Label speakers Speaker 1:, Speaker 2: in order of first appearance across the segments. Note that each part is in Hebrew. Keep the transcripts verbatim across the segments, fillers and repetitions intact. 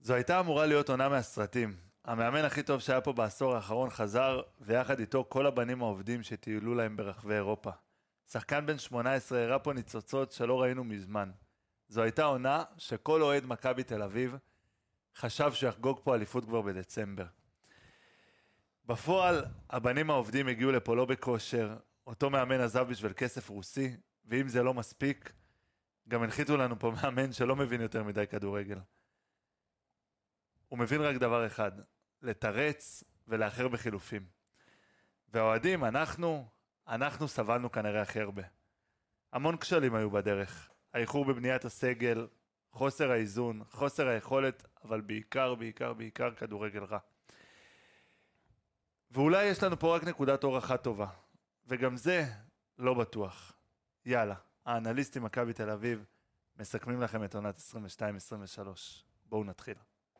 Speaker 1: זו הייתה אמורה להיות עונה מהסרטים. המאמן הכי טוב שהיה פה בעשור האחרון חזר, ויחד איתו כל הבנים העובדים שטיילו להם ברחבי אירופה. שחקן בן שמונה עשרה הראה פה ניצוצות שלא ראינו מזמן. זו הייתה עונה שכל אוהד מכבי תל אביב חשב שיחגוג פה אליפות כבר בדצמבר. בפועל, הבנים העובדים הגיעו לפה לא בכושר, אותו מאמן עזב בשביל כסף רוסי, ואם זה לא מספיק, גם הנחיתו לנו פה מאמן שלא מבין יותר מדי כדורגל. הוא מבין רק דבר אחד, לתרץ ולאחר בחילופים. והאוהדים, אנחנו, אנחנו סבלנו כנראה הכי הרבה. המון כשלים היו בדרך, האיחור בבניית הסגל, חוסר האיזון, חוסר היכולת, אבל בעיקר, בעיקר, בעיקר כדורגל רע. ואולי יש לנו פה רק נקודת אור אחת טובה, וגם זה לא בטוח. יאללה, האנליסטים מכבי תל אביב מסכמים לכם את עונת עשרים ושתיים עשרים ושלוש. בואו נתחיל.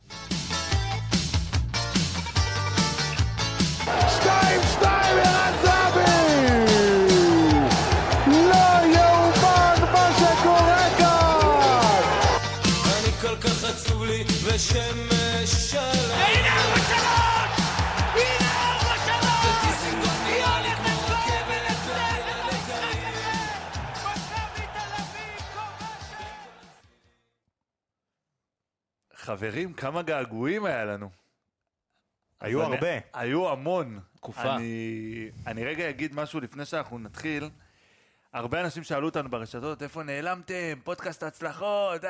Speaker 2: שתיים שתיים ערן זהבי! לא יאומן מה שקורה כאן!
Speaker 3: אני כל כך עצוב לי ושמש שלם.
Speaker 4: הנה ארבע שלוש! הנה ארבע שלוש!
Speaker 3: זה טיסינגוף נראה לי כמו רכבת לילה לגליל.
Speaker 4: מכבי תל אביב כובשת!
Speaker 1: חברים, כמה געגועים היה לנו.
Speaker 5: היו
Speaker 1: אני,
Speaker 5: הרבה.
Speaker 1: היו המון.
Speaker 5: תקופה.
Speaker 1: אני, אני רגע אגיד משהו לפני שאנחנו נתחיל. הרבה אנשים שאלו אותנו ברשתות, איפה נעלמתם? פודקאסט הצלחות.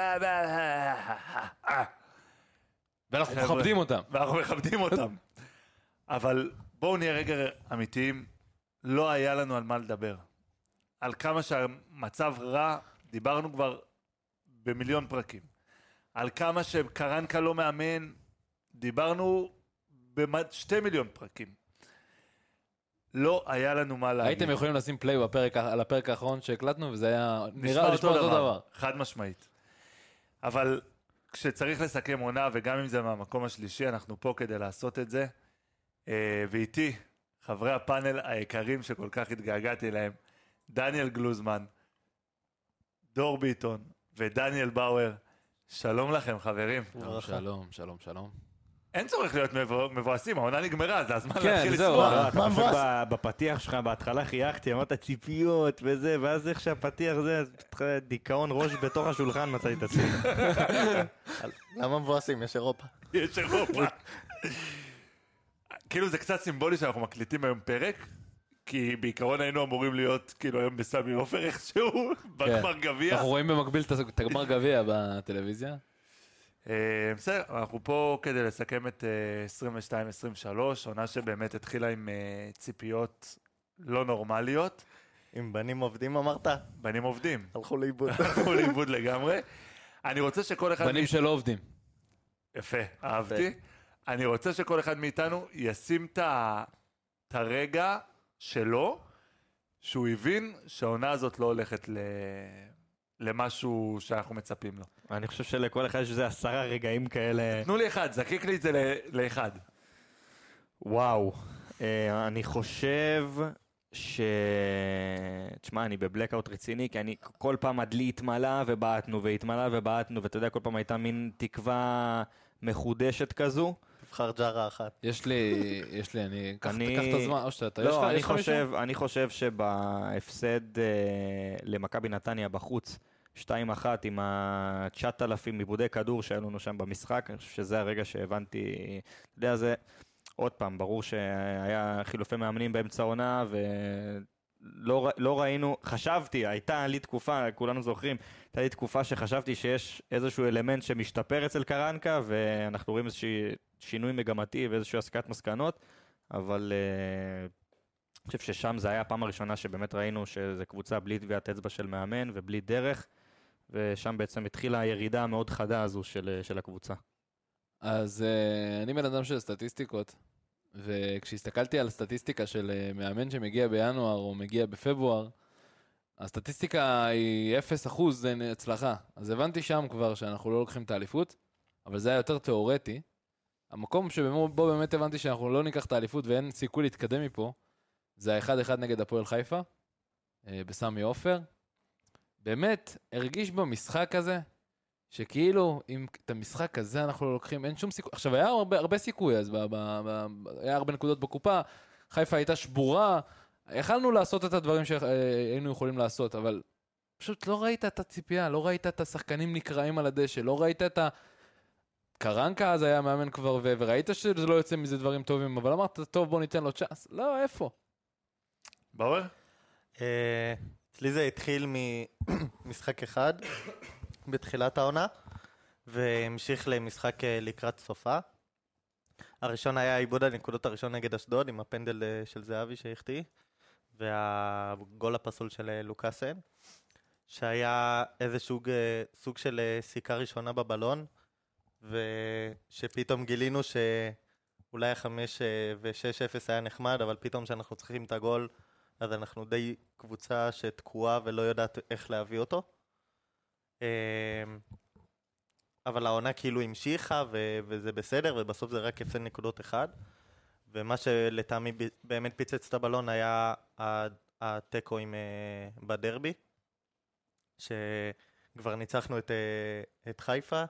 Speaker 5: ואנחנו
Speaker 1: חבר'ה,
Speaker 5: מכבדים אותם.
Speaker 1: ואנחנו מכבדים אותם. אבל בואו נהיה רגע אמיתיים. לא היה לנו על מה לדבר. על כמה שהמצב רע, דיברנו כבר במיליון פרקים. על כמה שקרנקה לא מאמן, דיברנו בשתי מיליון פרקים. לא היה לנו מה להגיד.
Speaker 5: הייתם יכולים לשים פליי בפרק, על הפרק האחרון שהקלטנו, וזה היה
Speaker 1: נשמע
Speaker 5: נראה
Speaker 1: אותו
Speaker 5: אותו
Speaker 1: דבר,
Speaker 5: דבר.
Speaker 1: חד משמעית. אבל כשצריך לסכם עונה, וגם אם זה מהמקום השלישי, אנחנו פה כדי לעשות את זה. ואיתי, חברי הפאנל היקרים שכל כך התגעגעתי להם, דניאל גלוזמן, דור ביטון ודניאל באואר. שלום לכם, חברים.
Speaker 5: שלום, שלום, שלום.
Speaker 1: אין צורך להיות מבואסים, העונה נגמרה, זה הזמן
Speaker 5: כן,
Speaker 1: להתחיל
Speaker 5: זהו,
Speaker 1: לשמוח.
Speaker 5: מה-
Speaker 6: אתה פשוט ב- בפתיח שלך, בהתחלה חייכתי, אמרת ציפיות וזה, ואז איך שהפתיח זה, אז פתח דיכאון ראש בתוך השולחן מצאתי את עצמי.
Speaker 7: למה מבואסים? יש אירופה.
Speaker 1: יש אירופה. כאילו זה קצת סימבולי שאנחנו מקליטים היום פרק, כי בעיקרון היינו אמורים להיות כאילו היום בסמי עופר איכשהו, בגמר גביע.
Speaker 5: אנחנו רואים במקביל את הגמר גביע בטלוויזיה.
Speaker 1: אה, בסדר, אנחנו פה כדי לסכם את אה, עשרים ושתיים עשרים ושלוש, עונה שבאמת התחילה עם אה, ציפיות לא נורמליות.
Speaker 7: עם בנים עובדים אמרת?
Speaker 1: בנים עובדים.
Speaker 7: הלכו לאיבוד.
Speaker 1: הלכו לאיבוד לגמרי. אני רוצה שכל אחד...
Speaker 5: בנים שלא עובדים.
Speaker 1: יפה, אהבתי. אני רוצה שכל אחד מאיתנו ישים את ה- את הרגע שלו, שהוא הבין שהעונה הזאת לא הולכת ל... למשהו שאנחנו מצפים לו.
Speaker 6: אני חושב שלכל אחד יש איזה עשרה רגעים כאלה.
Speaker 1: תנו לי אחד, זקיק לי את זה ל- לאחד.
Speaker 6: וואו. אה, אני חושב ש... תשמע, אני בבלקאוט רציני, כי אני כל פעם הדלי התמלא ובעטנו, והתמלא ובעטנו, ואתה יודע, כל פעם הייתה מין תקווה מחודשת כזו.
Speaker 7: תבחר ג'רה אחת.
Speaker 5: יש לי, יש לי, אני, קח
Speaker 6: אני-
Speaker 5: קח את הזמן, או שאתה, יש לך,
Speaker 6: לא, אני
Speaker 5: יש לך מישהו?
Speaker 6: חושב, אני חושב שבהפסד אה, למכבי נתניה בחוץ, שתיים אחת עם ה-תשעת אלפים עיבודי כדור שהיו לנו שם במשחק, אני חושב שזה הרגע שהבנתי, אתה יודע, זה, עוד פעם, ברור שהיה חילופי מאמנים באמצע העונה, ולא ר- לא ראינו, חשבתי, הייתה לי תקופה, כולנו זוכרים, הייתה לי תקופה שחשבתי שיש איזשהו אלמנט שמשתפר אצל קרנקה, ואנחנו רואים איזשהו שינוי מגמתי ואיזשהו הסקת מסקנות, אבל אה, אני חושב ששם זה היה הפעם הראשונה שבאמת ראינו שזו קבוצה בלי טביעת אצבע של מאמן ובלי דרך, ושם בעצם התחילה הירידה המאוד חדה הזו של, של הקבוצה.
Speaker 5: אז uh, אני בן אדם של סטטיסטיקות, וכשהסתכלתי על סטטיסטיקה של uh, מאמן שמגיע בינואר או מגיע בפברואר, הסטטיסטיקה היא אפס אחוז הצלחה. אז הבנתי שם כבר שאנחנו לא לוקחים את האליפות, אבל זה היה יותר תיאורטי. המקום שבו באמת הבנתי שאנחנו לא ניקח את האליפות ואין סיכוי להתקדם מפה, זה ה-אחד אחד נגד הפועל חיפה, uh, בסמי עופר. באמת הרגיש במשחק הזה שכאילו, אם את המשחק הזה אנחנו לא לוקחים, אין שום סיכוי. עכשיו, היה הרבה, הרבה סיכוי, אז ב, ב, ב, היה הרבה נקודות בקופה, חיפה הייתה שבורה, יכלנו לעשות את הדברים שהיינו יכולים לעשות, אבל פשוט לא ראית את הציפייה, לא ראית את השחקנים נקראים על הדשא, לא ראית את ה... קרנקה אז היה מאמן כבר, ו... וראית שזה לא יוצא מזה דברים טובים, אבל אמרת, טוב, בוא ניתן לו צ'אנס. לא, איפה?
Speaker 1: באואר?
Speaker 7: אה, אצלי זה התחיל ממשחק אחד בתחילת העונה, והמשיך למשחק אה, לקראת סופה. הראשון היה עיבוד הנקודות הראשון נגד אשדוד, עם הפנדל אה, של זהבי שהחטיא, והגול הפסול של אה, לוקאסן, שהיה איזה סוג, אה, סוג של אה, סיכה ראשונה בבלון, ושפתאום גילינו שאולי החמש ושש אפס היה נחמד, אבל פתאום שאנחנו צריכים את הגול, אז אנחנו די קבוצה שתקועה ולא יודעת איך להביא אותו. אבל העונה כאילו המשיכה ו- וזה בסדר, ובסוף זה רק הפסד נקודות אחד. ומה שלטעמי באמת פיצץ את הבלון היה הטקו עם בדרבי, שכבר ניצחנו את, את חיפה,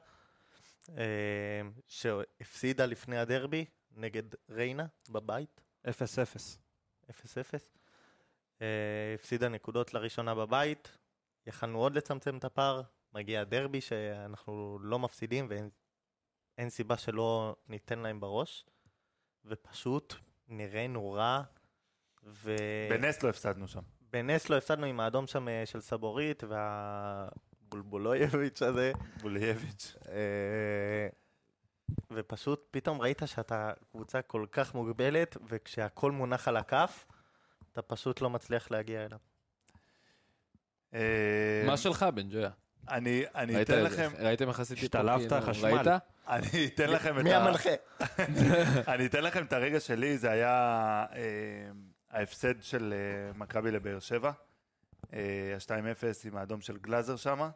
Speaker 7: שהפסידה לפני הדרבי נגד ריינה בבית.
Speaker 6: אפס אפס.
Speaker 7: אפס אפס. הפסידה נקודות לראשונה בבית, יכלנו עוד לצמצם את הפער, מגיע הדרבי שאנחנו לא מפסידים ואין סיבה שלא ניתן להם בראש, ופשוט נראינו רע. ו...
Speaker 1: בנס לא הפסדנו שם.
Speaker 7: בנס לא הפסדנו עם האדום שם של סבורית והבולבולויביץ' הזה.
Speaker 1: בולייביץ'.
Speaker 7: ופשוט פתאום ראית שאתה קבוצה כל כך מוגבלת, וכשהכל מונח על הכף, אתה פשוט לא מצליח להגיע אליו.
Speaker 5: מה שלך, בן ג'ויה?
Speaker 1: אני אני אתן לכם...
Speaker 5: ראיתם איך עשיתי פה?
Speaker 6: השתלבת חשמל.
Speaker 5: ראית?
Speaker 1: אני אתן לכם את
Speaker 7: מי
Speaker 1: ה...
Speaker 7: המנחה?
Speaker 1: אני אתן לכם את הרגע שלי, זה היה ההפסד של מכבי לבאר שבע, ה-שתיים אפס עם האדום של גלאזר שמה.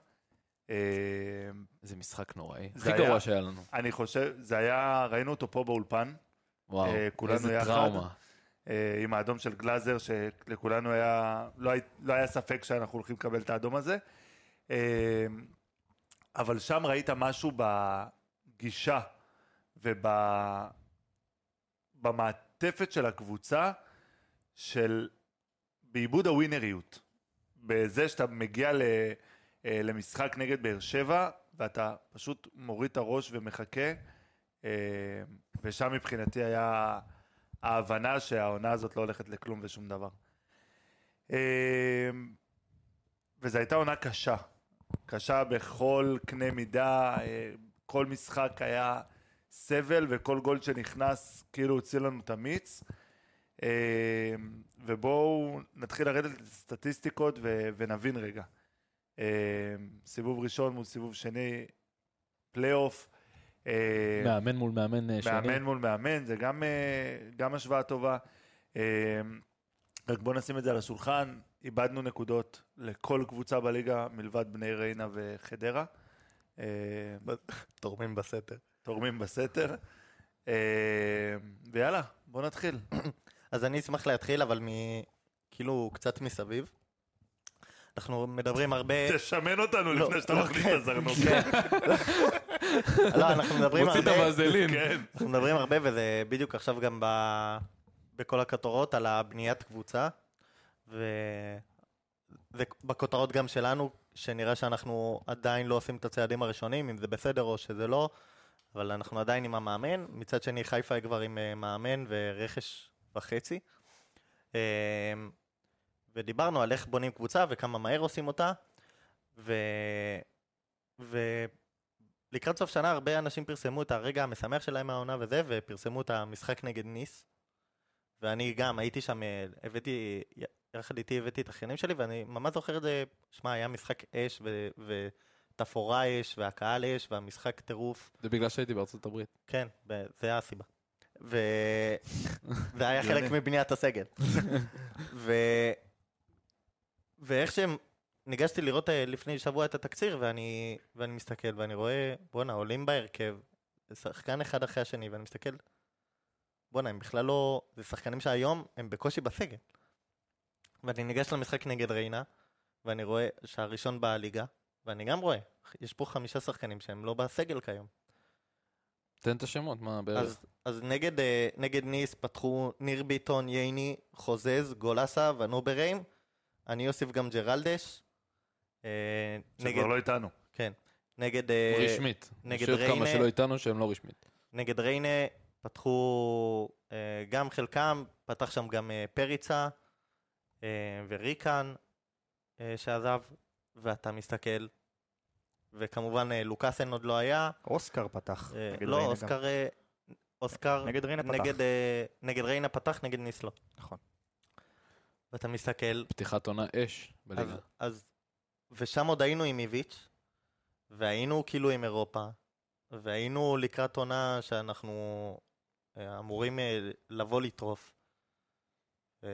Speaker 5: זה משחק נוראי.
Speaker 1: זה
Speaker 5: הכי
Speaker 1: היה-
Speaker 5: גרוע שהיה לנו.
Speaker 1: אני חושב, זה היה, ראינו אותו פה באולפן,
Speaker 5: וואו,
Speaker 1: אה, כולנו
Speaker 5: איזה
Speaker 1: יחד.
Speaker 5: טראומה.
Speaker 1: אה, עם האדום של גלאזר, שלכולנו היה, לא, היה, לא היה ספק שאנחנו הולכים לקבל את האדום הזה. אה, אבל שם ראית משהו בגישה ובמעטפת של הקבוצה, של בעיבוד הווינריות. בזה שאתה מגיע ל, אה, למשחק נגד באר שבע, ואתה פשוט מוריד את הראש ומחכה, אה, ושם מבחינתי היה ההבנה שהעונה הזאת לא הולכת לכלום ושום דבר. אה, וזו הייתה עונה קשה, קשה בכל קנה מידה, אה, כל משחק היה סבל, וכל גול שנכנס כאילו הוציא לנו את המיץ. אה, ובואו נתחיל לרדת לסטטיסטיקות ו- ונבין רגע. אה, סיבוב ראשון מול סיבוב שני, פלייאוף. אה,
Speaker 5: מאמן מול מאמן אה, שני.
Speaker 1: מאמן מול מאמן, זה גם, אה, גם השוואה טובה. אה, רק בואו נשים את זה על השולחן, איבדנו נקודות לכל קבוצה בליגה מלבד בני ריינה וחדרה. אה,
Speaker 7: תורמים בסתר.
Speaker 1: תורמים בסתר. אה, ויאללה, בואו נתחיל.
Speaker 7: אז אני אשמח להתחיל, אבל מ... כאילו קצת מסביב. אנחנו מדברים הרבה...
Speaker 1: תשמן אותנו
Speaker 7: לא,
Speaker 1: לפני שאתה
Speaker 7: לא,
Speaker 1: מכניס
Speaker 7: כן.
Speaker 1: את הזרנוק.
Speaker 7: לא, אנחנו מדברים
Speaker 5: מוציא את
Speaker 7: הרבה...
Speaker 5: הווזלין.
Speaker 1: כן.
Speaker 7: אנחנו מדברים הרבה, וזה בדיוק עכשיו גם ב... בכל הכותרות על הבניית קבוצה. ו... ובכותרות גם שלנו, שנראה שאנחנו עדיין לא עושים את הצעדים הראשונים, אם זה בסדר או שזה לא, אבל אנחנו עדיין עם המאמן. מצד שני, חיפה כבר עם אה, מאמן ורכש וחצי. אה, ודיברנו על איך בונים קבוצה וכמה מהר עושים אותה. ו... ולקראת סוף שנה הרבה אנשים פרסמו את הרגע המשמח שלהם מהעונה וזה, ופרסמו את המשחק נגד ניס. ואני גם הייתי שם, אה, הבאתי, יחד איתי הבאתי את האחיינים שלי, ואני ממש זוכר את זה, שמע, היה משחק אש ו... ותפאורה אש, והקהל אש, והמשחק טירוף.
Speaker 5: זה בגלל שהייתי בארצות הברית.
Speaker 7: כן, ב- זה היה הסיבה. ו... זה היה חלק מבניית הסגל. ו... ואיך שהם... ניגשתי לראות אה, לפני שבוע את התקציר, ואני, ואני מסתכל, ואני רואה, בואנה, עולים בהרכב, שחקן אחד אחרי השני, ואני מסתכל, בואנה, הם בכלל לא... זה שחקנים שהיום הם בקושי בסגל. ואני ניגש למשחק נגד ריינה, ואני רואה שהראשון בליגה, ואני גם רואה, יש פה חמישה שחקנים שהם לא בסגל כיום.
Speaker 5: תן את השמות, מה בערך?
Speaker 7: אז, אז נגד, אה, נגד ניס פתחו ניר ביטון, ייני, חוזז, גולסה ונובריים. אני אוסיף גם ג'רלדש. אה,
Speaker 1: שכבר לא איתנו.
Speaker 7: כן. נגד... אה,
Speaker 5: רשמית.
Speaker 7: נגד
Speaker 5: יש עוד כמה
Speaker 7: ריינה.
Speaker 5: שלא איתנו שהם לא רשמית.
Speaker 7: נגד ריינה פתחו אה, גם חלקם, פתח שם גם אה, פריצה אה, וריקן אה, שעזב, ואתה מסתכל, וכמובן אה, לוקאסן עוד לא היה.
Speaker 6: אוסקר פתח.
Speaker 7: אה,
Speaker 6: נגד
Speaker 7: לא,
Speaker 6: ריינה
Speaker 7: אוסקר, אה, אוסקר
Speaker 6: נגד ריינה פתח.
Speaker 7: נגד, אה, נגד ריינה פתח, נגד ניס לא.
Speaker 6: נכון.
Speaker 7: ואתה מסתכל,
Speaker 5: פתיחת עונה אש
Speaker 7: אז,
Speaker 5: בליגה.
Speaker 7: אז, ושם עוד היינו עם איביץ', והיינו כאילו עם אירופה, והיינו לקראת עונה שאנחנו אה, אמורים אה, לבוא לטרוף. אה,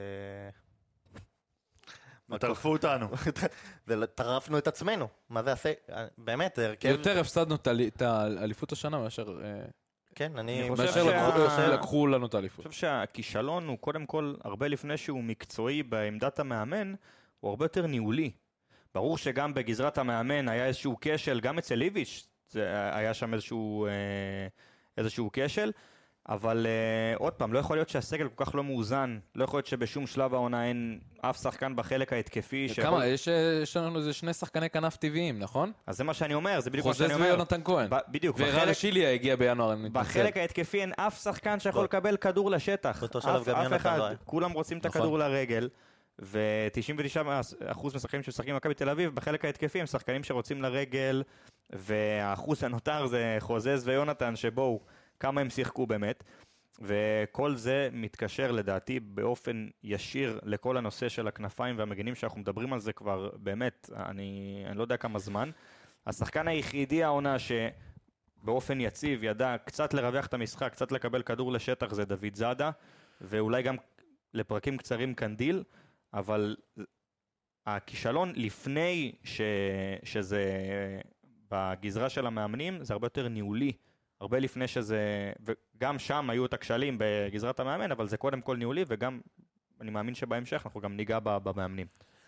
Speaker 1: טרפו אותנו.
Speaker 7: וטרפנו את עצמנו. מה זה עשה? אה, באמת, זה הרכב...
Speaker 5: יותר הפסדנו את הלי- את האליפות השנה מאשר אה,
Speaker 7: כן, אני...
Speaker 6: אני חושב
Speaker 5: מאשר
Speaker 6: שה-
Speaker 5: לקחו-
Speaker 6: שה-
Speaker 5: לקחו לנו את האליפות.
Speaker 6: אני חושב שהכישלון הוא קודם כל, הרבה לפני שהוא מקצועי בעמדת המאמן, הוא הרבה יותר ניהולי. ברור שגם בגזרת המאמן היה איזשהו כשל, גם אצל איביץ' זה היה שם איזשהו, אה, איזשהו כשל, אבל אה, עוד פעם, לא יכול להיות שהסגל כל כך לא מאוזן, לא יכול להיות שבשום שלב העונה אין אף שחקן בחלק ההתקפי. שיכול-
Speaker 5: כמה? יש אה, יש לנו איזה שני שחקני כנף טבעיים, נכון?
Speaker 6: אז זה מה שאני אומר, זה בדיוק מה
Speaker 5: חוזז
Speaker 6: שאני אומר.
Speaker 5: ויונתן כהן.
Speaker 6: ב- בדיוק,
Speaker 5: ורן
Speaker 6: בחלק-
Speaker 5: שיליה הגיע בינואר, אני מתנצל.
Speaker 6: בחלק ההתקפי אין אף שחקן שיכול
Speaker 7: לא.
Speaker 6: לקבל כדור לשטח.
Speaker 7: באותו שלב
Speaker 6: אף-
Speaker 7: גם
Speaker 6: אף
Speaker 7: יונתן
Speaker 6: אחד.
Speaker 7: לא היה.
Speaker 6: כולם רוצים את
Speaker 5: נכון.
Speaker 6: הכדור לרגל, ו-תשעים ותשעה אחוז משחקנים שמשחקים במכבי תל אביב, בחלק ההתקפי הם שחקנים שרוצים לרגל, והאחוז הנותר זה חוזז ויונתן, שבואו, כמה הם שיחקו באמת. וכל זה מתקשר לדעתי באופן ישיר לכל הנושא של הכנפיים והמגנים, שאנחנו מדברים על זה כבר באמת, אני, אני לא יודע כמה זמן. השחקן היחידי העונה שבאופן יציב ידע קצת לרווח את המשחק, קצת לקבל כדור לשטח, זה דוד זאדה, ואולי גם לפרקים קצרים קנדיל, אבל הכישלון לפני ש, שזה בגזרה של המאמנים, זה הרבה יותר ניהולי. הרבה לפני שזה, וגם שם היו את הכשלים בגזרת המאמן, אבל זה קודם כל ניהולי, וגם, אני מאמין שבהמשך אנחנו גם ניגע במאמנים.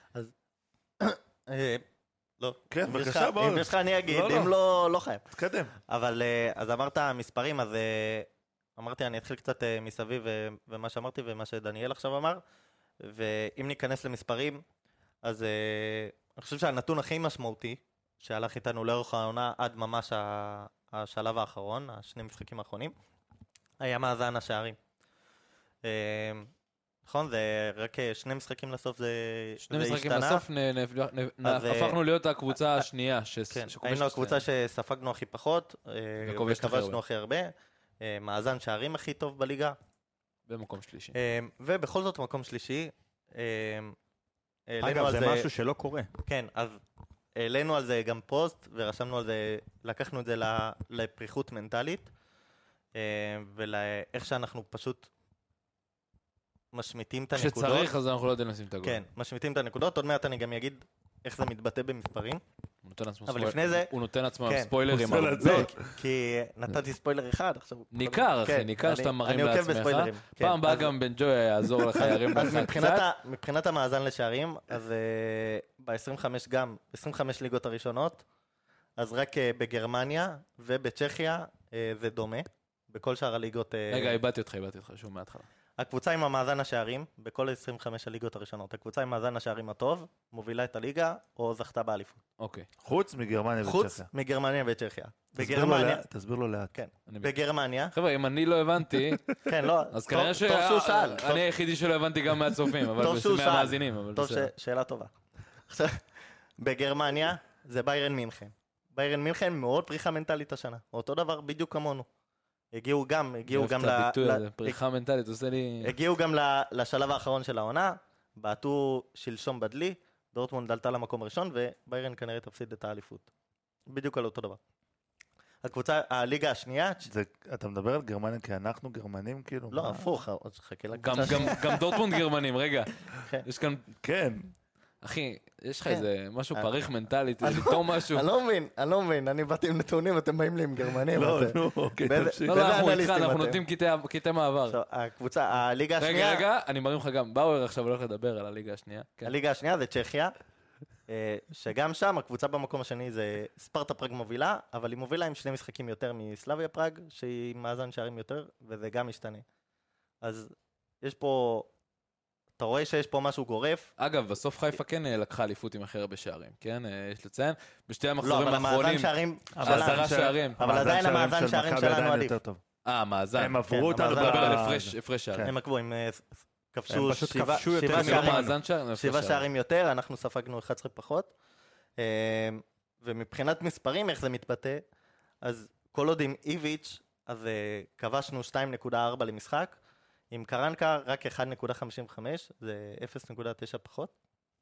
Speaker 7: אה, לא.
Speaker 1: כן,
Speaker 7: אם יש
Speaker 1: בבקשה,
Speaker 7: לך-
Speaker 1: בוא.
Speaker 7: אם יש לך אני אגיד,
Speaker 1: לא, לא.
Speaker 7: אם לא, לא חייב.
Speaker 1: תתקדם.
Speaker 7: אבל אה, אז אמרת מספרים, אז אה, אמרתי, אני אתחיל קצת אה, מסביב אה, ומה שאמרתי ומה שדניאל עכשיו אמר, ואם ניכנס למספרים, אז אה, אני חושב שהנתון הכי משמעותי, שהלך איתנו לאורך העונה עד ממש ה- השלב האחרון, השני משחקים האחרונים, היה מאזן השערים. אה, נכון, זה רק אה, שני משחקים לסוף זה
Speaker 5: שני
Speaker 7: זה
Speaker 5: משחקים
Speaker 7: השתנה.
Speaker 5: בסוף נ- נ- נ-
Speaker 7: אז, אה,
Speaker 5: הפכנו להיות הקבוצה השנייה ש-
Speaker 7: כן,
Speaker 5: שכובשת
Speaker 7: היינו
Speaker 5: שתי-
Speaker 7: הקבוצה שספגנו הכי פחות, אה,
Speaker 5: וכובשת הכי
Speaker 7: וכבשנו הכי הרבה, אה, מאזן שערים הכי טוב בליגה,
Speaker 5: במקום שלישי.
Speaker 7: אה, ובכל זאת מקום שלישי. אה, העלינו
Speaker 6: אגב,
Speaker 7: על
Speaker 6: זה משהו שלא קורה.
Speaker 7: כן, אז העלינו על זה גם פוסט, ורשמנו על זה, לקחנו את זה ל- לפריחות מנטלית, אה, ולאיך שאנחנו פשוט משמיטים את הנקודות.
Speaker 5: כשצריך אז אנחנו לא יודעים לשים את הגול.
Speaker 7: כן, משמיטים את הנקודות, עוד מעט אני גם אגיד איך זה מתבטא במספרים.
Speaker 5: הוא נותן לעצמו
Speaker 7: אבל
Speaker 5: ספוילר-
Speaker 7: לפני זה-
Speaker 5: הוא נותן לעצמו
Speaker 7: כן.
Speaker 5: ספוילרים.
Speaker 1: הוא עושה
Speaker 5: הרבה.
Speaker 1: לצאת.
Speaker 7: לא, כי- כי נתתי ספוילר אחד, עכשיו...
Speaker 5: ניכר, אחי,
Speaker 7: כן,
Speaker 5: ניכר
Speaker 7: אני-
Speaker 5: שאתה מרים
Speaker 7: אני עוקב
Speaker 5: לעצמך.
Speaker 7: בספוילרים, כן,
Speaker 5: פעם הבאה
Speaker 7: אז-
Speaker 5: גם בן ג'וי יעזור לך, ירים
Speaker 7: אז
Speaker 5: לך
Speaker 7: מבחינת,
Speaker 5: קצת.
Speaker 7: ה, מבחינת המאזן לשערים, אז uh, ב-עשרים וחמש גם, ב-עשרים וחמש ליגות הראשונות, אז רק uh, בגרמניה ובצ'כיה uh, זה דומה. בכל שאר הליגות... uh,
Speaker 5: רגע, איבדתי אותך, איבדתי אותך, שוב מההתחלה.
Speaker 7: הקבוצה עם המאזן השערים, בכל עשרים וחמש הליגות הראשונות, הקבוצה עם מאזן השערים הטוב, מובילה את הליגה או זכתה באליפות.
Speaker 5: אוקיי.
Speaker 1: חוץ מגרמניה
Speaker 7: חוץ
Speaker 1: וצ'כיה.
Speaker 7: מגרמניה וצ'כיה.
Speaker 1: תסביר לו
Speaker 7: בגרמניה,
Speaker 1: לאט, תסביר לו לאט.
Speaker 7: כן.
Speaker 5: אני-
Speaker 7: בגרמניה,
Speaker 5: חבר'ה, אם אני לא הבנתי,
Speaker 7: כן, לא,
Speaker 5: אז
Speaker 7: טוב-
Speaker 5: כנראה
Speaker 7: טוב שהוא שאל. טוב-
Speaker 5: שאני היחידי שלא הבנתי גם מהצופים, אבל
Speaker 7: טוב שהוא
Speaker 5: בסדר,
Speaker 7: שאל.
Speaker 5: מהמאזינים, אבל
Speaker 7: טוב, ש...
Speaker 5: בסדר.
Speaker 7: שאלה טובה. עכשיו, בגרמניה זה ביירן מינכן. ביירן מינכן מאוד פריחה מנטלית השנה. אותו דבר בדיוק כמונו. הגיעו גם, הגיעו
Speaker 5: אוהב
Speaker 7: גם
Speaker 5: את
Speaker 7: ל...
Speaker 5: הביטוי
Speaker 7: ל-
Speaker 5: הזה, פריחה מנטלית, עושה לי...
Speaker 7: הגיעו גם ל... לשלב האחרון של העונה, בעטו שלשום בדלי, דורטמונד עלתה למקום הראשון, וביירן כנראה תפסיד את האליפות. בדיוק על אותו דבר. הקבוצה, הליגה השנייה,
Speaker 1: זה- אתה מדבר על גרמניה כי אנחנו גרמנים כאילו?
Speaker 7: לא,
Speaker 1: מה?
Speaker 7: הפוך, אז חכה
Speaker 5: גם-
Speaker 7: לקבוצה
Speaker 5: גם-
Speaker 7: השנייה.
Speaker 5: גם דורטמונד גרמנים, רגע.
Speaker 7: כן.
Speaker 5: יש כאן,
Speaker 1: כן.
Speaker 5: אחי, יש לך
Speaker 7: כן.
Speaker 5: איזה משהו
Speaker 7: אה.
Speaker 5: פריך מנטלית,
Speaker 7: אני
Speaker 5: לטעום משהו.
Speaker 7: אני לא מבין, אני לא מבין, אני באתי עם נתונים, אתם באים לי עם גרמנים.
Speaker 1: לא,
Speaker 7: אתם-
Speaker 1: נו, אוקיי,
Speaker 7: באיזה-
Speaker 1: תמשיך.
Speaker 5: לא, לא,
Speaker 7: באיזה
Speaker 5: אנחנו איתך,
Speaker 7: אנליסטים
Speaker 5: אנחנו
Speaker 7: אתם?
Speaker 5: נותנים קטעי- קטעי מעבר.
Speaker 7: עכשיו, הקבוצה, הליגה השנייה...
Speaker 5: רגע, רגע, אני מרים לך גם, באואר עכשיו הולך לדבר על הליגה השנייה. כן.
Speaker 7: הליגה השנייה זה צ'כיה. אה, שגם שם הקבוצה במקום השני זה ספרטה פראג מובילה, אבל היא מובילה עם שני משחקים יותר מסלאביה פראג, שהיא מאזן שערים יותר, וזה גם משתנה. אז יש פה, אתה רואה שיש פה משהו גורף.
Speaker 5: אגב, בסוף חיפה כן אה, לקחה אליפות עם הכי הרבה שערים, כן? אה, יש לציין. בשתי
Speaker 7: לא,
Speaker 5: המחזורים
Speaker 7: אבל המאזן
Speaker 5: האחרונים,
Speaker 7: שערים
Speaker 5: עשרה שערים.
Speaker 7: אבל עדיין המאזן
Speaker 1: של
Speaker 7: שערים
Speaker 1: מכבי
Speaker 7: שלנו
Speaker 1: עדיין
Speaker 7: עדיף.
Speaker 1: יותר טוב.
Speaker 5: אה, מאזן.
Speaker 1: הם עברו
Speaker 7: כן,
Speaker 1: אותנו.
Speaker 7: המאזן-
Speaker 5: אתה מדבר על
Speaker 1: ב-
Speaker 5: הפרש- הפרש שערים.
Speaker 7: הם עקבו עם, אה, כבשו
Speaker 6: הם פשוט
Speaker 7: שבעה
Speaker 6: כבשו יותר
Speaker 7: שבעה
Speaker 6: מלא
Speaker 7: שערים.
Speaker 5: מאזן שערים. הפרש
Speaker 7: שבעה שערים יותר, אנחנו ספגנו אחד עשר פחות. אה, ומבחינת מספרים, איך זה מתבטא, אז כל עוד עם איביץ', אז אה, כבשנו שתיים נקודה ארבע למשחק, עם קרנקה רק אחד נקודה חמישים וחמש, זה אפס נקודה תשע פחות.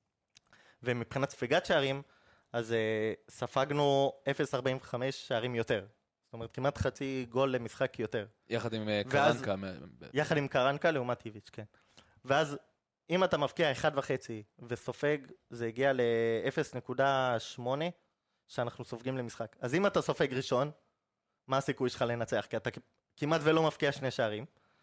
Speaker 7: ומבחינת ספיגת שערים, אז אה, ספגנו אפס נקודה ארבעים וחמש שערים יותר. זאת אומרת, כמעט חצי גול למשחק יותר.
Speaker 5: יחד עם אה,
Speaker 7: ואז-
Speaker 5: קרנקה. מ-
Speaker 7: יחד עם קרנקה לעומת איביץ', כן. ואז אם אתה מבקיע אחד וחצי וסופג, זה הגיע ל-אפס נקודה שמונה שאנחנו סופגים למשחק. אז אם אתה סופג ראשון, מה הסיכוי שלך לנצח? כי אתה כמעט ולא מבקיע שני שערים.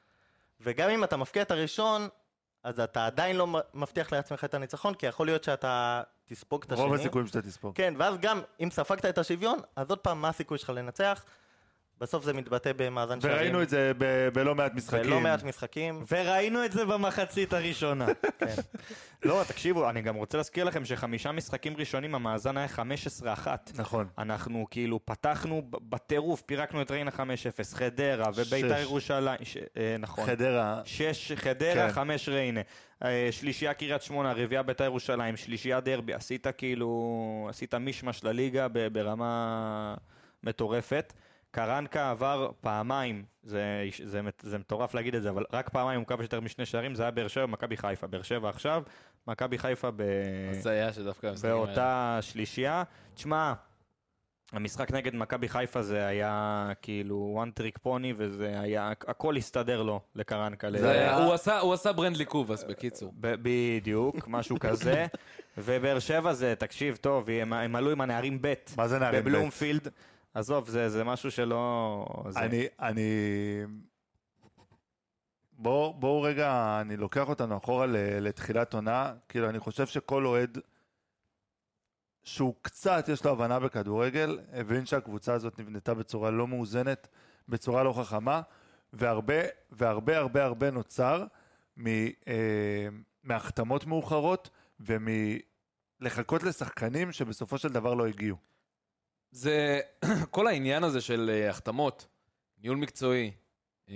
Speaker 7: וגם אם אתה מבקיע את הראשון, אז אתה עדיין לא מבטיח לעצמך את הניצחון, כי יכול להיות שאתה תספוג את השני.
Speaker 1: רוב הסיכויים שאתה תספוג.
Speaker 7: כן, ואז גם אם ספגת את השוויון, אז עוד פעם, מה הסיכוי שלך לנצח? בסוף זה מתבטא במאזן שערים.
Speaker 1: וראינו את זה ב- בלא מעט משחקים.
Speaker 7: בלא מעט משחקים.
Speaker 6: וראינו את זה במחצית הראשונה.
Speaker 7: כן.
Speaker 6: לא, תקשיבו, אני גם רוצה להזכיר לכם שחמישה משחקים ראשונים המאזן היה חמש עשרה אחת.
Speaker 1: נכון.
Speaker 6: אנחנו כאילו פתחנו ב- בטירוף, פירקנו את ריינה חמש אפס, חדרה ובית"ר
Speaker 1: שש.
Speaker 6: ירושלים, ש- אה, נכון.
Speaker 1: חדרה.
Speaker 6: שש חדרה,
Speaker 1: כן.
Speaker 6: חמש ריינה. אה, שלישייה קריית שמונה, רביעייה בית"ר ירושלים, שלישייה דרבי. עשית כאילו, עשית מישמש לליגה ב- ברמה מטורפת. קרנקה עבר פעמיים, זה, זה, זה מטורף להגיד את זה, אבל רק פעמיים הוא כבש יותר משני שערים, זה היה באר שבע ומכבי חיפה. באר שבע עכשיו, מכבי חיפה ב...
Speaker 5: זה היה שדווקא המשחקים האלה.
Speaker 6: באותה שלישייה. תשמע, המשחק נגד מכבי חיפה זה היה כאילו one trick pony, וזה היה, הכל הסתדר לו לקרנקה.
Speaker 5: זה היה- הוא עשה- הוא עשה ברנדלי קובס, בקיצור.
Speaker 6: ב- בדיוק, משהו כזה. ובאר שבע זה, תקשיב טוב, הם, הם עלו עם הנערים ב'
Speaker 1: מה זה נערים ב'?
Speaker 6: בבלומפילד. עזוב, זה, זה משהו שלא... זה...
Speaker 1: אני, אני... בואו בוא רגע, אני לוקח אותנו אחורה לתחילת עונה, כאילו אני חושב שכל אוהד שהוא קצת יש לו הבנה בכדורגל, הבין שהקבוצה הזאת נבנתה בצורה לא מאוזנת, בצורה לא חכמה, והרבה, והרבה הרבה הרבה נוצר מ, אה, מהחתמות מאוחרות, ומלחכות לשחקנים שבסופו של דבר לא הגיעו.
Speaker 5: זה כל העניין הזה של אה, החתמות, ניהול מקצועי, אה,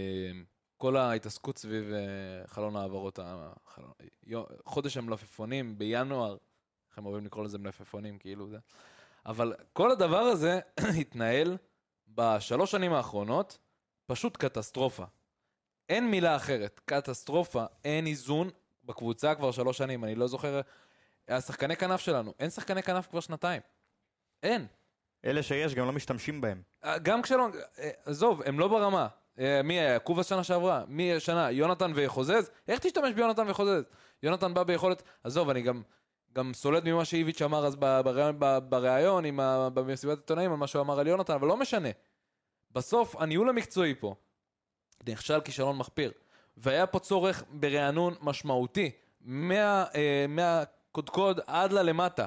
Speaker 5: כל ההתעסקות סביב אה, חלון העברות, החלון, יו, חודש המלפפונים בינואר, איך הם אוהבים לקרוא לזה מלפפונים, כאילו זה. אבל כל הדבר הזה התנהל בשלוש שנים האחרונות, פשוט קטסטרופה. אין מילה אחרת, קטסטרופה, אין איזון בקבוצה כבר שלוש שנים, אני לא זוכר, השחקני כנף שלנו, אין שחקני כנף כבר שנתיים. אין.
Speaker 6: אלה שיש גם לא משתמשים בהם.
Speaker 5: גם כשלא, עזוב, הם לא ברמה. מי היה? קובס שנה שעברה? מי שנה? יונתן וחוזז? איך תשתמש ביונתן וחוזז? יונתן בא ביכולת, עזוב, אני גם, גם סולד ממה שאיביץ' אמר אז בראיון, בראיון עם ה, במסיבת עיתונאים על מה שהוא אמר על יונתן, אבל לא משנה. בסוף, הניהול המקצועי פה, נכשל כישלון מחפיר, והיה פה צורך ברענון משמעותי, מה, מהקודקוד עד ללמטה.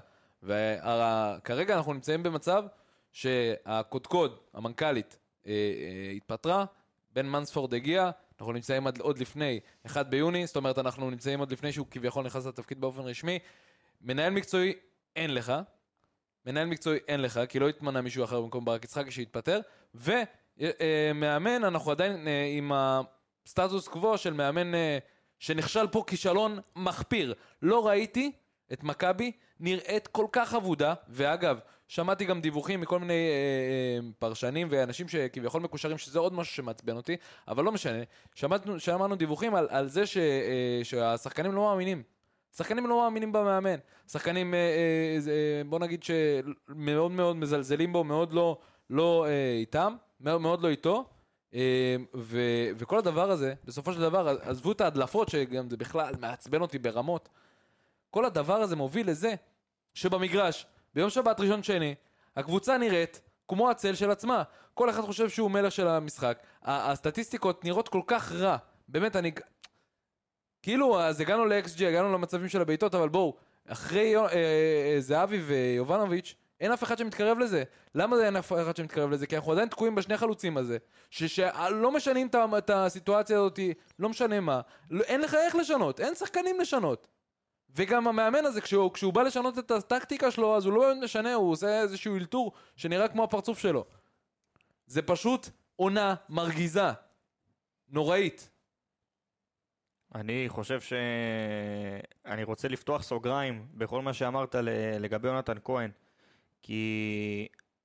Speaker 5: וכרגע אנחנו נמצאים במצב שהקודקוד, המנכ"לית, אה, אה, התפטרה, בן מנספורד הגיע, אנחנו נמצאים עד, עוד לפני אחד ביוני, זאת אומרת אנחנו נמצאים עוד לפני שהוא כביכול נכנס לתפקיד באופן רשמי. מנהל מקצועי אין לך, מנהל מקצועי אין לך, כי לא התמנה מישהו אחר במקום ברק יצחקי שהתפטר, ומאמן, אנחנו עדיין אה, עם הסטטוס קוו של מאמן אה, שנכשל פה כישלון מחפיר. לא ראיתי את מכבי נראית כל כך עבודה, ואגב, שמעתי גם דיווחים מכל מיני אה, אה, פרשנים ואנשים שכביכול מקושרים, שזה עוד משהו שמעצבן אותי, אבל לא משנה. שמענו, שמענו דיווחים על, על זה ש, אה, שהשחקנים לא מאמינים. שחקנים לא מאמינים במאמן. שחקנים, אה, אה, בוא נגיד שמאוד מאוד מזלזלים בו, מאוד לא, לא אה, איתם, מאוד, מאוד לא איתו. אה, ו, וכל הדבר הזה, בסופו של דבר, עזבו את ההדלפות, שגם זה בכלל מעצבן אותי ברמות. כל הדבר הזה מוביל לזה שבמגרש, ביום שבת ראשון שני, הקבוצה נראית כמו הצל של עצמה. כל אחד חושב שהוא מלך של המשחק. הסטטיסטיקות נראות כל כך רע. באמת, אני... כאילו, אז הגענו ל-אקס ג'י, הגענו למצבים של הביתות, אבל בואו, אחרי אה, אה, זהבי ויובנוביץ', אין אף אחד שמתקרב לזה. למה זה אין אף אחד שמתקרב לזה? כי אנחנו עדיין תקועים בשני חלוצים הזה, שלא משנים את, את הסיטואציה הזאת, לא משנה מה. לא, אין לך איך לשנות, אין שחקנים לשנות. וגם המאמן הזה, כשהוא, כשהוא בא לשנות את הטקטיקה שלו, אז הוא לא משנה, הוא עושה איזשהו אילתור שנראה כמו הפרצוף שלו. זה פשוט עונה מרגיזה. נוראית.
Speaker 6: אני חושב ש... אני רוצה לפתוח סוגריים בכל מה שאמרת לגבי יונתן כהן, כי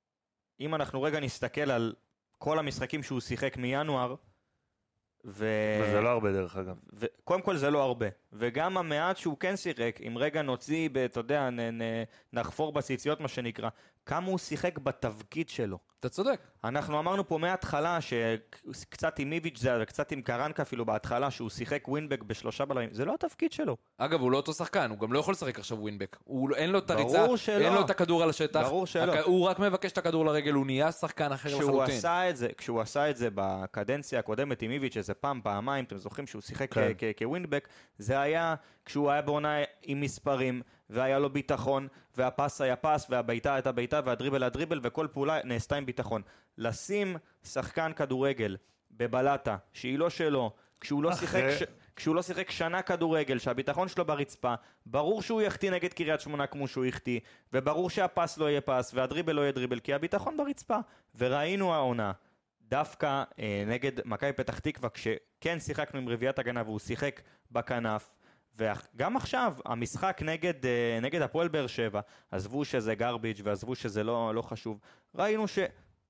Speaker 6: אם אנחנו רגע נסתכל על כל המשחקים שהוא שיחק מינואר, ו...
Speaker 1: וזה לא הרבה דרך אגב.
Speaker 6: ו... קודם כל זה לא הרבה, וגם המעט שהוא כן שיחק, אם רגע נוציא, אתה יודע, נ... נ... נחפור בציציות מה שנקרא, כמה הוא שיחק בתפקיד שלו.
Speaker 5: אתה צודק.
Speaker 6: אנחנו אמרנו פה מההתחלה שקצת עם איביץ' זה, וקצת עם קרנקה אפילו בהתחלה, שהוא שיחק ווינבק בשלושה בלמים, זה לא התפקיד שלו.
Speaker 5: אגב, הוא לא אותו שחקן, הוא גם לא יכול לשחק עכשיו ווינבק. הוא, אין לו את הריצה,
Speaker 6: ברור שלא.
Speaker 5: אין לו את הכדור על השטח.
Speaker 6: ברור שלא.
Speaker 5: הכ... הוא רק מבקש את הכדור לרגל, הוא נהיה שחקן אחר
Speaker 6: כשהוא
Speaker 5: לחלוטין.
Speaker 6: עשה את זה, כשהוא עשה את זה בקדנציה הקודמת עם איביץ' איזה פעם, פעמיים, אתם זוכרים שהוא שיחק
Speaker 1: כן.
Speaker 6: כ- כ- כווינבק, זה היה כשהוא היה בעונה עם מספרים, והיה לו ביטחון, והפס היה פס, והביתה הייתה ביתה, והדריבל היה דריבל, וכל פעולה נעשתה עם ביטחון. לשים שחקן כדורגל בבלטה, שהיא לא שלו, כשהוא לא, שיחק, ש... כשהוא לא שיחק שנה כדורגל, שהביטחון שלו ברצפה, ברור שהוא יחטיא נגד קריית שמונה כמו שהוא יחטיא, וברור שהפס לא יהיה פס, והדריבל לא יהיה דריבל, כי הביטחון ברצפה. וראינו העונה, דווקא אה, נגד מכבי פתח תקווה, כשכן שיחקנו עם רביעיית הגנה, והוא שיחק בכנף, וגם עכשיו, המשחק נגד, נגד הפועל באר שבע, עזבו שזה גרביץ' ועזבו שזה לא, לא חשוב, ראינו ש...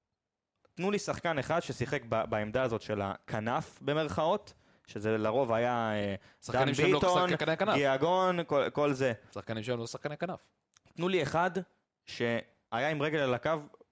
Speaker 6: תנו לי שחקן אחד ששיחק ב- בעמדה הזאת של הכנף במרכאות, שזה לרוב היה דן ביטון, גיאגון, כל, כל זה.
Speaker 5: שחקנים שהם לא שחקני כנף.
Speaker 6: תנו לי אחד שהיה עם רגל על הקו,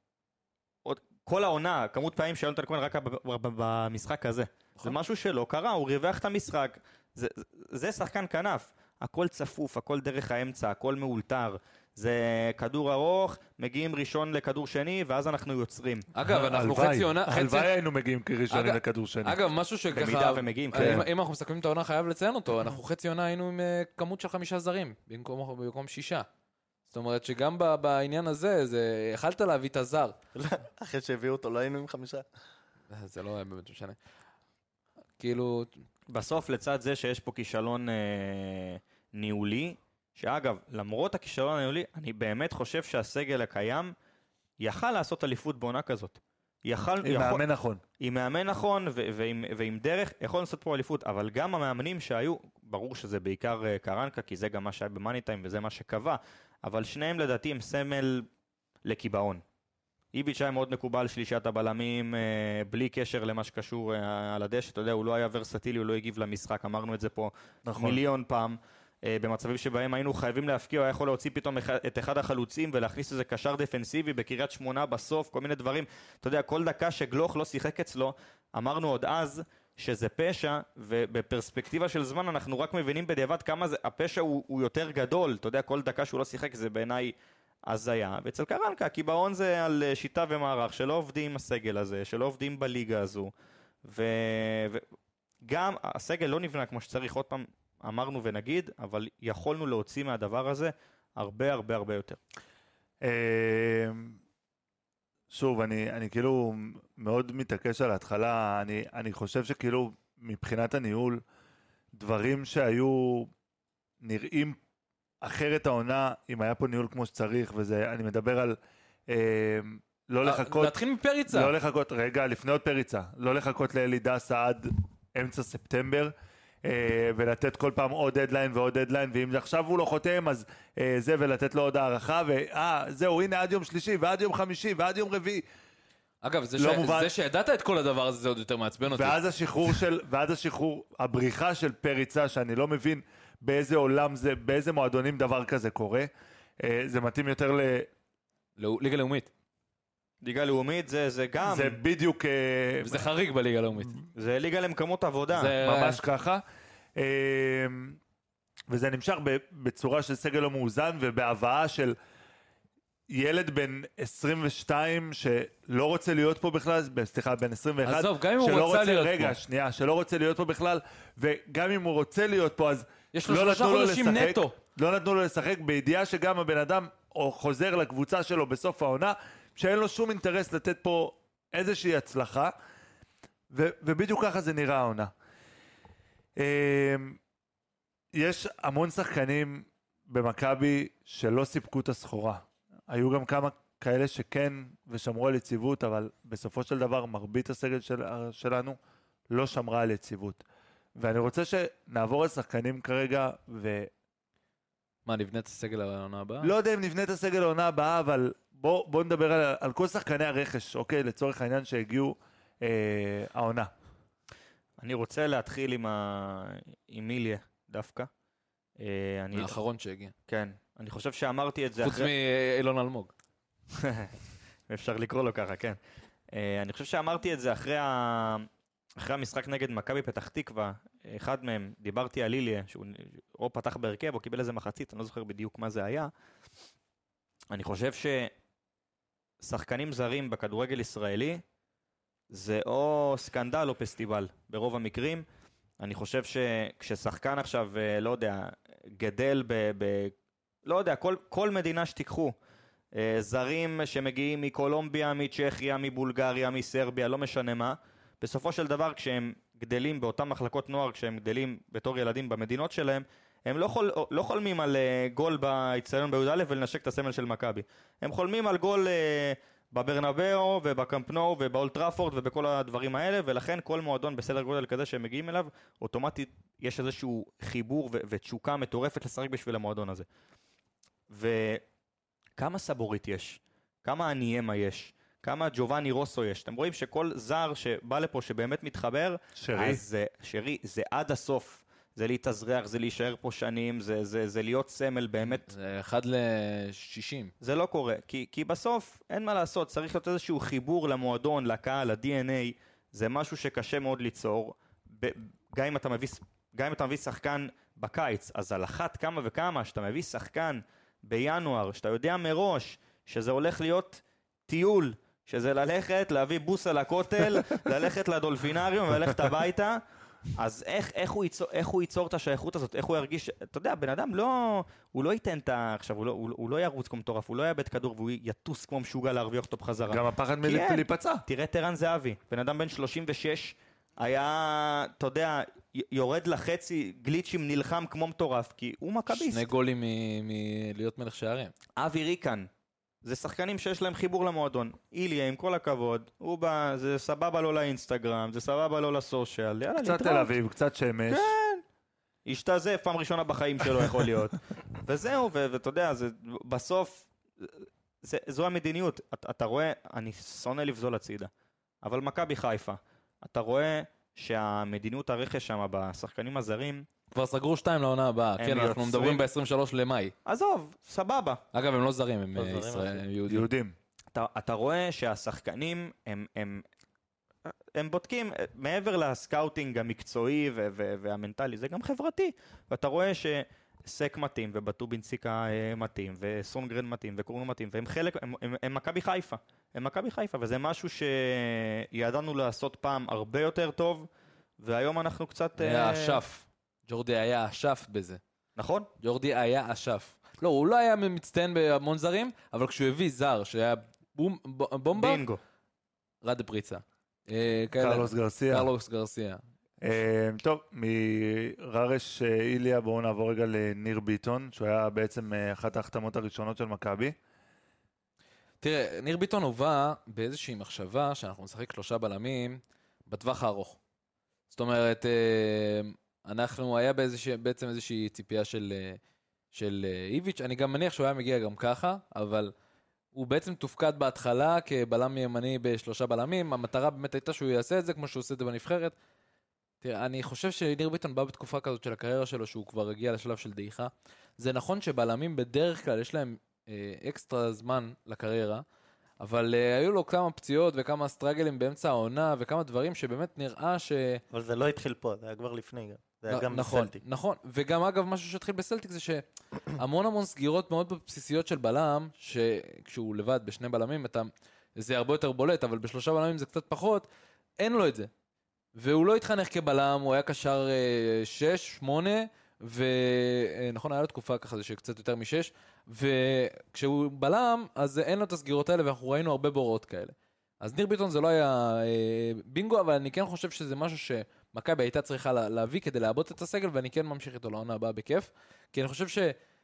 Speaker 6: עוד, כל העונה, כמות פעמים שיונתן כהן רק במשחק הזה. זה משהו שלא קרה, הוא ריווח את המשחק. זה, זה שחקן כנף, הכל צפוף, הכל דרך האמצע, הכל מאולתר, זה כדור ארוך, מגיעים ראשון לכדור שני, ואז אנחנו יוצרים.
Speaker 5: אגב, אנחנו חצי עונה...
Speaker 1: הלוואי היינו מגיעים כראשונים לכדור שני.
Speaker 5: אגב, משהו שככה...
Speaker 6: במידה ומגיעים,
Speaker 5: כן. אם אנחנו מסתכלים את העונה, חייב לציין אותו, אנחנו חצי עונה היינו עם כמות של חמישה זרים, במקום, במקום שישה. זאת אומרת שגם בעניין הזה, זה... יכלת להביא את הזר.
Speaker 7: אחרי שהביאו אותו, לא היינו עם חמישה.
Speaker 5: זה לא באמת משנה. כאילו...
Speaker 6: בסוף לצד זה שיש פה כישלון אה, ניהולי, שאגב, למרות הכישלון הניהולי, אני באמת חושב שהסגל הקיים יכל לעשות אליפות בעונה כזאת. יכל,
Speaker 1: עם
Speaker 6: יכול,
Speaker 1: מאמן נכון.
Speaker 6: עם מאמן נכון ו- ועם, ועם דרך, יכול לעשות פה אליפות, אבל גם המאמנים שהיו, ברור שזה בעיקר uh, קרנקה, כי זה גם מה שהיה במאני טיים וזה מה שקבע, אבל שניהם לדעתי הם סמל לקיבעון. איביץ' היה מאוד מקובל שלישת הבלמים, בלי קשר למה שקשור על הדשא, אתה יודע, הוא לא היה ורסטילי, הוא לא הגיב למשחק, אמרנו את זה פה נכון. מיליון פעם, במצבים שבהם היינו חייבים להפקיע, הוא היה יכול להוציא פתאום את אחד החלוצים ולהכניס איזה קשר דפנסיבי בקריית שמונה בסוף, כל מיני דברים, אתה יודע, כל דקה שגלוך לא שיחק אצלו, אמרנו עוד אז שזה פשע, ובפרספקטיבה של זמן אנחנו רק מבינים בדיעבד כמה זה, הפשע הוא, הוא יותר גדול, אתה יודע, כל דקה שהוא לא שיחק זה בעיניי אז היה, ואצל קרנקה, הקיבעון זה על שיטה ומערך, שלא עובדים עם הסגל הזה, שלא עובדים בליגה הזו, וגם הסגל לא נבנה כמו שצריך, עוד פעם אמרנו ונגיד, אבל יכולנו להוציא מהדבר הזה הרבה הרבה הרבה יותר.
Speaker 1: שוב, אני, אני כאילו מאוד מתעקש על ההתחלה, אני, אני חושב שכאילו מבחינת הניהול, דברים שהיו נראים אחרת העונה, אם היה פה ניהול כמו שצריך, וזה, אני מדבר על אה, לא לחכות...
Speaker 5: להתחיל מפריצה.
Speaker 1: לא לחכות, רגע, לפני עוד פריצה. לא לחכות לאלי דסה עד אמצע ספטמבר, אה, ולתת כל פעם עוד דדליין ועוד דדליין, ואם עכשיו הוא לא חותם, אז אה, זה, ולתת לו עוד הערכה, ואה, זהו, הנה עד יום שלישי, ועד יום חמישי, ועד יום רביעי.
Speaker 5: אגב, זה,
Speaker 1: לא
Speaker 5: ש...
Speaker 1: מובן...
Speaker 5: זה שידעת את כל הדבר הזה, זה עוד יותר מעצבן אותי.
Speaker 1: ואז השחרור של, ואז השחרור, הבריחה של פריצה, שאני לא מבין באיזה עולם זה, באיזה מועדונים דבר כזה קורה, זה מתאים יותר ל...
Speaker 5: ליגה לאומית.
Speaker 6: ליגה לאומית זה, זה גם...
Speaker 1: זה בדיוק...
Speaker 5: זה חריג בליגה לאומית.
Speaker 6: זה ליגה למקומות עבודה.
Speaker 5: זה...
Speaker 1: ממש ככה. וזה נמשך בצורה של סגל לא מאוזן, ובהבאה של ילד בן עשרים ושתיים שלא רוצה להיות פה בכלל, סליחה, בן עשרים ואחת.
Speaker 5: עזוב, גם אם הוא
Speaker 1: שלא
Speaker 5: רוצה להיות
Speaker 1: רגע,
Speaker 5: פה.
Speaker 1: שנייה, שלא רוצה להיות פה בכלל, וגם אם הוא רוצה להיות פה, אז
Speaker 5: יש לו
Speaker 1: לא
Speaker 5: שלושה
Speaker 1: נתנו לו
Speaker 5: חודשים
Speaker 1: לשחק,
Speaker 5: נטו.
Speaker 1: לא נתנו לו לשחק בידיעה שגם הבן אדם או חוזר לקבוצה שלו בסוף העונה, שאין לו שום אינטרס לתת פה איזושהי הצלחה, ו- ובדיוק ככה זה נראה העונה. יש המון שחקנים במכבי שלא סיפקו את הסחורה. היו גם כמה כאלה שכן ושמרו על יציבות, אבל בסופו של דבר מרבית הסגל של, שלנו לא שמרה על יציבות. ואני רוצה שנעבור על שחקנים כרגע, ו...
Speaker 5: מה, נבנה את הסגל העונה הבאה?
Speaker 1: לא יודע אם נבנה את הסגל העונה הבאה, אבל בוא, בוא נדבר על, על כל שחקני הרכש, אוקיי? לצורך העניין שהגיעו אה, העונה.
Speaker 6: אני רוצה להתחיל עם, ה... עם מיליה דווקא. אה, אני...
Speaker 5: האחרון שהגיע.
Speaker 6: כן, אני חושב שאמרתי את זה
Speaker 5: חוץ מאילון אלמוג.
Speaker 6: אפשר לקרוא לו ככה, כן. Uh, אני חושב שאמרתי את זה אחרי, ה... אחרי המשחק נגד מכבי פתח תקווה. אחד מהם, דיברתי על איליה, שהוא או פתח בהרכב או קיבל איזה מחצית, אני לא זוכר בדיוק מה זה היה. אני חושב ששחקנים זרים בכדורגל ישראלי זה או סקנדל או פסטיבל, ברוב המקרים. אני חושב שכששחקן עכשיו, לא יודע, גדל ב... ב... לא יודע, כל, כל מדינה שתיקחו, זרים שמגיעים מקולומביה, מצ'כיה, מבולגריה, מסרביה, לא משנה מה, בסופו של דבר כשהם גדלים באותן מחלקות נוער, כשהם גדלים בתור ילדים במדינות שלהם, הם לא, חול, לא חולמים על גול באצטדיון בי"א ולנשק את הסמל של מכבי. הם חולמים על גול בברנבאו ובקאמפ נו ובאולד טראפורד ובכל הדברים האלה, ולכן כל מועדון בסדר גודל כזה שהם מגיעים אליו, אוטומטית יש איזשהו חיבור ו- ותשוקה מטורפת לשחק בשביל המועדון הזה. וכמה סבורית יש, כמה אניימה יש, כמה ג'ובאני רוסו יש. אתם רואים שכל זר שבא לפה שבאמת מתחבר,
Speaker 1: שרי.
Speaker 6: אז זה, שרי, זה עד הסוף. זה להתאזרח, זה להישאר פה שנים, זה, זה, זה להיות סמל באמת.
Speaker 5: זה אחד לשישים.
Speaker 6: זה לא קורה, כי, כי בסוף אין מה לעשות, צריך להיות איזשהו חיבור למועדון, לקהל, ל-די אן איי, זה משהו שקשה מאוד ליצור. ב- גם אם אתה מביא, גם אם אתה מביא שחקן בקיץ, אז על אחת כמה וכמה, שאתה מביא שחקן בינואר, שאתה יודע מראש שזה הולך להיות טיול, שזה ללכת, להביא בוסה לכותל, ללכת לדולפינריום וללכת הביתה, אז איך, איך, הוא ייצור, איך הוא ייצור את השייכות הזאת, איך הוא ירגיש, אתה יודע, בן אדם לא, הוא לא ייתן את ה... עכשיו, הוא לא, הוא, הוא לא ירוץ כמו מטורף, הוא לא יאבד כדור והוא יטוס כמו משוגע להרוויח אותו בחזרה.
Speaker 1: גם הפחד
Speaker 6: כן.
Speaker 1: מלהיפצע.
Speaker 6: תראה את ערן זהבי, בן אדם בן שלושים ושש, היה, אתה יודע, יורד לחצי, גליצ'ים, נלחם כמו מטורף, כי הוא מכביסט.
Speaker 5: שני גולים מלהיות מלך שערים.
Speaker 6: אבי ריקן, זה שחקנים שיש להם חיבור למועדון. איליה, עם כל הכבוד, הוא בא, זה סבבה לו לאינסטגרם, זה סבבה לו לסושיאל, יאללה,
Speaker 1: קצת תל אביב, קצת שמש.
Speaker 6: כן. השתזף פעם ראשונה בחיים שלו יכול להיות. וזהו, ואתה יודע, זה, בסוף, זה, זו המדיניות. אתה, אתה רואה, אני שונא לבזול הצידה, אבל מכבי חיפה, אתה רואה שהמדיניות הרכש שם בשחקנים הזרים,
Speaker 5: כבר סגרו שתיים לעונה הבאה, כן, אנחנו
Speaker 6: יוצרים-
Speaker 5: מדברים ב-עשרים ושלושה למאי.
Speaker 6: עזוב, סבבה.
Speaker 5: אגב, הם לא זרים, הם
Speaker 7: לא זרים,
Speaker 5: ישראל-
Speaker 7: אחי.
Speaker 5: הם יהודים.
Speaker 1: יהודים.
Speaker 6: אתה, אתה רואה שהשחקנים הם, הם, הם בודקים מעבר לסקאוטינג המקצועי ו- ו- והמנטלי, זה גם חברתי. ואתה רואה שסק מתאים ובטובינסיקה אה, מתאים וסונגרן מתאים וקורנו מתאים, והם חלק, הם, הם, הם מכבי חיפה. הם מכבי חיפה, וזה משהו שידענו לעשות פעם הרבה יותר טוב, והיום אנחנו קצת...
Speaker 5: היה
Speaker 6: אה,
Speaker 5: אשף. ג'ורדי היה אשף בזה.
Speaker 6: נכון?
Speaker 5: ג'ורדי היה אשף. לא, הוא לא היה מצטיין בהמון זרים, אבל כשהוא הביא זר שהיה בום- ב- בומבה,
Speaker 6: בינגו.
Speaker 5: רד פריצה. אה, כאלה-
Speaker 1: קרלוס גרסיה.
Speaker 5: קרלוס גרסיה.
Speaker 1: אה, טוב, מררש אה, איליה בואו נעבור רגע לניר ביטון, שהוא היה בעצם אה, אחת ההחתמות הראשונות של מכבי.
Speaker 5: תראה, ניר ביטון הובא באיזושהי מחשבה שאנחנו נשחק שלושה בלמים בטווח הארוך. זאת אומרת, אה, אנחנו, היה באיזושהי, בעצם איזושהי ציפייה של, אה, של אה, איביץ', אני גם מניח שהוא היה מגיע גם ככה, אבל הוא בעצם תופקד בהתחלה כבלם ימני בשלושה בלמים, המטרה באמת הייתה שהוא יעשה את זה כמו שהוא עושה את זה בנבחרת. תראה, אני חושב שניר ביטון בא בתקופה כזאת של הקריירה שלו, שהוא כבר הגיע לשלב של דעיכה. זה נכון שבלמים בדרך כלל יש להם אה, אקסטרה זמן לקריירה, אבל אה, היו לו כמה פציעות וכמה סטרגלים באמצע העונה, וכמה דברים שבאמת נראה ש...
Speaker 7: אבל זה לא התחיל פה, זה היה כבר לפני גם. זה היה גם
Speaker 5: נכון,
Speaker 7: בסלטיק.
Speaker 5: נכון, וגם אגב משהו שהתחיל בסלטיק זה שהמון המון סגירות מאוד בסיסיות של בלם, שכשהוא לבד בשני בלמים, אתה, זה הרבה יותר בולט, אבל בשלושה בלמים זה קצת פחות, אין לו את זה. והוא לא התחנך כבלם, הוא היה קשר שש, שמונה, ונכון, היה לו תקופה ככה, זה שקצת יותר משש, וכשהוא בלם, אז אין לו את הסגירות האלה, ואנחנו ראינו הרבה בורות כאלה. אז ניר ביטון זה לא היה אה, בינגו, אבל אני כן חושב שזה משהו שמכבי הייתה צריכה לה, להביא כדי לעבוד את הסגל, ואני כן ממשיך איתו לעונה הבאה בכיף, כי אני חושב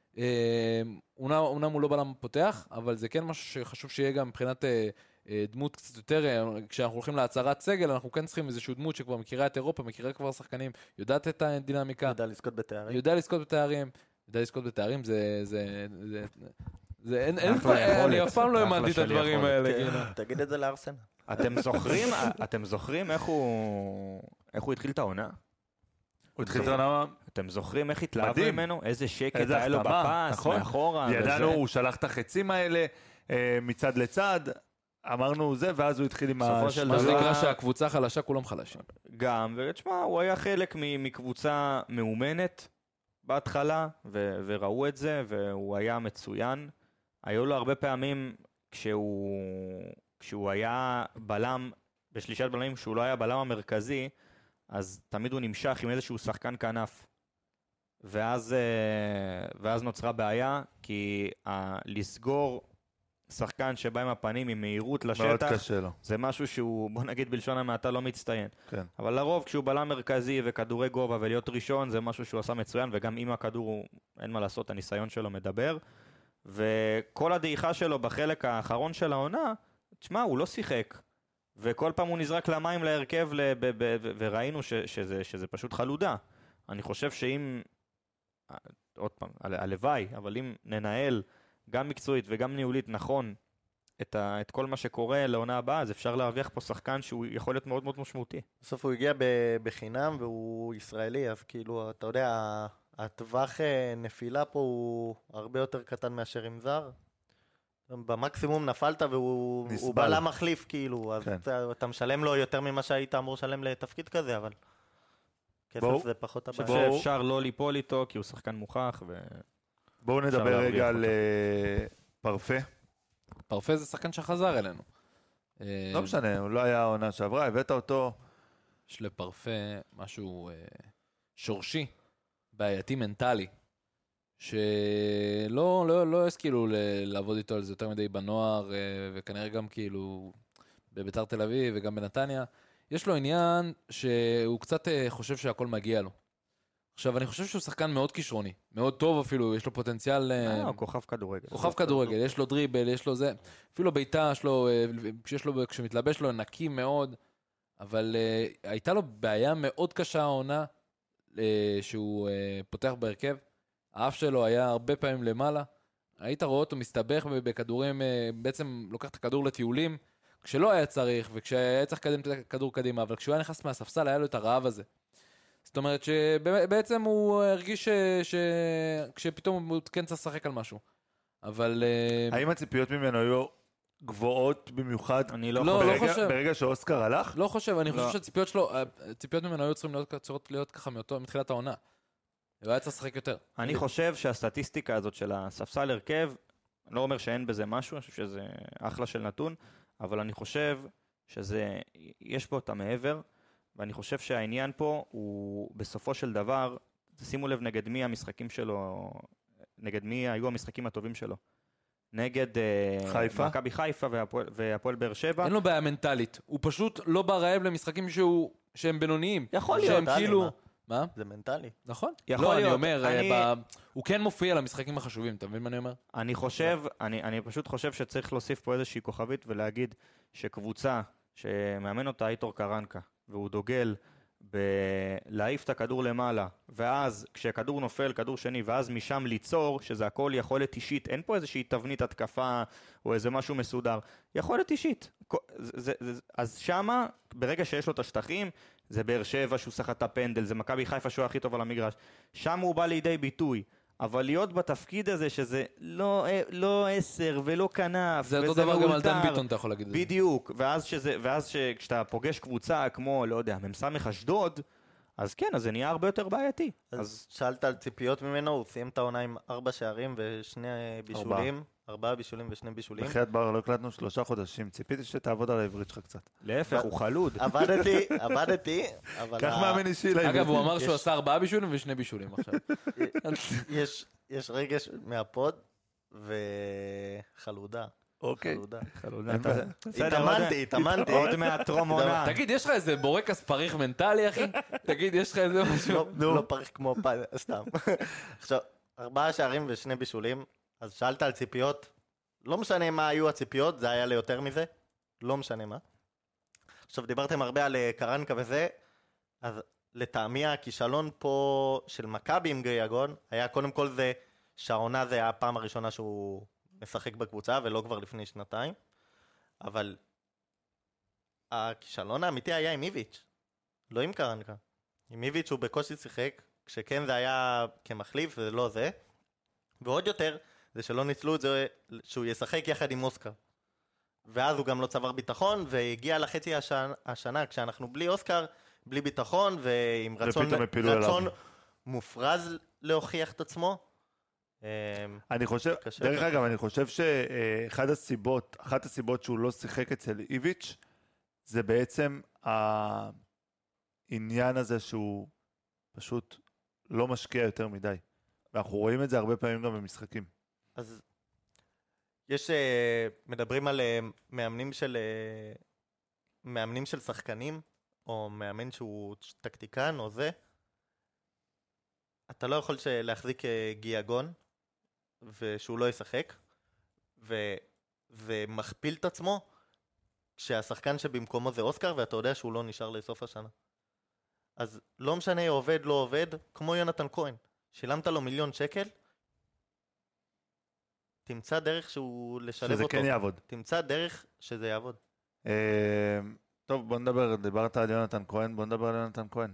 Speaker 5: שאומנם הוא לא בלם פותח, אבל זה כן משהו שחשוב שיהיה גם מבחינת אה, אה, דמות קצת יותר, אה, כשאנחנו הולכים להצהרת סגל, אנחנו כן צריכים איזושהי דמות שכבר מכירה את אירופה, מכירה כבר שחקנים, יודעת את הדינמיקה,
Speaker 7: יודע לזכות בתארים.
Speaker 5: יודע לזכות בתארים, יודע לזכות בתארים, זה... זה, זה זה, אין, אין,
Speaker 6: אחלה יכולת.
Speaker 5: אני אף פעם לא
Speaker 6: אחלה
Speaker 5: האמנתי את
Speaker 6: של
Speaker 5: הדברים
Speaker 6: יכולת.
Speaker 5: האלה.
Speaker 7: כן,
Speaker 5: כאילו.
Speaker 7: תגיד את זה לארסנל.
Speaker 6: אתם זוכרים, אתם זוכרים איך הוא, איך הוא התחיל את העונה?
Speaker 1: הוא התחיל את העונה,
Speaker 6: אתם זוכרים איך התלהבנו
Speaker 1: מדהים.
Speaker 6: ממנו? איזה שקט
Speaker 1: איזה
Speaker 6: היה לו
Speaker 1: החתמה,
Speaker 6: בפס,
Speaker 1: נכון.
Speaker 6: מאחורה.
Speaker 1: ידענו,
Speaker 6: וזה.
Speaker 1: הוא שלח את החצים האלה אה, מצד לצד, אמרנו זה, ואז הוא התחיל עם
Speaker 6: בסופו של
Speaker 5: מה
Speaker 6: דבר-
Speaker 5: שנקרא שהקבוצה חלשה, כולם חלשים.
Speaker 6: גם, ותשמע, הוא היה חלק מ- מקבוצה מאומנת בהתחלה, ו- וראו את זה, והוא היה מצוין. היו לו הרבה פעמים כשהוא, כשהוא היה בלם, בשלישת בלמים, כשהוא לא היה בלם המרכזי, אז תמיד הוא נמשך עם איזשהו שחקן כנף. ואז, אה, ואז נוצרה בעיה, כי ה- לסגור שחקן שבא עם הפנים עם מהירות
Speaker 1: מאוד
Speaker 6: לשטח,
Speaker 1: קשה לו.
Speaker 6: זה משהו שהוא, בוא נגיד בלשון המעטה, לא מצטיין.
Speaker 1: כן.
Speaker 6: אבל לרוב כשהוא בלם מרכזי וכדורי גובה ולהיות ראשון, זה משהו שהוא עשה מצוין, וגם עם הכדור הוא, אין מה לעשות, הניסיון שלו מדבר. וכל הדעיכה שלו בחלק האחרון של העונה, תשמע, הוא לא שיחק. וכל פעם הוא נזרק למים להרכב, ל- ב- ב- ו- וראינו ש- שזה, שזה פשוט חלודה. אני חושב שאם, עוד פעם, ה- הלוואי, אבל אם ננהל גם מקצועית וגם ניהולית נכון את, ה- את כל מה שקורה לעונה הבאה, אז אפשר להרוויח פה שחקן שהוא יכול להיות מאוד מאוד משמעותי.
Speaker 7: בסוף הוא הגיע ב- בחינם והוא ישראלי, אז כאילו, אתה יודע, ה- הטווח אה, נפילה פה הוא הרבה יותר קטן מאשר עם זר. במקסימום נפלת והוא
Speaker 1: נסבל.
Speaker 7: הוא בלם מחליף, כאילו, אז
Speaker 1: כן.
Speaker 7: אתה, אתה משלם לו יותר ממה שהיית אמור לשלם לתפקיד כזה, אבל כסף
Speaker 1: בואו.
Speaker 7: זה פחות
Speaker 6: אני חושב
Speaker 7: הבעיה.
Speaker 1: בואו.
Speaker 6: שאפשר לא ליפול איתו, כי הוא שחקן מוכח, ו...
Speaker 1: בואו
Speaker 6: אפשר
Speaker 1: נדבר
Speaker 6: להרוויח
Speaker 1: רגע על
Speaker 6: אותו.
Speaker 1: אה, פרפה.
Speaker 5: פרפה זה שחקן שחזר אלינו.
Speaker 1: לא משנה, הוא לא היה העונה שעברה, הבאת אותו.
Speaker 5: יש לפרפה משהו אה, שורשי, בעייתי מנטלי, שלא לא, לא השכילו ל- לעבוד איתו על זה יותר מדי בנוער, אה, וכנראה גם כאילו בביתר תל אביב וגם בנתניה. יש לו עניין שהוא קצת אה, חושב שהכל מגיע לו. עכשיו, אני חושב שהוא שחקן מאוד כישרוני, מאוד טוב אפילו, יש לו פוטנציאל... אה,
Speaker 6: אה, הוא כוכב כדורגל.
Speaker 5: כוכב כדורגל, יש לו דריבל, יש לו זה, אפילו ביתה, יש לו, אה, כשיש לו, כשמתלבש לו נקי מאוד, אבל uh, הייתה לו בעיה מאוד קשה העונה, uh, שהוא uh, פותח בהרכב, האף שלו היה הרבה פעמים למעלה, היית רואה אותו מסתבך בכדורים, uh, בעצם לוקח את הכדור לטיולים, כשלא היה צריך, וכשהיה צריך לקדם את הכדור קדימה, אבל כשהוא היה נכנס מהספסל, היה לו את הרעב הזה. זאת אומרת שבעצם הוא הרגיש ש... ש... כשפתאום הוא כן צריך לשחק על משהו. אבל... uh,
Speaker 1: האם הציפיות ממנו היו גבוהות במיוחד?
Speaker 6: אני לא
Speaker 5: לא,
Speaker 6: חושב.
Speaker 5: לא
Speaker 1: ברגע-
Speaker 5: חושב.
Speaker 1: ברגע שאוסקר הלך?
Speaker 5: לא חושב, אני
Speaker 6: לא.
Speaker 5: חושב שהציפיות שלו, הציפיות ממנו היו צריכים להיות, צריכות להיות ככה מאותו, מתחילת העונה. הוא היה צריך לשחק יותר.
Speaker 6: אני חושב שהסטטיסטיקה הזאת של הספסל הרכב, אני לא אומר שאין בזה משהו, אני חושב שזה אחלה של נתון, אבל אני חושב שזה, יש פה את המעבר, ואני חושב שהעניין פה הוא בסופו של דבר, שימו לב נגד מי המשחקים שלו, נגד מי היו המשחקים הטובים שלו. נגד אה,
Speaker 1: חיפה?
Speaker 6: מכבי חיפה והפועל, והפועל באר שבע.
Speaker 5: אין לו בעיה מנטלית. הוא פשוט לא בא רעב למשחקים שהוא, שהם בינוניים.
Speaker 7: יכול
Speaker 5: שהם
Speaker 7: להיות, דני,
Speaker 5: כאילו...
Speaker 7: מה?
Speaker 5: מה?
Speaker 7: זה מנטלי.
Speaker 5: נכון.
Speaker 6: יכול
Speaker 5: לא,
Speaker 6: להיות.
Speaker 5: אני אומר,
Speaker 6: אני-
Speaker 5: ב... הוא כן מופיע למשחקים החשובים, אתה מבין מה אני אומר?
Speaker 6: אני חושב, אני, אני פשוט חושב שצריך להוסיף פה איזושהי כוכבית ולהגיד שקבוצה שמאמן אותה איתור קרנקה, והוא דוגל בלהעיף את הכדור למעלה, ואז כשכדור נופל, כדור שני, ואז משם ליצור, שזה הכל יכולת אישית, אין פה איזושהי תבנית התקפה או איזה משהו מסודר, יכולת אישית. זה, זה, זה, אז שמה, ברגע שיש לו את השטחים, זה באר שבע שהוא שחט את הפנדל, זה מכבי חיפה שהוא הכי טוב על המגרש, שם הוא בא לידי ביטוי. אבל להיות בתפקיד הזה שזה לא, לא עשר ולא כנף,
Speaker 5: זה אותו
Speaker 6: וזה
Speaker 5: דבר גם על
Speaker 6: מאולתר.
Speaker 5: דן ביטון, אתה יכול להגיד את זה.
Speaker 6: בדיוק, ואז, שזה, ואז שכשאתה פוגש קבוצה כמו, לא יודע, ממסמך אשדוד, אז כן, אז זה נהיה הרבה יותר בעייתי.
Speaker 7: אז
Speaker 6: אז
Speaker 7: שאלת על ציפיות ממנו, הוא סיים את העונה עם ארבע שערים ושני בישולים. ארבעה בישולים ושני בישולים.
Speaker 1: בחייאת בר, לא הקלטנו שלושה חודשים, ציפיתי שתעבוד על העברית שלך קצת.
Speaker 6: להפך, הוא חלוד.
Speaker 7: עבדתי, עבדתי, אבל...
Speaker 1: קח
Speaker 7: ה-
Speaker 1: מאמן אישי לעברית.
Speaker 5: אגב, הוא אמר
Speaker 7: יש-
Speaker 5: שהוא עשה ארבעה בישולים ושני בישולים עכשיו.
Speaker 7: יש, יש רגש מהפוד וחלודה.
Speaker 1: אוקיי.
Speaker 7: חלודה.
Speaker 1: אין בעיה.
Speaker 7: התאמנתי, התאמנתי.
Speaker 6: עוד מהטרום עונה.
Speaker 5: תגיד, יש לך איזה בורקס פריך מנטלי, אחי? תגיד, יש לך איזה משהו?
Speaker 7: לא,
Speaker 1: נו.
Speaker 7: לא פריך כמו פעם, סתם. עכשיו, ארבעה שערים ושני בישולים, אז שאלת על ציפיות, לא משנה מה היו הציפיות, זה היה ליותר מזה, לא משנה מה. עכשיו, דיברתם הרבה על אה, קרנקה וזה, אז לטעמי הכישלון פה של מכבי עם גריאגון, היה קודם כל זה שהעונה זה היה הפעם הראשונה שהוא משחק בקבוצה, ולא כבר לפני שנתיים, אבל הכישלון האמיתי היה עם איביץ', לא עם קרנקה. עם איביץ' הוא בקושי שיחק, כשכן זה היה כמחליף, זה לא זה. ועוד יותר, זה שלא ניצלו את זה שהוא ישחק יחד עם אוסקר. ואז הוא גם לא צבר ביטחון, והגיע לחצי השנה, השנה כשאנחנו בלי אוסקר, בלי ביטחון, ועם רצון,
Speaker 1: ופתאום הפילו אליו.
Speaker 7: רצון מופרז להוכיח את עצמו. אמ,
Speaker 1: אני חושב,
Speaker 7: קשה
Speaker 1: דרך
Speaker 7: יותר.
Speaker 1: אגב, אני חושב שאחת הסיבות, אחת הסיבות שהוא לא שיחק אצל איביץ', זה בעצם העניין הזה שהוא פשוט לא משקיע יותר מדי. ואנחנו רואים את זה הרבה פעמים גם במשחקים.
Speaker 7: אז יש, אה, מדברים על אה, מאמנים של, אה, מאמנים של שחקנים, או מאמן שהוא טקטיקן או זה. אתה לא יכול ש- להחזיק אה, גיאגון, ושהוא לא ישחק, וזה מכפיל את עצמו, כשהשחקן שבמקומו זה אוסקר, ואתה יודע שהוא לא נשאר לסוף השנה. אז לא משנה עובד, לא עובד, כמו יונתן כהן. שילמת לו מיליון שקל, תמצא דרך שהוא לשלב
Speaker 1: שזה
Speaker 7: אותו.
Speaker 1: כן יעבוד.
Speaker 7: תמצא דרך שזה יעבוד.
Speaker 1: אה, טוב, בוא נדבר, דיברת על יונתן כהן, בוא נדבר על יונתן כהן.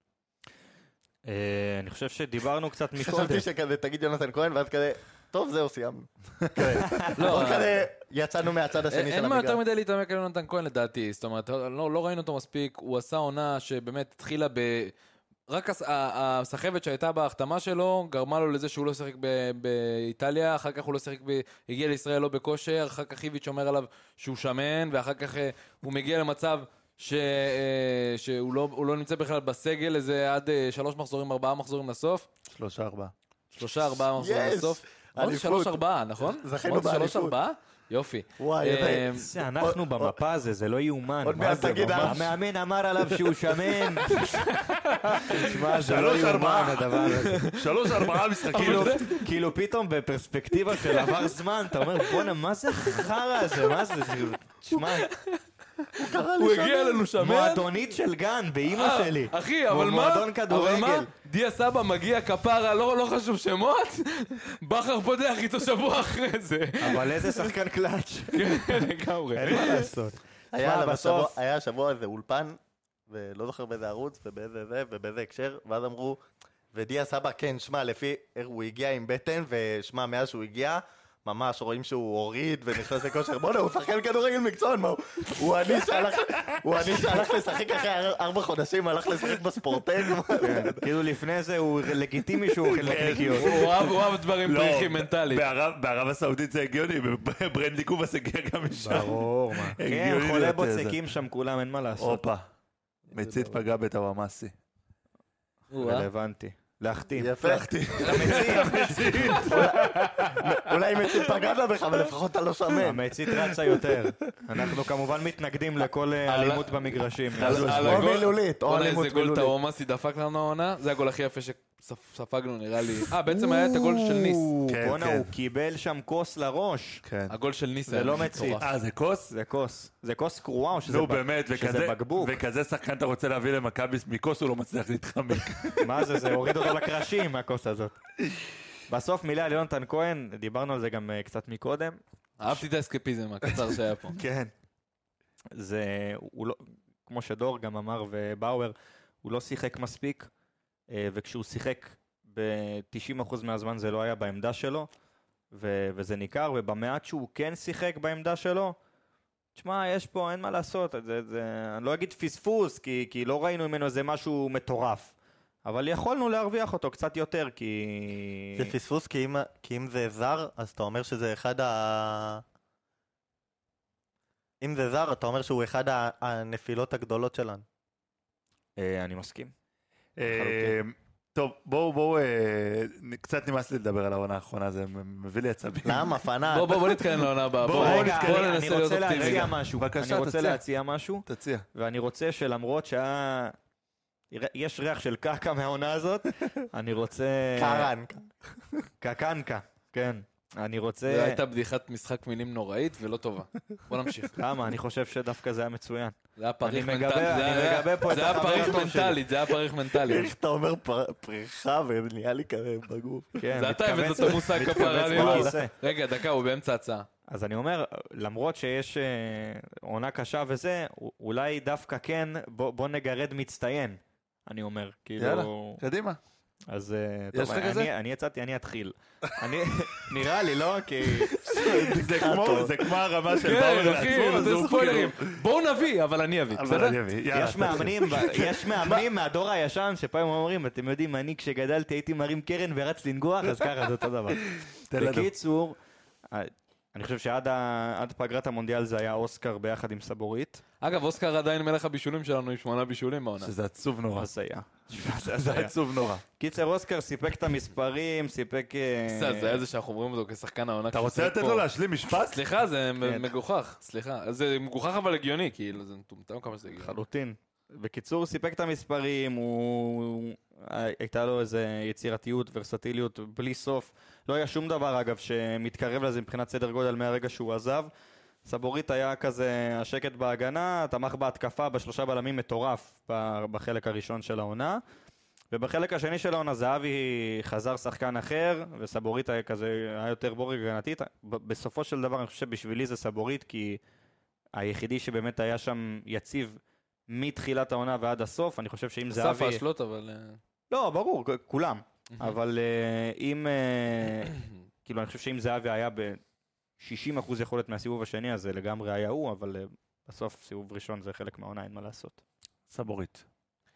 Speaker 6: אה, אני חושב שדיברנו קצת מקודם.
Speaker 7: חשבתי שכזה תגיד יונתן כהן, ואז כזה, טוב זהו סיימנו. כזה.
Speaker 5: לא,
Speaker 7: עוד כזה יצאנו מהצד השני של
Speaker 5: אין מה יותר
Speaker 7: המגרש.
Speaker 5: מדי להתעמק על יונתן כהן לדעתי, זאת אומרת, לא, לא ראינו אותו מספיק, הוא עשה עונה שבאמת התחילה ב... רק הס- ה- הסחבת שהייתה בהחתמה שלו גרמה לו לזה שהוא לא שיחק ב- באיטליה, אחר כך הוא לא שיחק, ב- הגיע לישראל לא בכושר, אחר כך איביץ' אומר עליו שהוא שמן, ואחר כך אה, הוא מגיע למצב ש, אה, שהוא לא, הוא לא נמצא בכלל בסגל איזה עד אה, שלוש מחזורים, ארבעה מחזורים לסוף,
Speaker 1: שלושה, ארבעה.
Speaker 5: שלושה, ארבעה מחזורים
Speaker 7: Yes!
Speaker 5: לסוף. אמרתי
Speaker 7: אליפות.
Speaker 5: שלוש, ארבעה, נכון?
Speaker 7: זכינו
Speaker 5: אמרתי שלוש,
Speaker 7: באליפות.
Speaker 5: ארבעה? יופי.
Speaker 7: וואי,
Speaker 5: אה,
Speaker 7: יפה.
Speaker 6: זה אנחנו במפה הזה, זה לא יאומן.
Speaker 7: עוד
Speaker 6: מה
Speaker 7: מעט
Speaker 6: זה,
Speaker 7: תגיד,
Speaker 6: ממש?
Speaker 7: אה?
Speaker 6: המאמן אמר עליו שהוא שמן. תשמע, זה לא
Speaker 1: שלוש,
Speaker 6: יאומן
Speaker 1: ארבעה.
Speaker 6: הדבר הזה.
Speaker 1: שלוש, ארבעה משחקים.
Speaker 6: כאילו- כאילו פתאום בפרספקטיבה של עבר זמן, אתה אומר, בואנה, מה זה החרא הזה? מה זה? זה- תשמע,
Speaker 5: הוא הגיע אלינו שמן?
Speaker 6: מועדונית של גן, באימא
Speaker 5: אה,
Speaker 6: שלי.
Speaker 5: אחי,
Speaker 6: כמו
Speaker 5: אבל מה?
Speaker 6: מועדון
Speaker 5: אבל מה?
Speaker 6: כדורגל.
Speaker 5: דיה סבא מגיע כפרה, לא לא חשוב שמות? בכר פותח איתו שבוע אחרי זה.
Speaker 6: אבל איזה שחקן קלאץ'.
Speaker 5: כן, לגמרי.
Speaker 6: אין מה לעשות.
Speaker 7: היה
Speaker 6: תשמע,
Speaker 7: עליו
Speaker 6: בסוף-
Speaker 7: השבוע- היה השבוע איזה אולפן, ולא זוכר באיזה ערוץ, ובאיזה זה, ובאיזה הקשר, ואז אמרו, ודיה סבא, כן, שמע, לפי, הוא הגיע עם בטן, ושמע, מאז שהוא הגיע, ממש רואים שהוא הוריד ונכנס לכושר, בוא'נה, הוא שחקן כדורגל מקצוען, מה הוא? הוא אני שהלך, הוא אני שהלך לשחק אחרי אר- ארבע חודשים, הלך לשחק בספורטק,
Speaker 6: כאילו לפני זה הוא לגיטימי שהוא אוכל נקניקיות.
Speaker 5: הוא אוהב- הוא אוהב דברים
Speaker 1: לא,
Speaker 5: פריחים מנטלית.
Speaker 1: בערב- בערב הסעודית זה הגיוני, ברנדלי קובאס הגיע גם משם.
Speaker 6: ברור, מה. כן,
Speaker 1: הגיוני
Speaker 6: חולה
Speaker 1: להיות זה.
Speaker 6: בוצקים שם כולם, אין מה לעשות.
Speaker 1: הופה. מצית פגע בטוואמאסי.
Speaker 5: או-אה.
Speaker 6: רלוונטי. להחתים.
Speaker 7: יפה. אולי מצית פגעת בך, אבל לפחות אתה לא שמן.
Speaker 6: המצית רצה יותר. אנחנו כמובן מתנגדים לכל אה, אלימות במגרשים.
Speaker 5: על- על
Speaker 7: או
Speaker 5: הגול-
Speaker 7: מילולית, או
Speaker 5: בוא'נה,
Speaker 7: אלימות
Speaker 5: איזה גול
Speaker 7: מילולית.
Speaker 5: טאוומאסי דפק לנו העונה, זה הגול הכי יפה שספגנו נראה לי. אה, בעצם היה את הגול של ניס.
Speaker 1: כן,
Speaker 6: בואנה,
Speaker 1: כן.
Speaker 6: הוא קיבל שם כוס לראש.
Speaker 1: כן.
Speaker 5: הגול של ניס
Speaker 6: זה
Speaker 5: היה
Speaker 6: לא
Speaker 5: מטורף.
Speaker 6: מצית.
Speaker 1: אה, זה כוס?
Speaker 6: זה כוס. זה כוס קרואה או שזה
Speaker 1: נו
Speaker 6: בק-
Speaker 1: באמת,
Speaker 6: שזה
Speaker 1: וכזה-
Speaker 6: בקבוק?
Speaker 1: וכזה שחקן אתה רוצה להביא למכבי מכוס הוא לא מצליח להתחמק.
Speaker 6: מה זה? זה הוריד אותו לקרשים, הכוס הזאת. בסוף מילה על יונתן כהן, דיברנו על זה גם אה, קצת מקודם.
Speaker 5: אהבתי את האסקפיזם הקצר שהיה פה.
Speaker 6: כן. זה, הוא לא, כמו שדור גם אמר ובאואר, הוא לא שיחק מספיק, אה, וכשהוא שיחק ב-תשעים אחוז מהזמן זה לא היה בעמדה שלו, ו- וזה ניכר, ובמעט שהוא כן שיחק בעמדה שלו, תשמע, יש פה, אין מה לעשות, זה, זה, אני לא אגיד פספוס, כי, כי לא ראינו ממנו איזה משהו מטורף. אבל יכולנו להרוויח אותו קצת יותר, כי...
Speaker 7: זה פספוס, כי אם, כי אם זה זר, אז אתה אומר שזה אחד ה... אם זה זר, אתה אומר שהוא אחד ה- הנפילות הגדולות שלנו.
Speaker 6: אה, אני מסכים.
Speaker 1: אה, טוב, בואו, בואו, אה, קצת נמאס לי לדבר על העונה האחרונה, זה מביא לי עצבים.
Speaker 7: למה, פנן?
Speaker 5: בוא, בוא, בוא נתקדם לעונה הבאה.
Speaker 1: בוא,
Speaker 5: בוא,
Speaker 1: בוא,
Speaker 5: בוא,
Speaker 6: רגע,
Speaker 5: בוא
Speaker 6: אני,
Speaker 5: ננסה
Speaker 6: אני
Speaker 5: להיות
Speaker 6: רוצה
Speaker 5: אופטימיים.
Speaker 6: להציע משהו.
Speaker 1: בבקשה,
Speaker 6: אני רוצה
Speaker 1: תציע.
Speaker 6: להציע משהו,
Speaker 1: תציע.
Speaker 6: ואני רוצה שלמרות שה... יש ריח של קקה מהעונה הזאת, אני רוצה...
Speaker 7: קרן.
Speaker 6: קקנקה, כן. אני
Speaker 5: זו
Speaker 6: רוצה...
Speaker 5: הייתה בדיחת משחק מילים נוראית ולא טובה. בוא נמשיך.
Speaker 6: למה? אני חושב שדווקא זה היה מצוין.
Speaker 5: זה היה פריך
Speaker 6: אני
Speaker 5: מנטלי.
Speaker 6: מגבה-
Speaker 5: זה
Speaker 6: אני
Speaker 5: היה-
Speaker 6: מגבה פה את
Speaker 5: זה היה
Speaker 6: החבר
Speaker 5: פריך
Speaker 6: הטוב שלי.
Speaker 5: מנטלית, זה היה פריך מנטלי.
Speaker 7: איך אתה אומר פר- פריחה ונהיה לי כזה בגוף.
Speaker 6: כן,
Speaker 5: זה אתה הבאת
Speaker 6: מתכווץ-
Speaker 5: את המושג
Speaker 6: מתכווץ
Speaker 5: כפרה, אני לא.
Speaker 6: בכיסא.
Speaker 5: רגע, דקה, הוא באמצע הצעה.
Speaker 6: אז אני אומר, למרות שיש אה, עונה קשה וזה, א- אולי דווקא כן, בוא, בוא נגרד מצטיין, אני אומר. כאילו...
Speaker 1: יאללה, קדימה.
Speaker 6: אז אה,
Speaker 1: יש
Speaker 6: טוב,
Speaker 1: לך
Speaker 6: אני,
Speaker 1: כזה?
Speaker 6: אני יצאתי, אני אתחיל. אני, נראה לי, לא? כי...
Speaker 1: זה כמו- זה כמו הרמה של באואר
Speaker 5: כן, אחי,
Speaker 1: לעצמו, אז
Speaker 5: זה
Speaker 1: הוא
Speaker 5: ספוילרים.
Speaker 1: כאילו-
Speaker 5: בואו נביא, אבל אני אביא,
Speaker 1: אבל
Speaker 5: בסדר?
Speaker 1: אני אביא, יאללה,
Speaker 6: יש
Speaker 1: תתחיל.
Speaker 6: מאמנים, ב- יש מאמנים מהדור הישן שפעם אומרים, אתם יודעים, אני כשגדלתי הייתי מרים קרן ורץ לנגוח, אז ככה זה אותו דבר.
Speaker 1: תן לנו.
Speaker 6: בקיצור, אה, אני חושב שעד ה- עד פגרת המונדיאל זה היה אוסקר ביחד עם סבורית.
Speaker 5: אגב, אוסקר עדיין מלך הבישולים שלנו עם שמונה בישולים בעונה.
Speaker 1: שזה עצוב נורא.
Speaker 6: אז היה.
Speaker 1: זה עצוב נורא.
Speaker 6: קיצר, אוסקר סיפק את המספרים, סיפק... אה,
Speaker 5: זה זה היה זה שאנחנו אומרים אותו כשחקן העונה.
Speaker 1: אתה רוצה
Speaker 5: כששיחק
Speaker 1: לתת
Speaker 5: פה.
Speaker 1: לו להשלים משפט?
Speaker 5: סליחה, זה
Speaker 6: כן.
Speaker 5: מגוחך, סליחה. זה מגוחך אבל הגיוני, כאילו, זה מטומטם כמה שזה הגיוני.
Speaker 6: לחלוטין. בקיצור, סיפק את המספרים, הוא... הייתה לו איזו יצירתיות, ורסטיליות, בלי סוף. לא היה שום דבר, אגב, שמתקרב לזה מבחינת סדר גודל מהרגע שהוא עזב. סבורית היה כזה השקט בהגנה, תמך בהתקפה בשלושה בלמים מטורף ב- בחלק הראשון של העונה. ובחלק השני של העונה זהבי חזר שחקן אחר, וסבורית היה כזה, היה יותר בורג הגנתית. ב- בסופו של דבר אני חושב שבשבילי זה סבורית, כי היחידי שבאמת היה שם יציב מתחילת העונה ועד הסוף, אני חושב שאם
Speaker 5: אסף
Speaker 6: זהבי...
Speaker 5: האשלות, אבל... אה,
Speaker 6: לא, ברור, כ- כולם. אבל אה, אם... אה, כאילו, אני חושב שאם זהבי היה ב-שישים אחוז יכולת מהסיבוב השני, אז זה לגמרי היה הוא, אבל אה, בסוף סיבוב ראשון זה חלק מהעונה, אין מה לעשות.
Speaker 1: סבורית.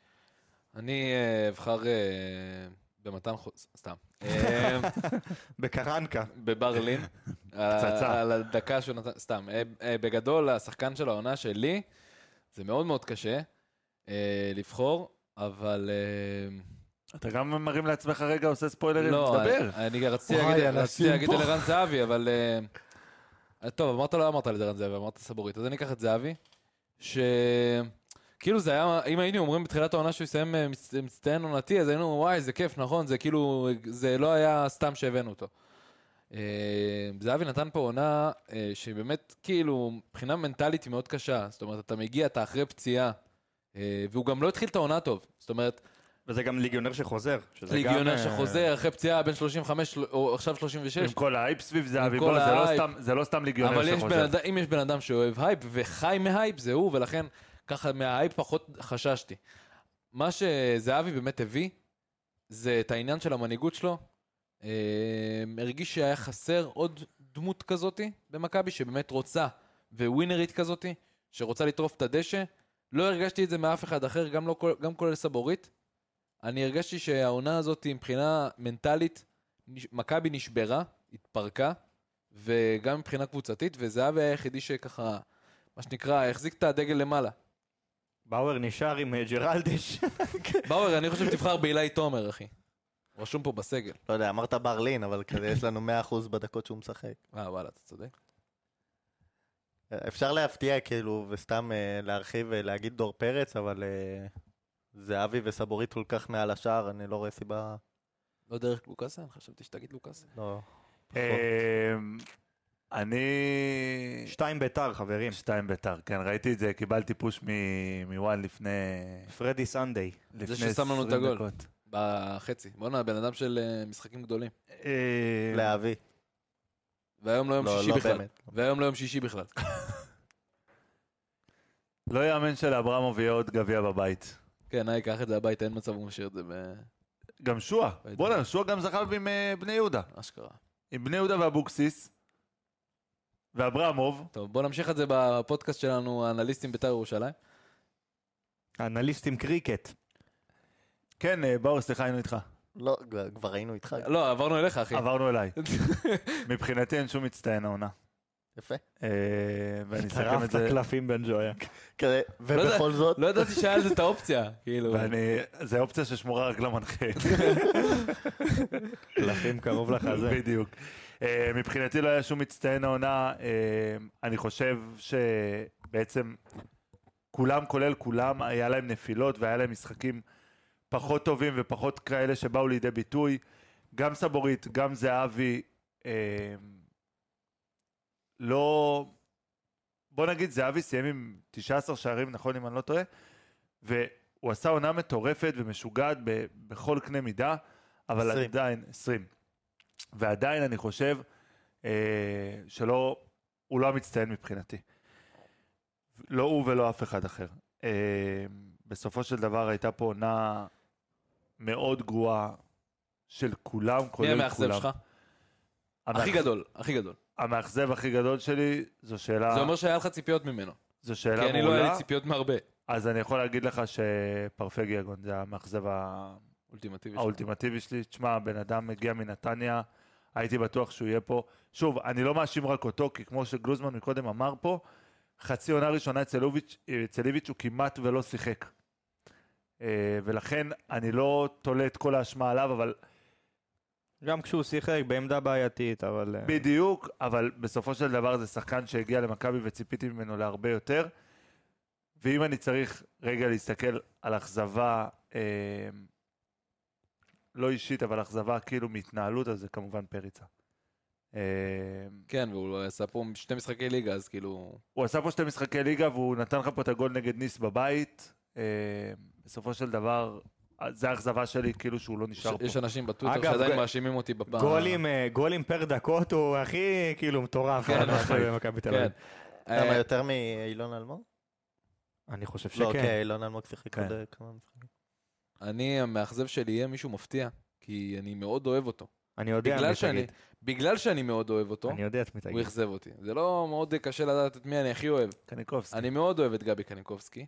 Speaker 5: אני אה, אבחר אה, במתן חוץ... סתם. אה,
Speaker 6: בקרנקה.
Speaker 5: בברלין. על-
Speaker 1: פצצה.
Speaker 5: על הדקה שהוא נתן... סתם. אה, אה, בגדול, השחקן של העונה שלי, זה מאוד מאוד קשה אה, לבחור, אבל... אה,
Speaker 1: אתה גם מרים לעצמך רגע, עושה ספוילרים,
Speaker 5: לא,
Speaker 1: תדבר.
Speaker 5: אני, אני רציתי
Speaker 7: וואי,
Speaker 5: להגיד,
Speaker 7: אנשים
Speaker 5: רציתי להגיד
Speaker 7: פה.
Speaker 5: על ערן זהבי, אבל... אה, טוב, אמרת לא אמרת על ערן זהבי, אמרת סבורית. אז אני אקח את זהבי, ש... כאילו זה היה, אם היינו אומרים בתחילת העונה שהוא יסיים אה, מצ- מצטיין עונתי, אז היינו, וואי, זה כיף, נכון? זה כאילו, זה לא היה סתם שהבאנו אותו. אה, זהבי נתן פה עונה אה, שבאמת, כאילו, מבחינה מנטלית היא מאוד קשה. זאת אומרת, אתה מגיע, אתה אחרי פציעה, אה, והוא גם לא התחיל את העונה טוב. זאת אומרת,
Speaker 6: וזה גם ליגיונר שחוזר. שזה
Speaker 5: ליגיונר
Speaker 6: גם, אה,
Speaker 5: שחוזר אחרי פציעה בין שלושים וחמש או עכשיו שלושים ושש.
Speaker 1: עם כל האייפ סביב זהבי,
Speaker 5: כל
Speaker 1: בוא, זה לא
Speaker 5: האייפ.
Speaker 1: סתם- זה לא סתם ליגיונר
Speaker 5: אבל יש בן
Speaker 1: שחוזר.
Speaker 5: אדם, אם יש בן אדם שאוהב הייפ וחי מהייפ זה הוא, ולכן ככה מההייפ פחות חששתי. מה שזהבי באמת הביא, זה את העניין של המנהיגות שלו. אה, הרגיש שהיה חסר עוד דמות כזאתי במכבי, שבאמת רוצה, וווינרית כזאתי, שרוצה לטרוף את הדשא. לא הרגשתי את זה מאף אחד אחר, גם, לא, כל- גם כולל סבורית. אני הרגשתי שהעונה הזאת מבחינה מנטלית, נש- מכבי נשברה, התפרקה, וגם מבחינה קבוצתית, וזהבי היה היחידי שככה, מה שנקרא, החזיק את הדגל למעלה.
Speaker 6: באואר נשאר עם אה, ג'רלדש.
Speaker 5: באואר, אני חושב שתבחר באילי תומר, אחי. רשום פה בסגל.
Speaker 7: לא יודע, אמרת ברלין, אבל כזה יש לנו מאה אחוז בדקות שהוא משחק.
Speaker 5: אה, וואלה, אתה צודק.
Speaker 7: אפשר להפתיע כאילו, וסתם אה, להרחיב ולהגיד דור פרץ, אבל אה, זהבי וסבורית כל כך מעל השאר, אני לא רואה סיבה...
Speaker 5: לא דרך לוקאסן? חשבתי שתגיד לוקאסן.
Speaker 7: לא.
Speaker 1: אמ, אני...
Speaker 6: שתיים ביתר, חברים.
Speaker 1: שתיים ביתר, כן, ראיתי את זה, קיבלתי פוש מ- מוואן לפני...
Speaker 6: פרדי סנדיי.
Speaker 1: לפני
Speaker 5: ששם לנו את
Speaker 1: עשרים
Speaker 5: הגול.
Speaker 1: דקות.
Speaker 5: בחצי. בוא'נה, בן אדם של אה, משחקים גדולים.
Speaker 1: אה,
Speaker 7: להביא.
Speaker 5: והיום לא יום
Speaker 7: לא,
Speaker 5: שישי
Speaker 7: לא
Speaker 5: בכלל.
Speaker 7: באמת.
Speaker 5: והיום לא יום שישי בכלל.
Speaker 1: לא יאמן שלאברמוב יהיה עוד גביע בבית.
Speaker 5: כן, היי, קח את זה הביתה, אין מצב הוא משאיר את זה
Speaker 1: גם שועה.
Speaker 5: בית.
Speaker 1: בוא'נה, שועה גם זכה עם אה, בני יהודה.
Speaker 5: באשכרה.
Speaker 1: עם בני יהודה ואבוקסיס. ואברמוב,
Speaker 5: טוב, בוא נמשיך את זה בפודקאסט שלנו, האנליסטים בית"ר ירושלים.
Speaker 6: אנליסטים קריקט.
Speaker 1: כן, אה, באור, סליחה, היינו איתך.
Speaker 7: לא, כבר היינו איתך.
Speaker 5: לא, עברנו אליך, אחי.
Speaker 1: עברנו אליי. מבחינתי אין שום מצטיין העונה.
Speaker 7: יפה.
Speaker 1: אה, ואני אסכם
Speaker 6: טרף
Speaker 1: את
Speaker 6: את
Speaker 1: זה,
Speaker 6: הקלפים בן ג'ויה.
Speaker 7: כזה,
Speaker 5: לא יודע-
Speaker 7: ובכל זאת,
Speaker 5: לא ידעתי שהיה לזה את האופציה, כאילו.
Speaker 1: ואני, זה אופציה ששמורה רק למנחה.
Speaker 6: קלפים קרוב לחזה.
Speaker 1: בדיוק. אה, מבחינתי לא היה שום מצטיין העונה. אה, אני חושב שבעצם כולם, כולל כולם, היה להם נפילות והיה להם משחקים פחות טובים ופחות כאלה שבאו לידי ביטוי. גם סבורית, גם זהבי, אה, לא... בוא נגיד, זהבי סיים עם תשעה עשר שערים, נכון אם אני לא טועה, והוא עשה עונה מטורפת ומשוגעת ב- בכל קנה מידה, אבל
Speaker 7: עשרים.
Speaker 1: עדיין, עשרים. ועדיין אני חושב אה, שלא, הוא לא המצטיין מבחינתי. לא הוא ולא אף אחד אחר. אה, בסופו של דבר הייתה פה עונה מאוד גרועה של כולם,
Speaker 5: מי
Speaker 1: כולל
Speaker 5: המאכזב
Speaker 1: כולם.
Speaker 5: שלך?
Speaker 1: המאכ-
Speaker 5: הכי גדול, הכי גדול.
Speaker 1: המאכזב הכי גדול שלי, זו שאלה,
Speaker 5: זה אומר שהיה לך ציפיות ממנו.
Speaker 1: זו שאלה
Speaker 5: כי אני לא היה
Speaker 1: מעולה.
Speaker 5: לי ציפיות מהרבה.
Speaker 1: אז אני יכול להגיד לך שפרפג יגון זה המאכזב ה-
Speaker 5: אולטימטיבי. שלך.
Speaker 1: האולטימטיבי שלי. תשמע, הבן אדם מגיע מנתניה, הייתי בטוח שהוא יהיה פה. שוב, אני לא מאשים רק אותו, כי כמו שגלוזמן מקודם אמר פה, חצי עונה ראשונה אצל איביץ'- אצל איביץ' הוא כמעט ולא שיחק. אה, ולכן אני לא תולה את כל האשמה עליו, אבל
Speaker 6: גם כשהוא שיחק בעמדה בעייתית, אבל... אה,
Speaker 1: בדיוק, אבל בסופו של דבר זה שחקן שהגיע למכבי וציפיתי ממנו להרבה יותר. ואם אני צריך רגע להסתכל על אכזבה, אה, לא אישית, אבל אכזבה כאילו מהתנהלות, אז זה כמובן פריצה. אה,
Speaker 5: כן, והוא עשה פה שתי משחקי ליגה, אז כאילו...
Speaker 1: הוא עשה פה שתי משחקי ליגה והוא נתן לך פה את הגול נגד ניס בבית. אה, בסופו של דבר, זה האכזבה שלי, כאילו שהוא לא נשאר פה.
Speaker 5: יש אנשים בטוויטר
Speaker 6: אגב,
Speaker 5: שעדיין
Speaker 6: ג-
Speaker 5: מאשימים אותי בפעם...
Speaker 6: גולים, אה, גולים פר דקות הוא הכי כאילו מטורף.
Speaker 5: כן,
Speaker 6: העונה
Speaker 5: נכון.
Speaker 6: שלו במכבי תל
Speaker 5: כן.
Speaker 6: אביב.
Speaker 7: למה
Speaker 5: אה,
Speaker 7: יותר מאילון אלמוג?
Speaker 6: אני חושב
Speaker 7: לא,
Speaker 6: שכן.
Speaker 7: כן, אילון אלמוג שיחק
Speaker 1: כן.
Speaker 7: עוד אה, כמה משחקים.
Speaker 5: אני, המאכזב שלי יהיה מישהו מפתיע, כי אני מאוד אוהב אותו.
Speaker 6: אני יודע
Speaker 5: בגלל
Speaker 6: מי
Speaker 5: שאני,
Speaker 6: תגיד.
Speaker 5: בגלל שאני מאוד אוהב אותו,
Speaker 6: אני יודע את מי
Speaker 5: הוא
Speaker 6: תגיד.
Speaker 5: אכזב אותי. זה לא מאוד קשה לדעת את מי אני הכי אוהב.
Speaker 1: קניקובסקי.
Speaker 5: אני מאוד אוהב את גבי קניקובסקי.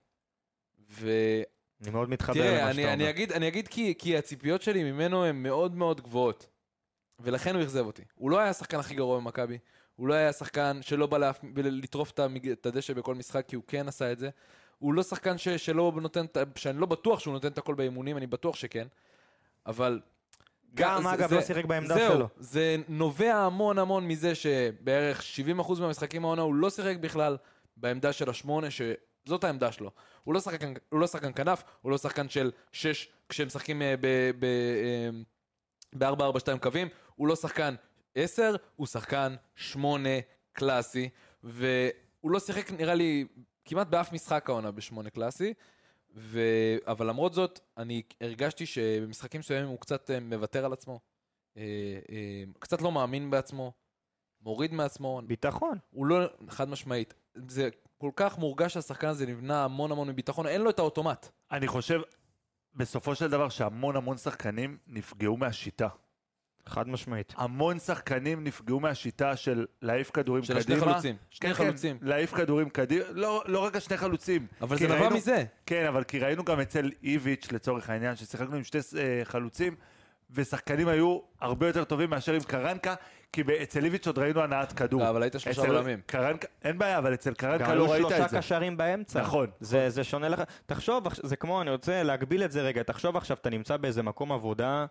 Speaker 5: ותראה,
Speaker 6: אני מאוד מתחבר למה שאתה
Speaker 5: אני,
Speaker 6: אומר.
Speaker 5: אני אגיד, אני אגיד כי, כי הציפיות שלי ממנו הן מאוד מאוד גבוהות. ולכן הוא אכזב אותי. הוא לא היה השחקן הכי גרוע במכבי. הוא לא היה שחקן שלא בא להפ... לטרוף את המג- את הדשא בכל משחק, כי הוא כן עשה את זה. הוא לא שחקן ש... שלא נותן, את ה- שאני לא בטוח שהוא נותן את הכל באימונים, אני בטוח שכן. אבל...
Speaker 6: גם
Speaker 5: זה-
Speaker 6: אגב
Speaker 5: זה-
Speaker 6: לא שיחק בעמדה
Speaker 5: זהו,
Speaker 6: שלו.
Speaker 5: זה נובע המון המון מזה שבערך שבעים אחוז מהמשחקים העונה הוא לא שיחק בכלל בעמדה של השמונה, שזאת העמדה שלו. הוא לא שחקן, הוא לא שחקן כנף, הוא לא שחקן של שש כשהם משחקים אה, ב... ב אה, ב-ארבע ארבע שתיים קווים, הוא לא שחקן עשר, הוא שחקן שמונה קלאסי, והוא לא שיחק נראה לי כמעט באף משחק העונה בשמונה קלאסי, ו... אבל למרות זאת, אני הרגשתי שבמשחקים מסוימים הוא קצת אה, מוותר על עצמו, אה, אה, קצת לא מאמין בעצמו, מוריד מעצמו,
Speaker 6: ביטחון.
Speaker 5: הוא לא, חד משמעית, זה כל כך מורגש שהשחקן הזה נבנה המון המון מביטחון, אין לו את האוטומט.
Speaker 1: אני חושב, בסופו של דבר, שהמון המון שחקנים נפגעו מהשיטה.
Speaker 6: חד משמעית.
Speaker 1: המון שחקנים נפגעו מהשיטה של להעיף כדורים
Speaker 5: של
Speaker 1: קדימה.
Speaker 5: השני חלוצים, שני
Speaker 1: כן,
Speaker 5: חלוצים.
Speaker 1: כן, להעיף כדורים קדימה. לא, לא רק השני חלוצים.
Speaker 5: אבל
Speaker 1: כי
Speaker 5: זה נבע
Speaker 1: ראינו-
Speaker 5: מזה.
Speaker 1: כן, אבל כי ראינו גם אצל איביץ' לצורך העניין, ששיחקנו עם שתי אה, חלוצים, ושחקנים היו הרבה יותר טובים מאשר עם קרנקה, כי אצל איביץ' עוד ראינו הנעת כדור.
Speaker 5: לא, אבל היית שלושה
Speaker 1: אצל
Speaker 5: בלמים.
Speaker 1: קרנקה, אין בעיה, אבל אצל
Speaker 6: גם
Speaker 1: קרנקה
Speaker 6: היו
Speaker 1: לא ראית
Speaker 6: שלושה
Speaker 1: את זה.
Speaker 6: קשרים באמצע.
Speaker 1: נכון.
Speaker 6: זה, זה שונה לך. תחשוב, עכש- זה כמו, אני רוצה להגביל את זה רגע. תחשוב עכשיו, אתה נמצא באיזה מקום עבודה,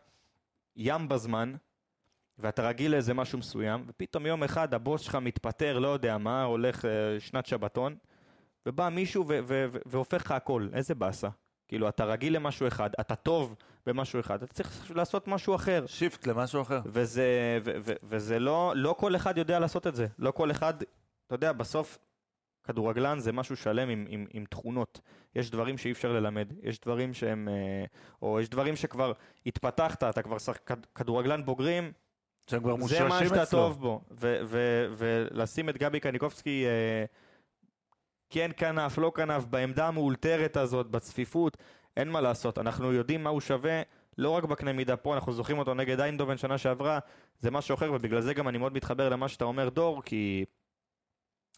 Speaker 6: ים בזמן, ואתה רגיל לאיזה משהו מסוים, ופתאום יום אחד הבוס שלך מתפטר, לא יודע מה, הולך אה, שנת שבתון, ובא מישהו ו- ו- ו- והופך לך הכל. איזה באסה. כאילו, אתה רגיל למשהו אחד, אתה טוב במשהו אחד, אתה צריך לעשות משהו אחר.
Speaker 1: שיפט למשהו אחר.
Speaker 6: וזה, ו- ו- וזה לא, לא כל אחד יודע לעשות את זה. לא כל אחד, אתה יודע, בסוף כדורגלן זה משהו שלם עם, עם, עם תכונות. יש דברים שאי אפשר ללמד, יש דברים שהם, אה, או יש דברים שכבר התפתחת, אתה כבר שח, כד, כדורגלן בוגרים,
Speaker 1: שהם כבר
Speaker 6: זה
Speaker 1: מושרשים
Speaker 6: מה
Speaker 1: אצלו.
Speaker 6: שאתה טוב בו. ו- ו- ולשים את גבי קניקובסקי, אה, כן כנף, לא כנף, בעמדה המאולתרת הזאת, בצפיפות, אין מה לעשות. אנחנו יודעים מה הוא שווה, לא רק בקנה מידה פה, אנחנו זוכרים אותו נגד איינדובן שנה שעברה, זה משהו אחר, ובגלל זה גם אני מאוד מתחבר למה שאתה אומר, דור, כי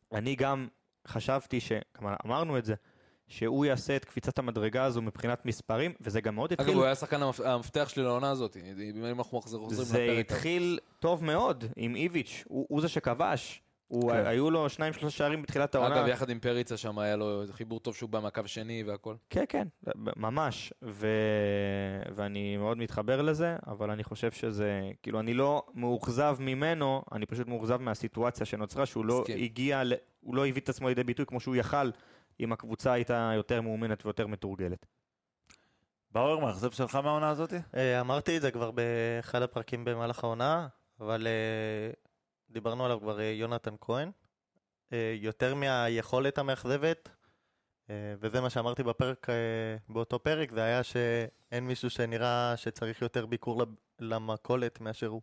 Speaker 6: אני גם חשבתי, ש... כלומר, אמרנו את זה, שהוא יעשה את קפיצת המדרגה הזו מבחינת מספרים, וזה גם מאוד התחיל...
Speaker 5: אגב, הוא היה שחקן המפ- המפתח שלי לעונה הזאת, אם אנחנו חוזרים
Speaker 6: זה
Speaker 5: לפרק.
Speaker 6: התחיל טוב מאוד עם איביץ', הוא, הוא זה שכבש. הוא,
Speaker 1: כן.
Speaker 6: היו לו שניים שלושה שערים בתחילת העונה.
Speaker 5: אגב, יחד עם פריצה שם היה לו חיבור טוב שהוא בא מהקו שני והכל.
Speaker 6: כן, כן, ממש. ו... ואני מאוד מתחבר לזה, אבל אני חושב שזה, כאילו, אני לא מאוכזב ממנו, אני פשוט מאוכזב מהסיטואציה שנוצרה, שהוא לא
Speaker 5: מסכים.
Speaker 6: הגיע, ל... הוא לא הביא את עצמו לידי ביטוי כמו שהוא יכל, אם הקבוצה הייתה יותר מאומנת ויותר מתורגלת.
Speaker 1: באואר, מאכזב שלך מהעונה הזאת?
Speaker 7: אה, אמרתי את זה כבר באחד הפרקים במהלך העונה, אבל אה, דיברנו עליו כבר אה, יונתן כהן. אה, יותר מהיכולת המאכזבת, אה, וזה מה שאמרתי בפרק, אה, באותו פרק, זה היה שאין מישהו שנראה שצריך יותר ביקור לב- למכולת מאשר הוא.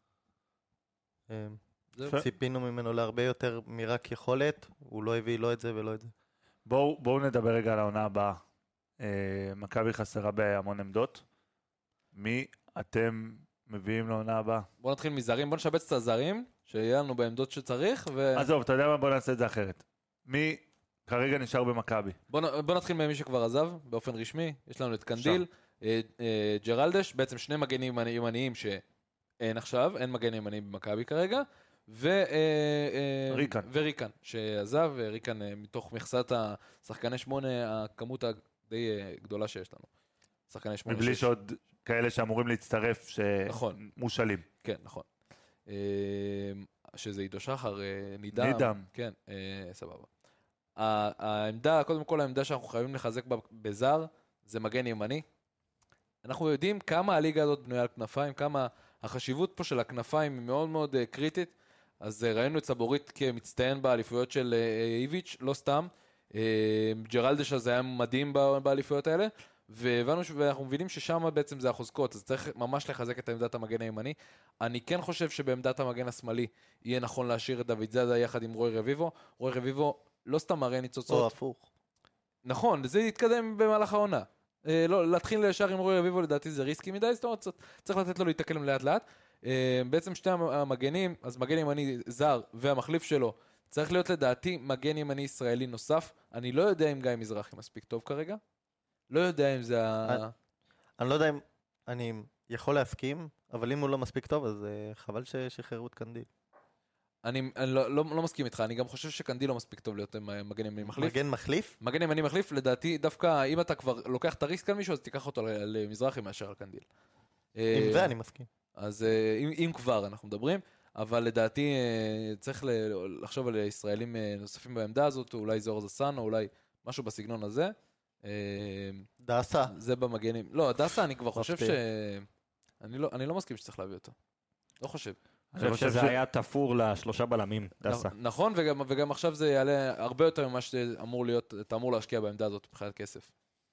Speaker 7: אה,
Speaker 5: זהו.
Speaker 7: ציפינו ממנו להרבה יותר מרק יכולת, הוא לא הביא לא את זה ולא את זה.
Speaker 1: בואו בואו נדבר רגע על העונה הבאה. אה, מכבי חסרה בהמון עמדות. מי אתם מביאים לעונה הבאה?
Speaker 5: בוא נתחיל מזרים, בוא נשבץ את הזרים, שיהיה לנו בעמדות שצריך, ו...
Speaker 1: עזוב, אתה יודע מה? בוא נעשה את זה אחרת. מי כרגע נשאר במכבי?
Speaker 5: בוא, נ- בוא נתחיל ממי שכבר עזב, באופן רשמי. יש לנו את קנדיל, אה, אה, ג'רלדש, בעצם שני מגנים ימניים שאין עכשיו, אין מגן ימני במכבי כרגע, ו... אה, אה,
Speaker 1: ריקן.
Speaker 5: וריקן, שעזב, ריקן אה, מתוך מכסת השחקני שמונה, הכמות הדי אה, גדולה שיש לנו. שחקני שמונה.
Speaker 1: מבלי
Speaker 5: שש.
Speaker 1: שעוד כאלה שאמורים להצטרף,
Speaker 5: נכון.
Speaker 1: שמושלים.
Speaker 5: כן, נכון. אה, שזה עידו שחר, אה, נידם.
Speaker 1: נידם.
Speaker 5: כן, אה, סבבה. ה- העמדה, קודם כל העמדה שאנחנו חייבים לחזק בה בזר, זה מגן ימני. אנחנו יודעים כמה הליגה הזאת בנויה על כנפיים, כמה החשיבות פה של הכנפיים היא מאוד מאוד uh, קריטית. אז uh, ראינו את סבורית כמצטיין באליפויות של uh, איביץ', לא סתם. Uh, ג'רלדש הזה היה מדהים ב- באליפויות האלה, והבנו ש- ואנחנו מבינים ששם בעצם זה החוזקות, אז צריך ממש לחזק את עמדת המגן הימני. אני כן חושב שבעמדת המגן השמאלי יהיה נכון להשאיר את דוד זאדה יחד עם רוי רביבו. רוי רביבו לא סתם מראה ניצוצות.
Speaker 7: או הפוך.
Speaker 5: נכון, זה יתקדם במהלך העונה. אה, לא, להתחיל ישר עם רוי רביבו לדעתי זה ריסקי מדי, זאת אומרת, צריך לתת לו להתקלם לאט לאט. אה, בעצם שתי המגנים, אז מגן ימני זר והמחליף שלו, צריך להיות לדעתי מגן ימני ישראלי נוסף. אני לא יודע אם גיא מזרחי מספיק טוב כרגע. לא יודע אם זה ה...
Speaker 7: אני לא יודע אם אני יכול להסכים, אבל אם הוא לא מספיק טוב, אז uh, חבל ששחררו את קנדיל.
Speaker 5: אני, אני לא, לא, לא מסכים איתך, אני גם חושב שקנדיל לא מספיק טוב להיות מגן ימני מחליף.
Speaker 7: מגן מחליף?
Speaker 5: מגן ימני מחליף, לדעתי, דווקא אם אתה כבר לוקח את הריסק על מישהו, אז תיקח אותו למזרחי מאשר על קנדיל.
Speaker 7: עם זה אני מסכים.
Speaker 5: אז אם, אם כבר אנחנו מדברים, אבל לדעתי צריך לחשוב על ישראלים נוספים בעמדה הזאת, אולי זוהר זסן, או אולי משהו בסגנון הזה.
Speaker 7: דסה.
Speaker 5: זה במגנים. לא, דסה אני כבר חושב ש...
Speaker 7: מפתיע.
Speaker 5: אני לא, אני לא מסכים שצריך להביא אותו. לא חושב.
Speaker 6: אני חושב שזה היה תפור לשלושה בלמים, דסה.
Speaker 5: נכון, וגם, וגם עכשיו זה יעלה הרבה יותר ממה שאמור להיות, אתה אמור להשקיע בעמדה הזאת מבחינת כסף.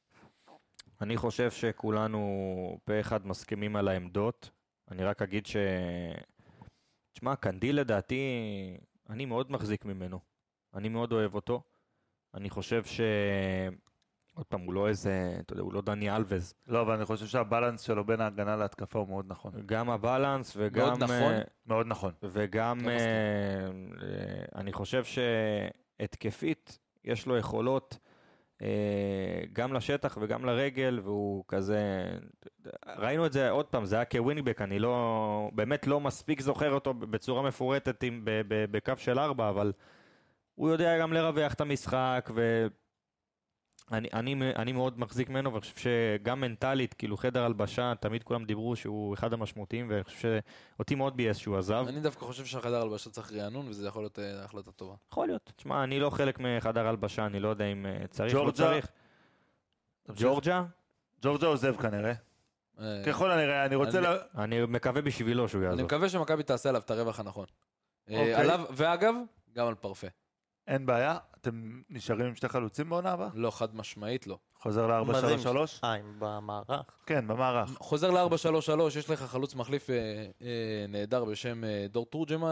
Speaker 6: אני חושב שכולנו פה אחד מסכימים על העמדות. אני רק אגיד ש... תשמע, קנדיל לדעתי, אני מאוד מחזיק ממנו. אני מאוד אוהב אותו. אני חושב ש... עוד פעם, הוא לא איזה, אתה יודע, הוא לא דני אלווז.
Speaker 1: לא, אבל אני חושב שהבלנס שלו בין ההגנה להתקפה הוא מאוד נכון.
Speaker 6: גם הבלנס וגם...
Speaker 5: מאוד נכון.
Speaker 1: מאוד נכון.
Speaker 6: וגם,
Speaker 5: לא מסכים.
Speaker 6: אה, אני חושב שהתקפית, יש לו יכולות אה, גם לשטח וגם לרגל, והוא כזה... ראינו את זה עוד פעם, זה היה כווינגבק, אני לא... באמת לא מספיק זוכר אותו בצורה מפורטת עם, ב, ב, בקו של ארבע, אבל הוא יודע גם לרווח את המשחק, ו... אני, אני, אני מאוד מחזיק ממנו, ואני חושב שגם מנטלית, כאילו חדר הלבשה, תמיד כולם דיברו שהוא אחד המשמעותיים, ואני חושב שאותי מאוד בייס שהוא עזב.
Speaker 5: אני דווקא חושב שהחדר הלבשה צריך רענון, וזה יכול להיות אה, החלטה טובה.
Speaker 6: יכול להיות. תשמע, אני לא חלק מחדר הלבשה, אני לא יודע אם אה, צריך, לא
Speaker 1: ג'ורג'ה?
Speaker 6: צריך. ג'ורג'ה?
Speaker 1: ג'ורג'ה עוזב כנראה.
Speaker 5: אה,
Speaker 1: ככל הנראה, אני רוצה...
Speaker 5: אני-
Speaker 1: לה-
Speaker 6: אני מקווה בשבילו שהוא
Speaker 5: אני
Speaker 6: יעזוב.
Speaker 5: מקווה שמכבי תעשה עליו את הרווח הנכון. אה,
Speaker 1: אוקיי.
Speaker 5: עליו, ואגב, גם על פרפה.
Speaker 1: אין בעיה. אתם נשארים עם שתי חלוצים בעונה הבאה?
Speaker 5: לא, חד משמעית לא.
Speaker 1: חוזר ל-ארבע
Speaker 7: מה זה עם-
Speaker 1: שלוש שלוש?
Speaker 7: אה, עם במערך.
Speaker 1: כן, במערך.
Speaker 5: חוזר ל-ארבע שלוש שלוש, יש לך חלוץ מחליף אה, אה, נהדר בשם אה, דור תורג'מן,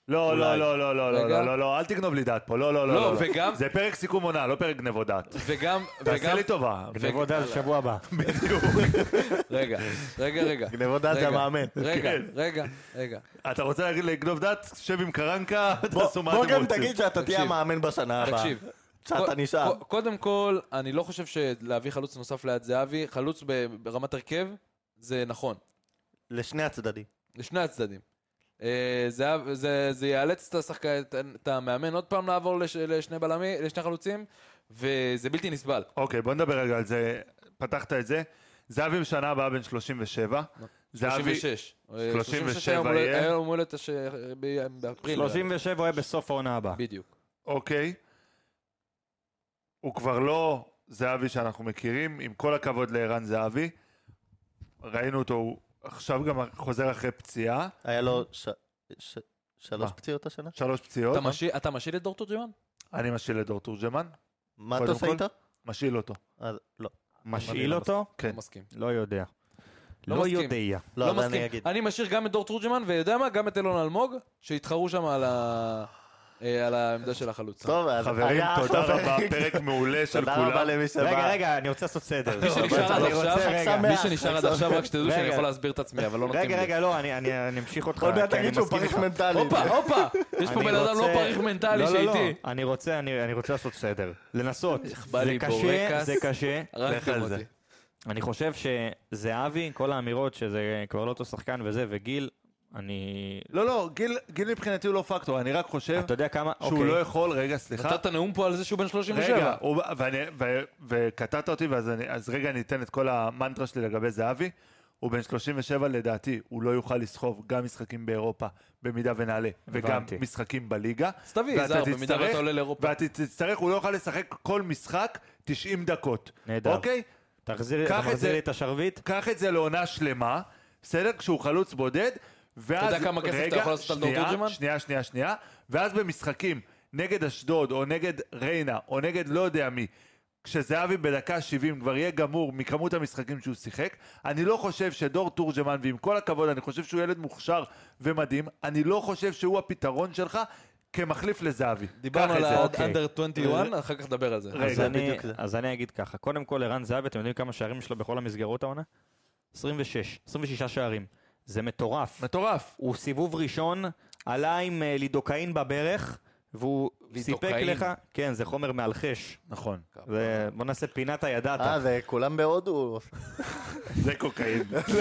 Speaker 1: לא, לא, לא, לא, לא,
Speaker 5: רגע.
Speaker 1: לא, לא, לא, אל תגנוב לי דעת פה, לא, לא,
Speaker 5: לא,
Speaker 1: לא.
Speaker 5: וגם-
Speaker 1: זה פרק סיכום עונה, לא פרק גנבות דעת.
Speaker 5: וגם,
Speaker 1: תעשה
Speaker 5: וגם,
Speaker 1: לי טובה.
Speaker 6: גנבות דעת שבוע הבא.
Speaker 1: בדיוק.
Speaker 5: רגע, רגע, רגע.
Speaker 7: גנבות דעת זה
Speaker 5: רגע,
Speaker 7: המאמן.
Speaker 5: רגע,
Speaker 1: כן.
Speaker 5: רגע, רגע.
Speaker 1: אתה רוצה להגיד לגנוב דעת? שב עם קרנקה,
Speaker 7: בוא
Speaker 1: תעשו מה
Speaker 7: בוא
Speaker 1: אתם
Speaker 7: גם
Speaker 1: רוצים.
Speaker 7: תגיד שאתה תהיה
Speaker 5: תקשיב.
Speaker 7: המאמן בשנה הבאה.
Speaker 5: תקשיב.
Speaker 7: שאתה
Speaker 5: קו-
Speaker 7: נשאר.
Speaker 5: קו- קודם כל, אני לא חושב שלהביא חלוץ נוסף ליד זהבי, חלוץ ב- ברמת הרכב, זה נכון.
Speaker 7: לשני הצדדים.
Speaker 5: לשני הצדדים. אה, זה, זה, זה יאלץ את, השחק... את, את המאמן עוד פעם לעבור לש, לשני בלמי, לשני חלוצים, וזה בלתי נסבל.
Speaker 1: אוקיי, בוא נדבר רגע על זה. פתחת את זה. זהבי בשנה הבאה בן שלושים ושבע. זהבי-
Speaker 5: שלושים ושש.
Speaker 1: שלושים ושבע
Speaker 5: היה יום הולדת-
Speaker 1: יהיה.
Speaker 5: היה יום הולדת הש- ב- באפריל.
Speaker 6: שלושים ושבע הוא יהיה בסוף העונה הבאה.
Speaker 5: בדיוק.
Speaker 1: אוקיי. הוא כבר לא זהבי שאנחנו מכירים, עם כל הכבוד לערן זהבי. ראינו אותו, הוא עכשיו גם חוזר אחרי פציעה.
Speaker 7: היה לו ש- ש- שלוש
Speaker 1: מה?
Speaker 7: פציעות השנה?
Speaker 1: שלוש פציעות.
Speaker 5: אתה משאיל- אתה משאיל את דור תורג'מן?
Speaker 1: אני משיל את דור תורג'מן.
Speaker 7: מה אתה
Speaker 1: קודם
Speaker 7: עושה
Speaker 1: כל?
Speaker 7: איתו?
Speaker 1: משיל אותו.
Speaker 7: אז לא.
Speaker 6: משאיל אותו?
Speaker 1: כן.
Speaker 5: לא מסכים.
Speaker 6: לא יודע.
Speaker 5: לא
Speaker 6: לא
Speaker 5: מסכים.
Speaker 6: יודע.
Speaker 7: לא,
Speaker 5: לא
Speaker 7: אז אני
Speaker 5: מסכים.
Speaker 7: אגיד.
Speaker 5: אני משאיר גם את דור תורג'מן, ויודע מה? גם את אילון אלמוג, שהתחרו שם על ה- אה, על העמדה של החלוץ.
Speaker 7: טוב, אז
Speaker 1: חברים,
Speaker 7: היה
Speaker 1: תודה
Speaker 7: עכשיו
Speaker 1: רבה,
Speaker 7: פרק-
Speaker 1: פרק מעולה של
Speaker 7: תודה רבה
Speaker 1: כולם.
Speaker 7: למי שבא.
Speaker 6: רגע, רגע, אני רוצה לעשות סדר.
Speaker 5: מי שנשאר עד
Speaker 6: אני
Speaker 5: עכשיו,
Speaker 6: רוצה, רגע.
Speaker 5: מי
Speaker 7: שמח.
Speaker 5: שנשאר עד עכשיו, רק שתדעו שאני
Speaker 6: רגע.
Speaker 5: יכול להסביר את עצמי, אבל לא נותנים
Speaker 6: רגע,
Speaker 5: לי.
Speaker 6: רגע, לא, אני- אני אני אמשיך אותך.
Speaker 7: עוד מעט
Speaker 6: כי אני
Speaker 7: תגיד שהוא
Speaker 6: מסכים
Speaker 7: פריך
Speaker 6: איתך.
Speaker 7: מנטלי.
Speaker 5: הופה, הופה! יש פה
Speaker 6: אני
Speaker 5: בן אדם לא
Speaker 6: רוצה-
Speaker 5: פריך מנטלי
Speaker 6: לא, לא, לא.
Speaker 5: שאיתי.
Speaker 6: אני רוצה, אני אני רוצה לעשות סדר. לנסות.
Speaker 5: בא לי
Speaker 6: זה קשה,
Speaker 5: בורקס.
Speaker 6: זה קשה.
Speaker 5: הרגתם
Speaker 1: על זה.
Speaker 5: אותי.
Speaker 6: אני חושב שזהבי, כל האמירות שזה כבר לא אותו שחקן וזה, וגיל, אני...
Speaker 1: לא, לא, גיל, גיל מבחינתי הוא לא פקטור, אני רק חושב
Speaker 6: אתה יודע כמה...
Speaker 1: שהוא
Speaker 6: אוקיי.
Speaker 1: לא יכול, רגע, סליחה.
Speaker 5: נתת נאום פה על זה שהוא בן שלושים ושבע.
Speaker 1: רגע, הוא- ואני- ו- וקטעת אותי, ואז אני- אז רגע אני אתן את כל המנטרה שלי לגבי זהבי. הוא בן שלושים ושבע לדעתי, הוא לא יוכל לסחוב גם משחקים באירופה, במידה ונעלה, וגם
Speaker 6: הבנתי.
Speaker 1: משחקים בליגה.
Speaker 5: אז תביא,
Speaker 1: ואתה
Speaker 5: זר, במידה
Speaker 1: תצטרך-
Speaker 5: ואתה עולה לאירופה.
Speaker 1: ואתה תצטרך, הוא לא יוכל לשחק כל משחק תשעים דקות.
Speaker 6: נהדר.
Speaker 1: אוקיי?
Speaker 6: תחזיר
Speaker 1: קח
Speaker 6: אתה
Speaker 1: את
Speaker 6: מחזיר
Speaker 1: זה-
Speaker 6: לי את השרביט.
Speaker 1: קח את זה לעונה שלמה, בסדר? כשהוא חלוץ בודד, ואז...
Speaker 5: יודע כמה כסף אתה
Speaker 1: רגע,
Speaker 5: יכול לעשות על דור
Speaker 1: שנייה,
Speaker 5: תורג'מן?
Speaker 1: שנייה, שנייה, שנייה, ואז במשחקים נגד אשדוד, או נגד ריינה, או נגד לא יודע מי, כשזהבי בדקה שבעים כבר יהיה גמור מכמות המשחקים שהוא שיחק, אני לא חושב שדור תורג'מן, ועם כל הכבוד, אני חושב שהוא ילד מוכשר ומדהים, אני לא חושב שהוא הפתרון שלך כמחליף לזהבי.
Speaker 5: דיברנו
Speaker 1: קח
Speaker 5: על
Speaker 1: את זה.
Speaker 6: אוקיי.
Speaker 5: ה-under עשרים ואחת, אחר כך נדבר על זה.
Speaker 1: רגע,
Speaker 6: אז אני-
Speaker 7: בדיוק זה.
Speaker 6: אז אני אגיד ככה, קודם כל ערן זהבי, אתם יודעים כמה שערים יש לו בכל המסגרות העונה? עשרים ושש, עשרים ושישה שערים. זה מטורף.
Speaker 1: מטורף.
Speaker 6: הוא סיבוב ראשון, עלה עם אה, לידוקאין בברך, והוא סיפק
Speaker 5: לידוקאין?
Speaker 6: לך, כן, זה חומר מאלחש.
Speaker 1: נכון.
Speaker 6: זה- בוא נעשה פינת הידעת.
Speaker 7: אה, זה כולם בהודו.
Speaker 1: זה קוקאין.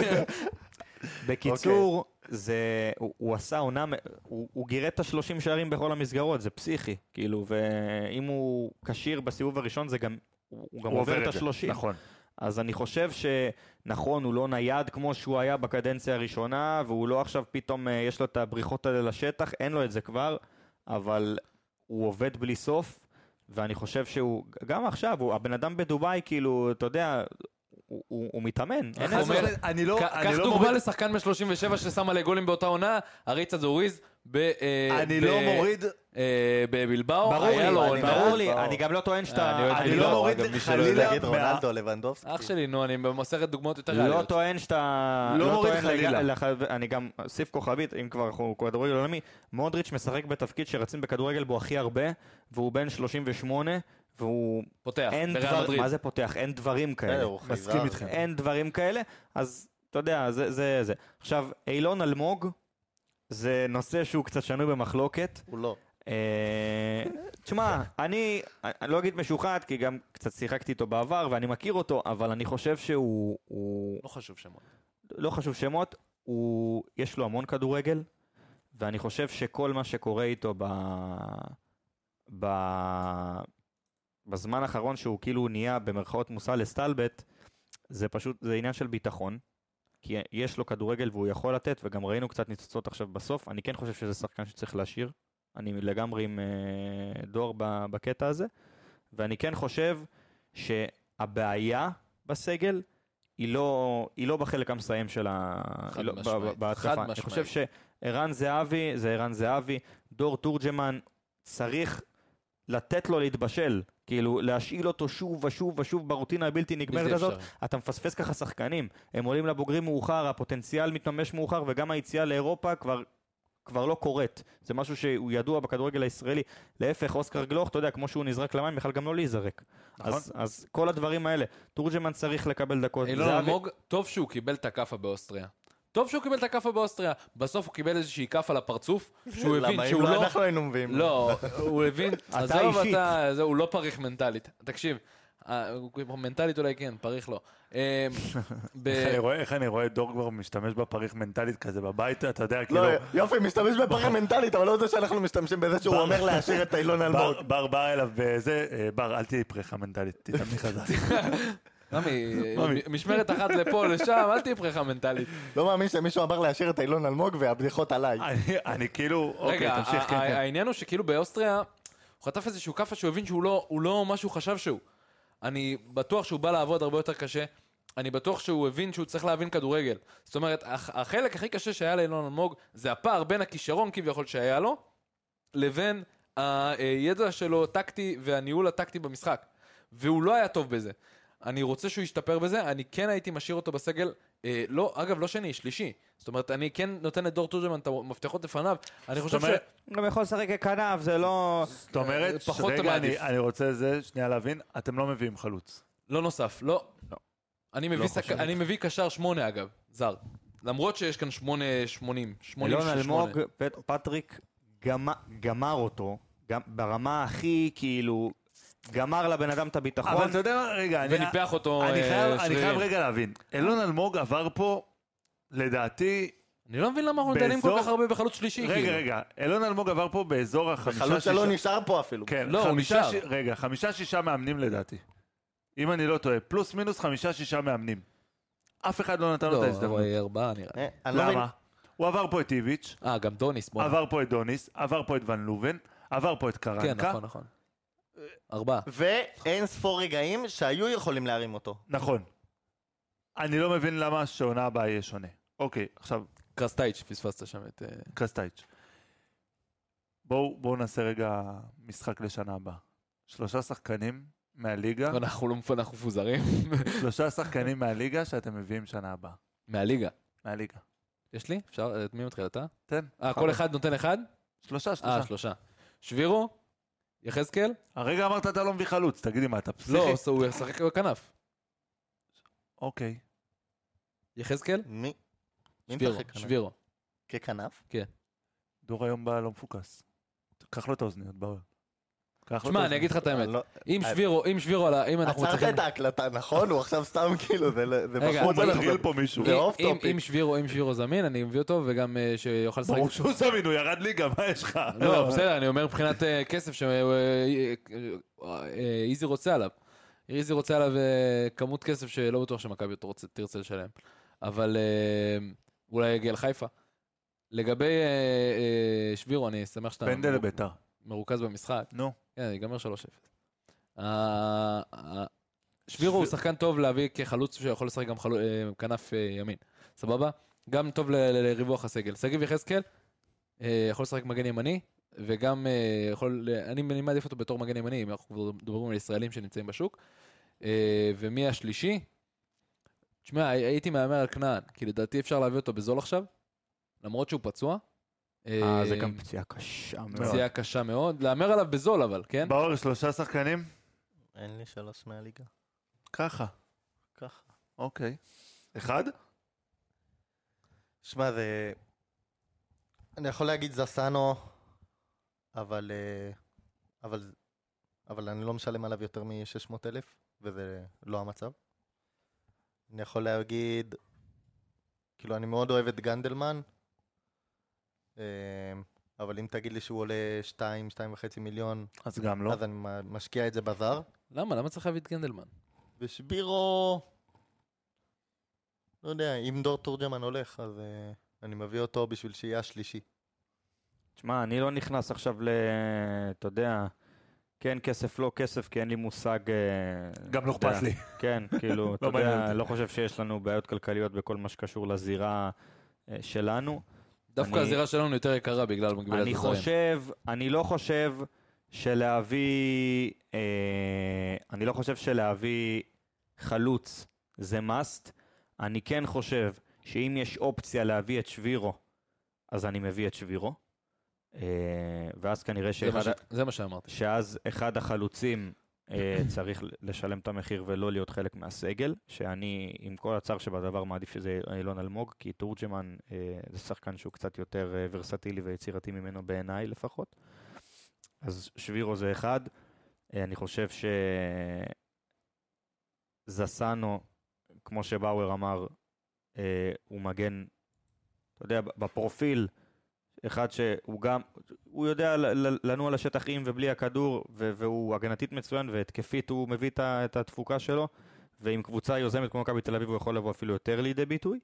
Speaker 6: בקיצור, זה, הוא, הוא עשה עונה, מ- הוא, הוא גירד את ה-שלושים שערים בכל המסגרות, זה פסיכי, כאילו, ואם הוא כשיר בסיבוב הראשון, זה גם, הוא, הוא גם
Speaker 1: הוא
Speaker 6: עובר את
Speaker 1: זה.
Speaker 6: ה-שלושים.
Speaker 1: נכון.
Speaker 6: אז אני חושב שנכון, הוא לא נייד כמו שהוא היה בקדנציה הראשונה, והוא לא עכשיו פתאום, אה, יש לו את הבריחות האלה לשטח, אין לו את זה כבר, אבל הוא עובד בלי סוף, ואני חושב שהוא, גם עכשיו, הוא, הבן אדם בדובאי, כאילו, אתה יודע, הוא, הוא, הוא מתאמן. אין
Speaker 5: אומר,
Speaker 6: איזה...
Speaker 1: אני לא,
Speaker 5: ק-
Speaker 1: אני
Speaker 5: קח
Speaker 1: לא
Speaker 5: דוגמה
Speaker 1: מוריד,
Speaker 5: לשחקן בן שלושים ושבע ששם עלי גולים באותה עונה, אריצה זוריז, ב- אה,
Speaker 1: אני
Speaker 5: ב-
Speaker 1: לא מוריד,
Speaker 5: אה, בבלבאו,
Speaker 6: ברור
Speaker 5: היה
Speaker 6: לי,
Speaker 5: לו
Speaker 7: אני
Speaker 5: עונה.
Speaker 6: ברור לי,
Speaker 7: ברור.
Speaker 6: אני גם לא טוען
Speaker 5: אני
Speaker 6: שאתה...
Speaker 5: אוהד
Speaker 1: אני
Speaker 5: בלבאו,
Speaker 1: לא מוריד
Speaker 5: אגב, מי שלא
Speaker 1: חלילה
Speaker 5: יודע.
Speaker 7: להגיד
Speaker 1: מה-
Speaker 7: רונלדו, לבנדובסקי.
Speaker 5: אח שלי, נו, אני במסכת דוגמאות יותר
Speaker 6: לא
Speaker 5: ריאליות.
Speaker 6: טוען שאתה...
Speaker 1: לא מוריד
Speaker 6: טוען
Speaker 1: חלילה.
Speaker 6: לג- לח- אני גם אוסיף כוכבית, אם כבר אנחנו כדורגל עולמי, מודריץ' משחק בתפקיד שרצים בכדורגל בו הכי הרבה, והוא בן שלושים ושמונה, והוא...
Speaker 5: פותח,
Speaker 6: אין
Speaker 5: בריאל
Speaker 6: דבר...
Speaker 5: מדריד.
Speaker 6: מה זה פותח? אין דברים
Speaker 7: בסדר,
Speaker 6: כאלה.
Speaker 7: הוא
Speaker 1: מסכים
Speaker 7: חייזר.
Speaker 1: איתכם.
Speaker 6: אין דברים כאלה, אז אתה יודע, זה זה. זה. עכשיו, אילון אלמוג, זה נושא שהוא קצת שנוי במחלוקת.
Speaker 7: הוא לא.
Speaker 6: אה, תשמע, אני, אני לא אגיד משוחד, כי גם קצת שיחקתי איתו בעבר ואני מכיר אותו, אבל אני חושב שהוא, הוא,
Speaker 5: לא חשוב שמות.
Speaker 6: לא חשוב שמות, הוא, יש לו המון כדורגל, ואני חושב שכל מה שקורה איתו ב, ב, בזמן האחרון שהוא כאילו נהיה במרכאות מושא לסטלבט, זה פשוט, זה עניין של ביטחון. כי יש לו כדורגל והוא יכול לתת, וגם ראינו קצת ניצוצות עכשיו בסוף. אני כן חושב שזה שחקן שצריך להשאיר. אני לגמרי עם אה, דור ב- בקטע הזה. ואני כן חושב שהבעיה בסגל היא לא, היא לא בחלק המסיים של ה...
Speaker 5: חד
Speaker 6: היא לא-
Speaker 5: משמעית.
Speaker 6: ב- ב- בהתקפה.
Speaker 5: חד
Speaker 6: אני
Speaker 5: משמעית.
Speaker 6: חושב שערן זהבי זה ערן זהבי, דור תורג'מן צריך לתת לו להתבשל. כאילו, להשאיל אותו שוב ושוב ושוב ברוטינה הבלתי נגמרת
Speaker 5: בלתי
Speaker 6: הזאת.
Speaker 5: אפשרי.
Speaker 6: אתה מפספס ככה שחקנים, הם עולים לבוגרים מאוחר, הפוטנציאל מתממש מאוחר, וגם היציאה לאירופה כבר כבר לא קורית. זה משהו שהוא ידוע בכדורגל הישראלי. להפך, אוסקר גלוך, אתה יודע, כמו שהוא נזרק למים, בכלל גם לא להיזרק.
Speaker 1: נכון.
Speaker 6: אז, אז כל הדברים האלה, תורג'מן צריך לקבל דקות.
Speaker 5: אילון
Speaker 6: זהבי-
Speaker 5: אלמוג, טוב שהוא קיבל את הכאפה באוסטריה. טוב שהוא קיבל את הכאפה באוסטריה. בסוף הוא קיבל איזושהי כאפה לפרצוף, שהוא הבין
Speaker 7: למה אם
Speaker 5: שהוא
Speaker 7: לא
Speaker 5: לא...
Speaker 7: אנחנו היינו מביאים?
Speaker 5: לא, הוא הבין...
Speaker 6: אתה
Speaker 5: עזוב,
Speaker 6: אישית.
Speaker 5: אתה- זה- הוא לא פריך מנטלית. תקשיב, אה, הוא- מנטלית אולי כן, פריך לא. אה, ב-
Speaker 1: איך אני רואה- איך אני רואה דור כבר משתמש בפריך מנטלית כזה בבית, אתה יודע, כאילו...
Speaker 7: לא, יופי, משתמש בפריך מנטלית, אבל לא זה שאנחנו משתמשים בזה שהוא אומר להשאיר את אילון אלמוג.
Speaker 1: בר- בר בא אליו בזה, אה, בר, אל תהיי פריכה מנטלית, תתאמני חזק.
Speaker 5: רמי,
Speaker 1: רמי.
Speaker 5: משמרת אחת לפה, לשם, אל תהיה פריחה מנטלית.
Speaker 7: לא מאמין שמישהו אמר להשאיר את אילון אלמוג והבדיחות עליי.
Speaker 1: אני- אני כאילו, אוקיי,
Speaker 5: רגע,
Speaker 1: תמשיך,
Speaker 5: ה-
Speaker 1: כן,
Speaker 5: ה-
Speaker 1: כן.
Speaker 5: העניין הוא שכאילו באוסטריה, הוא חטף איזשהו כאפה שהוא הבין שהוא לא- הוא לא מה שהוא חשב שהוא. אני בטוח שהוא בא לעבוד הרבה יותר קשה. אני בטוח שהוא הבין שהוא צריך להבין כדורגל. זאת אומרת, הח- החלק הכי קשה שהיה לאילון אלמוג, זה הפער בין הכישרון כביכול שהיה לו, לבין הידע שלו טקטי והניהול הטקטי במשחק. והוא לא היה טוב בזה. אני רוצה שהוא ישתפר בזה, אני כן הייתי משאיר אותו בסגל, אה, לא, אגב, לא שני, שלישי. זאת אומרת, אני כן נותן לדור תורג'מן את המפתחות לפניו. אני חושב ש...
Speaker 1: אומרת-
Speaker 6: גם יכול לשחק ככנף, זה לא...
Speaker 1: זאת אומרת,
Speaker 5: פחות
Speaker 1: רגע,
Speaker 5: מעדיף.
Speaker 1: אני- אני רוצה זה, שנייה להבין, אתם לא מביאים חלוץ.
Speaker 5: לא נוסף, לא.
Speaker 6: לא.
Speaker 5: אני מביא,
Speaker 1: חושב.
Speaker 5: שק... אני מביא קשר שמונה אגב, זר. למרות שיש כאן שמונה שמונים, שמונים
Speaker 6: אילון
Speaker 5: שמונה.
Speaker 6: אלמוג, פט- פטריק גמ- גמר אותו, גם ברמה הכי כאילו, גמר לבן אדם את הביטחון.
Speaker 1: אבל אתה יודע מה, רגע, אני...
Speaker 5: וניפח אותו
Speaker 1: אני
Speaker 5: אה,
Speaker 1: חייב- אני
Speaker 5: שרירים.
Speaker 1: חייב רגע להבין. אילון אלמוג עבר פה, לדעתי...
Speaker 5: אני לא מבין למה אנחנו דנים כל
Speaker 1: באזור-
Speaker 5: כך הרבה בחלוץ שלישי.
Speaker 1: רגע,
Speaker 5: כאילו.
Speaker 1: רגע, אילון אלמוג עבר פה באזור החמישה...
Speaker 7: חלוץ שלא
Speaker 1: שישה-
Speaker 7: נשאר פה אפילו.
Speaker 1: כן,
Speaker 5: לא, הוא
Speaker 1: חמישה
Speaker 5: נשאר.
Speaker 1: ש- רגע, חמישה שישה מאמנים לדעתי. אם אני לא טועה, פלוס מינוס חמישה שישה מאמנים. אף אחד לא נתן לו את
Speaker 5: לא,
Speaker 1: ההזדמנות.
Speaker 5: אבל ארבעה נראה.
Speaker 7: אה, אני לא מבין.
Speaker 1: למה? הוא עבר פה את איביץ',
Speaker 5: אה, גם דוניס, בוא.
Speaker 1: עבר פה את דוניס, עבר פה את ון לובן, עבר פה את
Speaker 5: כן,
Speaker 1: קרנקה.
Speaker 5: נכון, נכון. ארבעה.
Speaker 7: ואין ספור רגעים שהיו יכולים להרים אותו.
Speaker 1: נכון. אני לא מבין למה שהעונה הבאה יהיה שונה. אוקיי, עכשיו,
Speaker 5: קרסטייץ', פספסת שם את... אה,
Speaker 1: קרסטייץ'. בואו בואו נעשה רגע משחק לשנה הבאה. שלושה שחקנים מהליגה,
Speaker 5: אנחנו לא אנחנו מפוזרים.
Speaker 1: שלושה שחקנים מהליגה שאתם מביאים שנה הבאה.
Speaker 5: מהליגה.
Speaker 1: מהליגה.
Speaker 5: יש לי? אפשר? את מי מתחיל אתה?
Speaker 1: תן.
Speaker 5: אה, כל אחד נותן אחד?
Speaker 1: שלושה, שלושה.
Speaker 5: אה, שלושה. שבירו? יחזקאל?
Speaker 1: הרגע אמרת אתה לא מביא חלוץ, תגידי מה, אתה פסיכי?
Speaker 5: לא, הוא ישחק בכנף.
Speaker 1: אוקיי.
Speaker 5: יחזקאל?
Speaker 7: מי? מי
Speaker 5: שבירו,
Speaker 7: משחק כנף?
Speaker 5: שבירו.
Speaker 7: ככנף?
Speaker 1: דור היום בא לא מפוקס. קח לו את האוזניות, באו. קח לו את
Speaker 5: שמע, אני אגיד לך את האמת.
Speaker 7: לא-
Speaker 5: אם שבירו, אם שבירו, על ה- אם אנחנו
Speaker 7: עצרת
Speaker 5: צריכים...
Speaker 7: את ההקלטה, נכון? הוא עכשיו סתם כאילו, זה זה
Speaker 5: רגע,
Speaker 7: בחור
Speaker 1: הוא
Speaker 7: בן
Speaker 1: מטריל
Speaker 7: אדם.
Speaker 1: פה מישהו.
Speaker 7: זה אוף
Speaker 5: אם-
Speaker 7: טופיק.
Speaker 5: אם שבירו, אם שבירו זמין, אני מביא אותו, וגם אה, שיוכל לשחק...
Speaker 1: ברור שהוא זמין, הוא ירד ליגה, מה יש לך?
Speaker 5: לא, בסדר, אני אומר מבחינת אה, כסף שאיזי רוצה עליו. איזי רוצה עליו אה, כמות כסף שלא בטוח שמכבי תרצה- תרצה לשלם. אבל אה, אולי יגיע לחיפה. לגבי אה, אה, שבירו, אני שמח שאתה
Speaker 1: פנדל
Speaker 5: מרוכ-
Speaker 1: לביתר.
Speaker 5: מרוכז במשחק.
Speaker 1: נו.
Speaker 5: כן, ייגמר שלוש אפס. אה, אה, שבירו הוא שחקן טוב להביא כחלוץ שיכול לשחק גם חלו- אה, כנף אה, ימין. סבבה? גם טוב ל- ל- לריווח הסגל. שגיב יחזקאל אה, יכול לשחק מגן ימני, וגם אה, יכול... אני אני מעדיף אותו בתור מגן ימני, אם אנחנו מדברים על ישראלים שנמצאים בשוק. אה, ומי השלישי? תשמע, הי- הייתי מהמר על כנען, כי לדעתי אפשר להביא אותו בזול עכשיו, למרות שהוא פצוע.
Speaker 6: אה, זה גם פציעה קשה מאוד.
Speaker 5: פציעה קשה מאוד. להמר עליו בזול אבל, כן?
Speaker 1: באור שלושה שחקנים?
Speaker 7: אין לי שלוש מהליגה.
Speaker 1: ככה.
Speaker 7: ככה.
Speaker 1: אוקיי. אחד?
Speaker 7: שמע, זה... אני יכול להגיד זסנו, אבל... אה, אבל... אבל אני לא משלם עליו יותר מ-שש מאות אלף, וזה לא המצב. אני יכול להגיד... כאילו, אני מאוד אוהב את גנדלמן, אה, אבל אם תגיד לי שהוא עולה שתיים, שתיים וחצי מיליון,
Speaker 1: אז גם לא.
Speaker 7: אז אני מ- משקיע את זה בזר.
Speaker 5: למה? למה צריך להביא את גנדלמן?
Speaker 7: ושבירו... לא יודע, אם דור תורג'מן הולך, אז uh, אני מביא אותו בשביל שיהיה השלישי.
Speaker 6: תשמע, אני לא נכנס עכשיו ל... אתה יודע, כן כסף, לא כסף, כי אין לי מושג... אה,
Speaker 1: גם לא
Speaker 6: אתה יודע.
Speaker 1: אכפת לי.
Speaker 6: כן, כאילו, אתה
Speaker 1: לא מעניין
Speaker 6: יודע,
Speaker 1: אותי.
Speaker 6: לא חושב שיש לנו בעיות כלכליות בכל מה שקשור לזירה אה, שלנו.
Speaker 5: דווקא
Speaker 6: אני-
Speaker 5: הזירה שלנו יותר יקרה בגלל מגבלת
Speaker 6: אני
Speaker 5: הזרים.
Speaker 6: חושב, אני לא חושב שלהביא, אה, אני לא חושב שלהביא חלוץ זה must. אני כן חושב שאם יש אופציה להביא את שבירו, אז אני מביא את שבירו. אה, ואז כנראה
Speaker 5: זה מה
Speaker 6: שאחד,
Speaker 5: ש- זה מה שאמרתי.
Speaker 6: שאז אחד החלוצים אה, צריך לשלם את המחיר ולא להיות חלק מהסגל, שאני עם כל הצער שבדבר מעדיף שזה אילון אלמוג, כי תורג'מן אה, זה שחקן שהוא קצת יותר אה, ורסטילי ויצירתי ממנו בעיניי לפחות. אז שבירו זה אחד. אה, אני חושב שזסנו, כמו שבאואר אמר, אה, הוא מגן, אתה יודע, בפרופיל, אחד שהוא גם, הוא יודע ל- ל- לנוע לשטחים ובלי הכדור, ו- והוא הגנתית מצוין, והתקפית הוא מביא את ה- את התפוקה שלו, ועם קבוצה יוזמת כמו מכבי תל אביב הוא יכול לבוא אפילו יותר לידי ביטוי.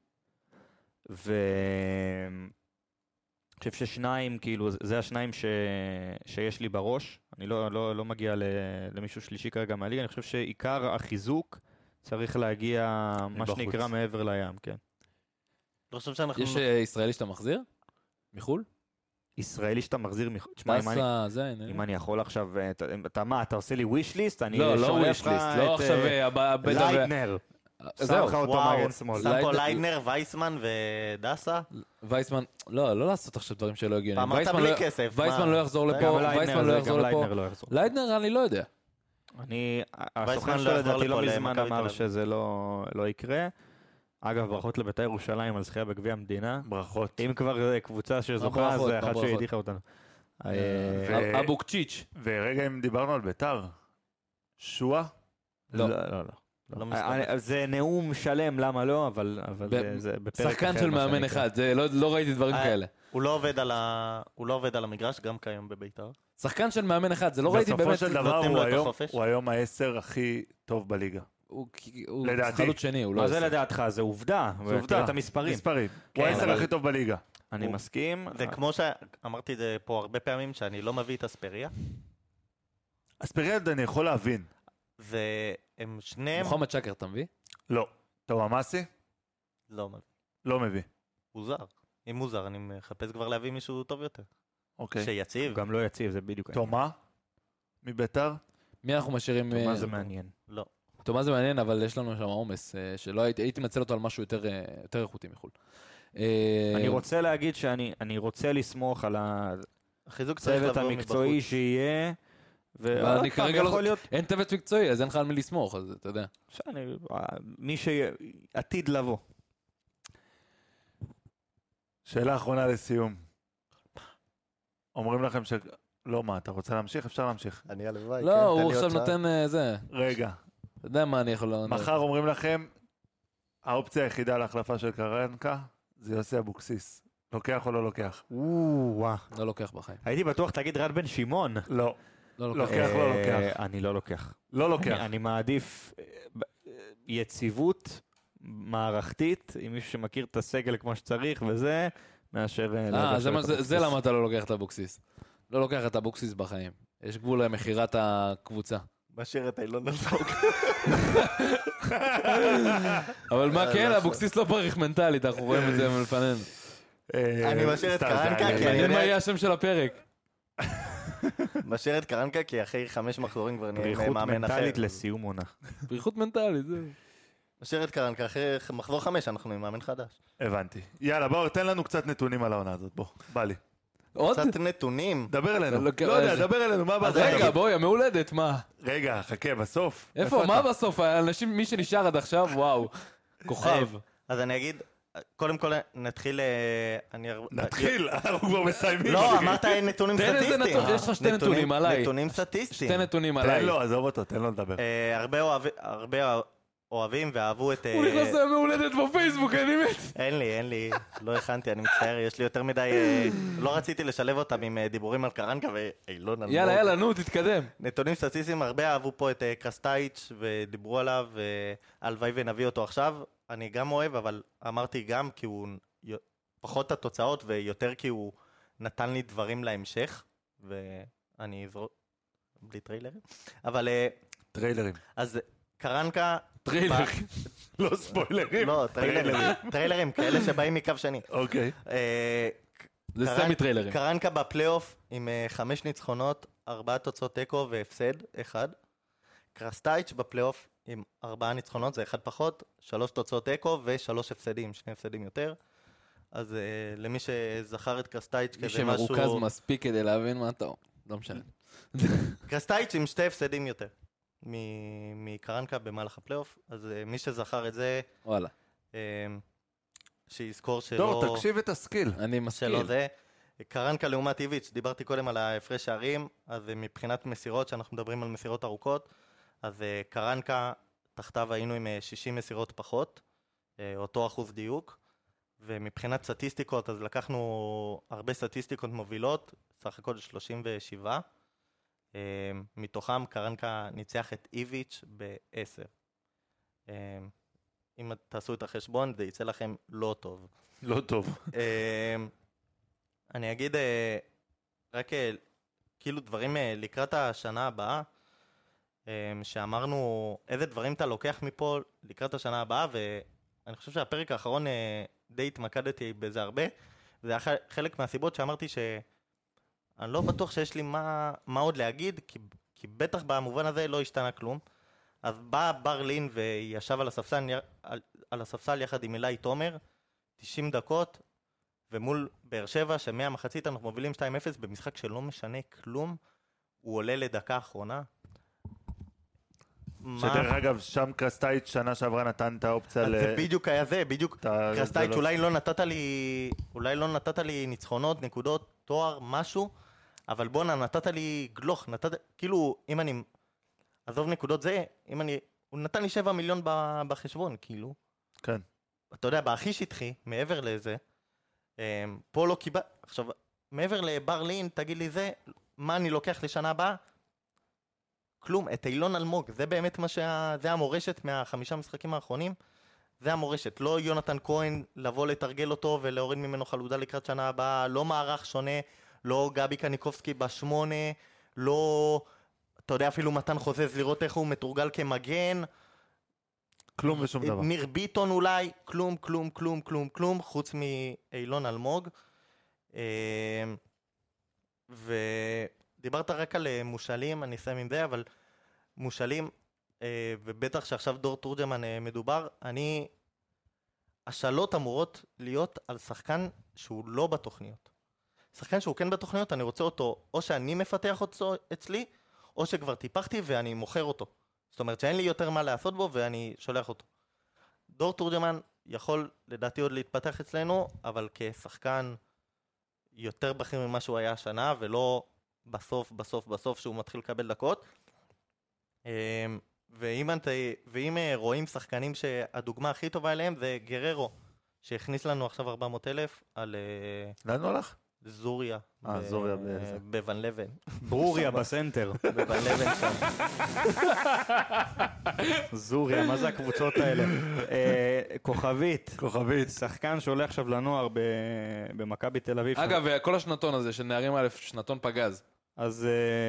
Speaker 6: ואני חושב ששניים, כאילו, זה השניים ש... שיש לי בראש. אני לא, לא, לא מגיע ל... למישהו שלישי כרגע מהליגה, אני חושב שעיקר החיזוק צריך להגיע, מה
Speaker 1: מבחוץ.
Speaker 6: שנקרא, מעבר לים, כן.
Speaker 7: אני חושב שאנחנו...
Speaker 5: יש אה, ישראלי שאתה מחזיר? מחול?
Speaker 6: ישראלי שאתה מחזיר מחוץ, תשמע, אם אני...
Speaker 5: טסה, זה, הנה.
Speaker 6: אם אני יכול עכשיו, אתה- אתה מה, אתה עושה לי wish list? אני
Speaker 5: לא, לא
Speaker 6: שולף
Speaker 5: וויש
Speaker 6: לך
Speaker 5: ליסט, לא
Speaker 6: את,
Speaker 5: עכשיו
Speaker 6: אה,
Speaker 5: אה, הב- הבטא ו-
Speaker 6: לייטנר. שם
Speaker 5: זהו,
Speaker 6: לך אותו
Speaker 7: וואו,
Speaker 6: מגן שמאל.
Speaker 7: שם פה
Speaker 5: ליידנר-
Speaker 7: ליידנר, וייסמן ודסה.
Speaker 5: וייסמן, לא, לא לעשות עכשיו דברים שלא הגיוניים.
Speaker 7: אמרת
Speaker 5: וייסמן
Speaker 7: בלי
Speaker 5: לא-
Speaker 7: כסף.
Speaker 5: וייסמן
Speaker 7: מה?
Speaker 5: לא יחזור
Speaker 7: זה
Speaker 5: לפה,
Speaker 6: גם
Speaker 5: וייסמן
Speaker 6: לייטנר
Speaker 5: לא
Speaker 6: זה-
Speaker 5: יחזור
Speaker 6: גם
Speaker 5: לפה.
Speaker 6: לייטנר לא יחזור.
Speaker 5: ליידנר אני לא יודע.
Speaker 6: אני,
Speaker 7: וייסמן
Speaker 6: הסוכן
Speaker 7: לא
Speaker 6: שלו
Speaker 7: יחזור
Speaker 6: לדעתי לא
Speaker 7: לפה
Speaker 6: מזמן
Speaker 7: למכבי
Speaker 6: אמר
Speaker 7: תל אביב.
Speaker 6: שזה לא לא יקרה. אגב, ברכות לבית"ר ירושלים על זכייה בגביע המדינה.
Speaker 1: ברכות.
Speaker 6: אם כבר אה, קבוצה שזוכה,
Speaker 5: ברכות,
Speaker 6: זה אחת
Speaker 5: ברכות.
Speaker 6: שהדיחה אותנו. אה,
Speaker 1: ו-
Speaker 5: אבוקצ'יץ'.
Speaker 1: ורגע, אם דיברנו על ביתר, שואה?
Speaker 5: לא.
Speaker 6: לא, לא, לא.
Speaker 7: לא
Speaker 6: אה,
Speaker 7: מסתבר.
Speaker 6: אני- זה נאום שלם, למה לא, אבל אבל
Speaker 5: ב-
Speaker 6: זה- זה בפרק אחר.
Speaker 5: שחקן של
Speaker 6: מה
Speaker 5: מאמן
Speaker 6: שנקרא.
Speaker 5: אחד, זה לא- לא ראיתי דברים
Speaker 7: אה,
Speaker 5: כאלה.
Speaker 7: הוא לא עובד על ה- הוא לא עובד על המגרש, גם כיום בבית"ר.
Speaker 5: שחקן של מאמן אחד, זה לא ראיתי
Speaker 1: בסופו
Speaker 5: באמת.
Speaker 1: של דבר
Speaker 7: נותנים
Speaker 1: הוא
Speaker 7: לו את
Speaker 1: היום-
Speaker 7: החופש?
Speaker 1: הוא היום העשר הכי טוב בליגה.
Speaker 5: הוא- הוא
Speaker 1: לדעתי.
Speaker 5: חלוץ שני, הוא לא
Speaker 6: מה זה
Speaker 5: עשר.
Speaker 6: לדעתך? זה עובדה.
Speaker 1: זו עובדה.
Speaker 6: תראה את המספרים.
Speaker 1: מספרים.
Speaker 7: כן,
Speaker 1: הוא העשר
Speaker 7: אבל-
Speaker 1: הכי טוב בליגה.
Speaker 6: אני
Speaker 7: הוא-
Speaker 6: מסכים.
Speaker 7: זה כמו שאמרתי את זה פה הרבה פעמים, שאני לא מביא את אספריה,
Speaker 1: אספריאד אני יכול להבין.
Speaker 7: והם שניהם...
Speaker 5: מוחמד שקר, אתה מביא?
Speaker 1: לא. טוואמאסי?
Speaker 7: לא מביא.
Speaker 1: לא מביא.
Speaker 7: הוא זר. אם הוא זר, אני מחפש כבר להביא מישהו טוב יותר.
Speaker 1: אוקיי.
Speaker 7: שיציב.
Speaker 6: הוא גם לא יציב, זה בדיוק. העניין.
Speaker 1: תומה? מביתר?
Speaker 5: מי אנחנו משאירים?
Speaker 6: מה
Speaker 5: אה,
Speaker 6: זה מעניין?
Speaker 7: לא.
Speaker 5: תומא זה מעניין, אבל יש לנו שם עומס, אה, שלא הייתי, הייתי מנצל אותו על משהו יותר, אה, יותר איכותי מחו"ל. אה,
Speaker 6: אני רוצה להגיד שאני אני רוצה לסמוך על
Speaker 7: החיזוק צריך
Speaker 6: הצוות
Speaker 7: לבוא
Speaker 6: המקצועי
Speaker 7: מבחוץ.
Speaker 6: שיהיה.
Speaker 5: אבל
Speaker 6: ועוד
Speaker 5: אני
Speaker 6: פעם,
Speaker 5: כרגע לא-
Speaker 6: יכול להיות
Speaker 5: אין צוות מקצועי, אז אין לך על מי לסמוך, אז אתה יודע.
Speaker 6: שאני- מי שעתיד לבוא.
Speaker 1: שאלה אחרונה לסיום. אומרים לכם ש... לא, מה, אתה רוצה להמשיך? אפשר להמשיך.
Speaker 7: אני הלוואי,
Speaker 5: לא, הוא עכשיו נותן אה, זה.
Speaker 1: רגע,
Speaker 5: אתה יודע מה אני יכול...
Speaker 1: מחר אומרים לכם, האופציה היחידה להחלפה של קרנקה זה יוסי אבוקסיס. לוקח או לא לוקח?
Speaker 6: וואו.
Speaker 5: לא לוקח בחיים.
Speaker 6: הייתי בטוח תגיד רן בן שמעון.
Speaker 1: לא.
Speaker 5: לא לוקח.
Speaker 1: לוקח, לא
Speaker 6: אה,
Speaker 1: לוקח.
Speaker 6: אני לא לוקח.
Speaker 1: לא לוקח.
Speaker 6: אני- אני מעדיף אה, ב- אה, יציבות מערכתית, עם מישהו שמכיר את הסגל כמו שצריך וזה, מאשר... אה,
Speaker 5: אה,
Speaker 6: להביא
Speaker 5: זה מה-
Speaker 6: עכשיו את
Speaker 5: זה- זה
Speaker 6: אבוקסיס.
Speaker 5: למה אתה לא לוקח את אבוקסיס. לא לוקח את אבוקסיס בחיים. יש גבול למכירת הקבוצה.
Speaker 7: משאיר את אילון אלמוג.
Speaker 5: אבל מה
Speaker 7: אה,
Speaker 5: כן,
Speaker 7: נכון.
Speaker 5: אבוקסיס לא פריך מנטלית, אנחנו רואים את זה מלפנינו.
Speaker 1: אה,
Speaker 7: אני משאיר את
Speaker 1: סתם,
Speaker 7: קרנקה,
Speaker 1: זה היה-
Speaker 7: כי אני
Speaker 5: מעניין
Speaker 7: יודע-
Speaker 5: מה יהיה השם של הפרק.
Speaker 7: משאיר את קרנקה, כי אחרי חמש מחזורים כבר נהיה
Speaker 6: פריחות
Speaker 7: מאמן אחר.
Speaker 6: מנטלית לסיום עונה.
Speaker 5: פריחות מנטלית, זהו.
Speaker 7: משאיר את קרנקה, אחרי מחזור חמש אנחנו עם מאמן חדש.
Speaker 1: הבנתי. יאללה, בואו, תן לנו קצת נתונים על העונה הזאת, בוא. בא לי.
Speaker 5: עוד?
Speaker 7: קצת נתונים.
Speaker 1: דבר אלינו.
Speaker 5: לא,
Speaker 1: לא יודע,
Speaker 5: איזה-
Speaker 1: דבר אלינו, מה בא
Speaker 7: אז
Speaker 1: לך?
Speaker 5: רגע, בואי, המהולדת, מה?
Speaker 1: רגע, חכה, בסוף.
Speaker 5: איפה, מה
Speaker 1: אתה?
Speaker 5: בסוף? האנשים, מי שנשאר עד עכשיו, וואו. כוכב.
Speaker 7: אז אני אגיד, קודם כל נתחיל... אה, אני...
Speaker 1: נתחיל, אנחנו כבר מסיימים.
Speaker 7: לא,
Speaker 1: אחי.
Speaker 7: אמרת נתונים
Speaker 5: תן איזה
Speaker 7: סטטיסטיים.
Speaker 5: נתון- יש לך שתי נתונים עליי.
Speaker 7: נתונים סטטיסטיים.
Speaker 5: שתי נתונים
Speaker 1: תן
Speaker 5: עליי.
Speaker 1: לו, עזוב אותו, תן לו לדבר.
Speaker 7: אה, הרבה אוהב- הרבה אוהבים ואהבו את...
Speaker 5: הוא
Speaker 7: אה,
Speaker 5: נכנס למהולדת בפייסבוק, אני מת.
Speaker 7: אין לי, אין לי, לא הכנתי, אני מצטער, יש לי יותר מדי... אה, לא רציתי לשלב אותם עם אה, דיבורים על קרנקה ואילון אלמוג.
Speaker 5: יאללה, יאללה, נו, תתקדם.
Speaker 7: נתונים סטטיסטיים, הרבה אהבו פה את אה, קרסטייץ' ודיברו עליו, והלוואי ונביא אותו עכשיו. אני גם אוהב, אבל אמרתי גם כי הוא י- פחות התוצאות ויותר כי הוא נתן לי דברים להמשך, ואני אזרוק... בלי טריילרים. אבל אה,
Speaker 1: טריילרים.
Speaker 7: אז קרנקה...
Speaker 5: טריילר.
Speaker 1: לא ספוילרים.
Speaker 7: לא, טריילרים. טריילרים, כאלה שבאים מקו שני.
Speaker 1: אוקיי.
Speaker 7: אה,
Speaker 5: זה
Speaker 7: קרנ-
Speaker 5: סמי טריילרים.
Speaker 7: קרנקה בפלייאוף עם אה, חמש ניצחונות, ארבעה תוצאות תיקו והפסד, אחד. קרסטייץ' בפלייאוף עם ארבעה ניצחונות, זה אחד פחות, שלוש תוצאות תיקו ושלוש הפסדים, שני הפסדים יותר. אז uh, למי שזכר את קרסטייץ'
Speaker 5: מי
Speaker 7: כזה משהו...
Speaker 5: שמרוכז מספיק כדי להבין מה אתה... לא משנה.
Speaker 7: קרסטייץ' עם שתי הפסדים יותר מ- מקרנקה במהלך הפלייאוף, אז uh, מי שזכר את זה,
Speaker 5: וואלה.
Speaker 7: uh, שיזכור שלא...
Speaker 1: דור, תקשיב את הסקיל.
Speaker 5: אני מסכים.
Speaker 7: שלא זה. קרנקה לעומת איביץ', דיברתי קודם על ההפרש שערים, אז מבחינת מסירות, שאנחנו מדברים על מסירות ארוכות, אז קרנקה, תחתיו היינו עם שישים מסירות פחות, אותו אחוז דיוק, ומבחינת סטטיסטיקות, אז לקחנו הרבה סטטיסטיקות מובילות, סך הכל שלושים ושבע, מתוכם קרנקה ניצח את איביץ' ב-עשר. אם תעשו את החשבון, זה יצא לכם לא טוב.
Speaker 1: לא טוב.
Speaker 7: אני אגיד רק כאילו דברים לקראת השנה הבאה, שאמרנו איזה דברים אתה לוקח מפה לקראת השנה הבאה, ואני חושב שהפרק האחרון די התמקדתי בזה הרבה, זה היה חלק מהסיבות שאמרתי שאני לא בטוח שיש לי מה, מה עוד להגיד, כי, כי בטח במובן הזה לא השתנה כלום. אז בא ברלין וישב על הספסל, על, על הספסל יחד עם אילי תומר, תשעים דקות, ומול באר שבע, שמהמחצית אנחנו מובילים שתיים אפס, במשחק שלא משנה כלום, הוא עולה לדקה האחרונה.
Speaker 1: שדרך אגב, שם קרסטייץ' שנה שעברה נתן את האופציה ל...
Speaker 7: זה בדיוק היה זה, בדיוק. קרסטייץ' אולי לא נתת לי, אולי לא נתת לי ניצחונות, נקודות, תואר, משהו, אבל בונה, נתת לי גלוך, נתת, כאילו, אם אני, עזוב נקודות זה, אם אני, הוא נתן לי שבע מיליון בחשבון, כאילו.
Speaker 1: כן.
Speaker 7: אתה יודע, בהכי שטחי, מעבר לזה, פה לא קיבל, עכשיו, מעבר לברלין, תגיד לי זה, מה אני לוקח לשנה הבאה? כלום, את אילון אלמוג, זה באמת מה שה... זה המורשת מהחמישה משחקים האחרונים, זה המורשת, לא יונתן כהן לבוא לתרגל אותו ולהוריד ממנו חלודה לקראת שנה הבאה, לא מערך שונה, לא גבי קניקובסקי בשמונה, לא, אתה יודע, אפילו מתן חוזז לראות איך הוא מתורגל כמגן,
Speaker 1: כלום ושום דבר.
Speaker 7: ניר ביטון אולי, כלום, כלום, כלום, כלום, כלום, חוץ מאילון אלמוג. ודיברת רק על מושלים, אני אסיים עם זה, אבל מושלים, ובטח שעכשיו דור תורג'מן מדובר, אני, השאלות אמורות להיות על שחקן שהוא לא בתוכניות. שחקן שהוא כן בתוכניות, אני רוצה אותו, או שאני מפתח אותו אצלי, או שכבר טיפחתי ואני מוכר אותו. זאת אומרת שאין לי יותר מה לעשות בו ואני שולח אותו. דור תורג'מן יכול לדעתי עוד להתפתח אצלנו, אבל כשחקן יותר בכיר ממה שהוא היה השנה, ולא בסוף, בסוף, בסוף שהוא מתחיל לקבל דקות. ואם, ואם רואים שחקנים שהדוגמה הכי טובה אליהם זה גררו, שהכניס לנו עכשיו ארבע מאות אלף על...
Speaker 1: לאן הוא הלך?
Speaker 7: זוריה.
Speaker 1: אה, זוריה.
Speaker 7: בבן לבן.
Speaker 6: ברוריה בסנטר.
Speaker 7: בבן לבן שם.
Speaker 6: זוריה, מה זה הקבוצות האלה? כוכבית.
Speaker 1: כוכבית.
Speaker 6: שחקן שעולה עכשיו לנוער במכבי תל אביב.
Speaker 5: אגב, כל השנתון הזה של נערים א', שנתון פגז.
Speaker 6: אז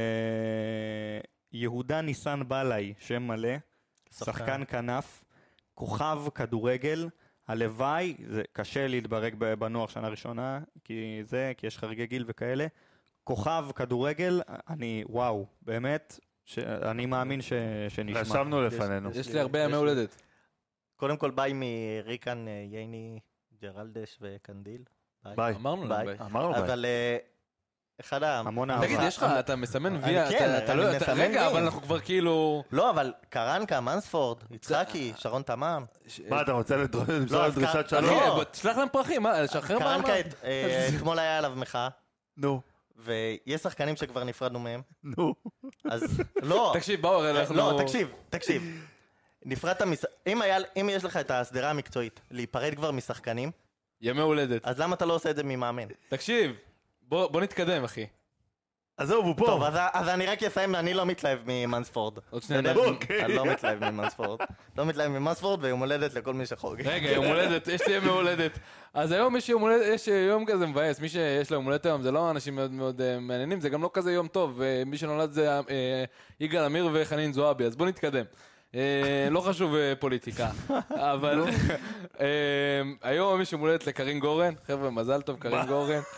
Speaker 6: יהודה ניסן בלעי, שם מלא, שחקן כנף, כוכב כדורגל, הלוואי, זה קשה להתברג בנוער שנה ראשונה, כי זה, כי יש חריגי גיל וכאלה, כוכב כדורגל, אני, וואו, באמת, אני מאמין ש, שנשמע.
Speaker 1: רשמנו לפנינו.
Speaker 5: יש לי הרבה ימי הולדת.
Speaker 7: קודם כל ביי מריקן, ייני, ג'רלדש וקנדיל.
Speaker 1: ביי.
Speaker 5: אמרנו להם ביי.
Speaker 1: אמרנו ביי.
Speaker 7: אבל אחד ה...
Speaker 6: המון אהבה.
Speaker 5: תגיד, יש לך, אתה מסמן וי,
Speaker 7: כן,
Speaker 5: אתה
Speaker 7: אני
Speaker 5: לא,
Speaker 7: מסמן
Speaker 5: רגע,
Speaker 7: וי.
Speaker 5: אבל אנחנו כבר כאילו...
Speaker 7: לא, אבל קרנקה, מנספורד, יצחקי, שרון תמם.
Speaker 1: מה, אתה רוצה למסור
Speaker 7: לא,
Speaker 1: על דרישת
Speaker 7: אז
Speaker 1: שלום?
Speaker 7: לא.
Speaker 5: אחי, תשלח להם פרחים, מה, שחרר מה?
Speaker 7: קרנקה, אה, אתמול היה עליו מחאה,
Speaker 1: נו,
Speaker 7: ויש שחקנים שכבר נפרדנו מהם,
Speaker 1: נו.
Speaker 7: אז לא.
Speaker 5: תקשיב, בואו, אנחנו...
Speaker 7: לא, תקשיב, תקשיב. נפרדת מש... אם היה, אם יש לך את ההסדרה המקצועית להיפרד כבר משחקנים,
Speaker 5: ימי הולדת.
Speaker 7: אז למה אתה לא עושה את זה ממאמן?
Speaker 5: תקשיב, בוא בוא נתקדם, אחי.
Speaker 1: עזוב, הוא פה.
Speaker 7: טוב, אז, אז אני רק אסיים, אני לא מתלהב ממנספורד.
Speaker 5: עוד שנייה
Speaker 7: בסדר?
Speaker 5: נדבר.
Speaker 1: אוקיי.
Speaker 7: אני לא מתלהב ממנספורד. לא מתלהב ממנספורד ויום הולדת לכל מי שחוגג.
Speaker 5: רגע, יום הולדת, יש לי ימי הולדת. אז היום יש יום הולדת, יש יום כזה מבאס, מי שיש לו יום הולדת היום זה לא אנשים מאוד מאוד אה, מעניינים, זה גם לא כזה יום טוב, אה, מי שנולד זה אה, יגאל עמיר וחנין זועבי, אז בוא נתקדם. אה, לא חשוב אה, פוליטיקה, אבל אה, היום יש יום הולדת לקרין גורן, חבר'ה, מזל טוב, קרין גורן.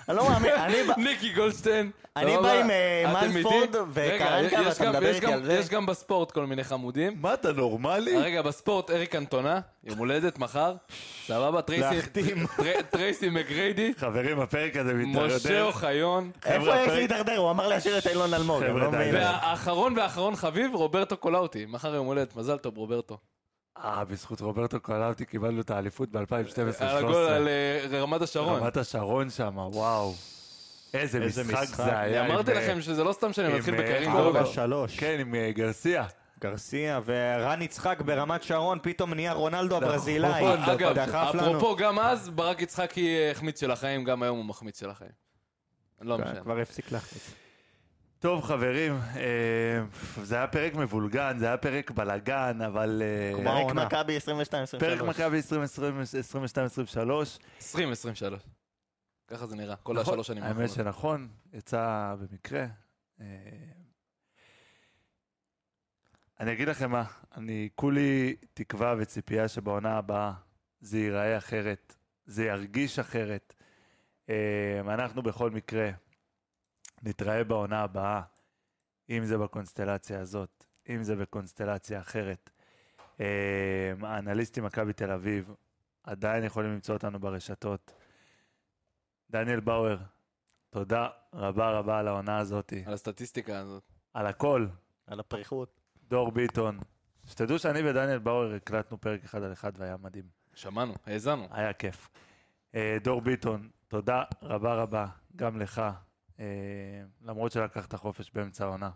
Speaker 7: אני לא מאמין, אני בא...
Speaker 5: ניקי גולדשטיין.
Speaker 7: אני
Speaker 5: סבבה?
Speaker 7: בא עם, אה,
Speaker 5: אתם
Speaker 7: מנספורד
Speaker 5: איתי?
Speaker 7: וקרנקה,
Speaker 5: רגע, יש
Speaker 7: ואתה
Speaker 5: גם-
Speaker 7: מדבר
Speaker 5: יש
Speaker 7: איתי
Speaker 5: גם-
Speaker 7: על זה?
Speaker 5: יש גם בספורט כל מיני חמודים.
Speaker 1: מה, אתה נורמלי?
Speaker 5: רגע, בספורט אריק אנטונה, יום הולדת מחר. סבבה, טרייסי-
Speaker 6: להחתים.
Speaker 5: טר- טרייסי מקגריידי.
Speaker 1: חברים, הפרק הזה מתדרדר.
Speaker 5: משה אוחיון.
Speaker 7: איפה
Speaker 1: חבר'ה,
Speaker 7: איך
Speaker 1: הפרק-
Speaker 7: להידרדר? הוא אמר להשאיר את אילון אלמוג. אני
Speaker 1: חבר'ה,
Speaker 7: לא
Speaker 1: די,
Speaker 7: מבין.
Speaker 1: די.
Speaker 5: והאחרון והאחרון חביב, רוברטו קולאוטי. מחר יום הולדת, מזל טוב, רוברטו.
Speaker 1: אה, בזכות רוברטו קולאוטי קיבלנו את האליפות ב-אלפיים שתים עשרה
Speaker 5: על
Speaker 1: שלוש
Speaker 5: הגול
Speaker 1: עשרה.
Speaker 5: על אה, רמת השרון.
Speaker 1: רמת השרון שם, וואו. איזה
Speaker 6: איזה
Speaker 1: משחק
Speaker 6: משחק.
Speaker 1: זה היה.
Speaker 5: אני אמרתי
Speaker 1: עם,
Speaker 5: לכם שזה לא סתם שאני
Speaker 1: עם,
Speaker 5: מתחיל
Speaker 1: אה,
Speaker 5: בקרים
Speaker 1: ארבע,
Speaker 5: גובה.
Speaker 6: ארבע שלוש.
Speaker 1: כן, עם אה, גרסיה.
Speaker 6: גרסיה ורן יצחק ברמת שרון פתאום נהיה רונלדו הברזילאי.
Speaker 1: נכון,
Speaker 5: אגב,
Speaker 6: דחף לנו.
Speaker 5: אפרופו, גם אז ברק יצחקי אה, החמיץ של החיים, גם היום הוא מחמיץ של החיים. לא משנה.
Speaker 6: כבר הפסיק להחמיץ.
Speaker 1: טוב, חברים, אה, זה היה פרק מבולגן, זה היה פרק בלגן, אבל... אה,
Speaker 6: כמו
Speaker 7: פרק
Speaker 6: העונה.
Speaker 7: מכבי עשרים ושתיים עשרים ושלוש.
Speaker 1: פרק מכבי עשרים ושתיים עשרים ושלוש.
Speaker 5: עשרים עשרים ושלוש. ככה זה נראה, כל
Speaker 1: נכון,
Speaker 5: השלוש שנים
Speaker 1: האמת
Speaker 5: האחרונות.
Speaker 1: שנכון, יצא במקרה. אה, אני אגיד לכם מה, אני כולי תקווה וציפייה שבעונה הבאה זה ייראה אחרת, זה ירגיש אחרת. אה, אנחנו בכל מקרה נתראה בעונה הבאה, אם זה בקונסטלציה הזאת, אם זה בקונסטלציה אחרת. אה, האנליסטים מכבי תל אביב עדיין יכולים למצוא אותנו ברשתות. דניאל באואר, תודה רבה רבה על העונה הזאת,
Speaker 5: על הסטטיסטיקה הזאת.
Speaker 1: על הכל.
Speaker 7: על הפריחות.
Speaker 1: דור ביטון, שתדעו שאני ודניאל באואר הקלטנו פרק אחד על אחד והיה מדהים.
Speaker 5: שמענו, האזנו.
Speaker 1: היה כיף. אה, דור ביטון, תודה רבה רבה גם לך, אה, למרות שלקחת חופש באמצע העונה.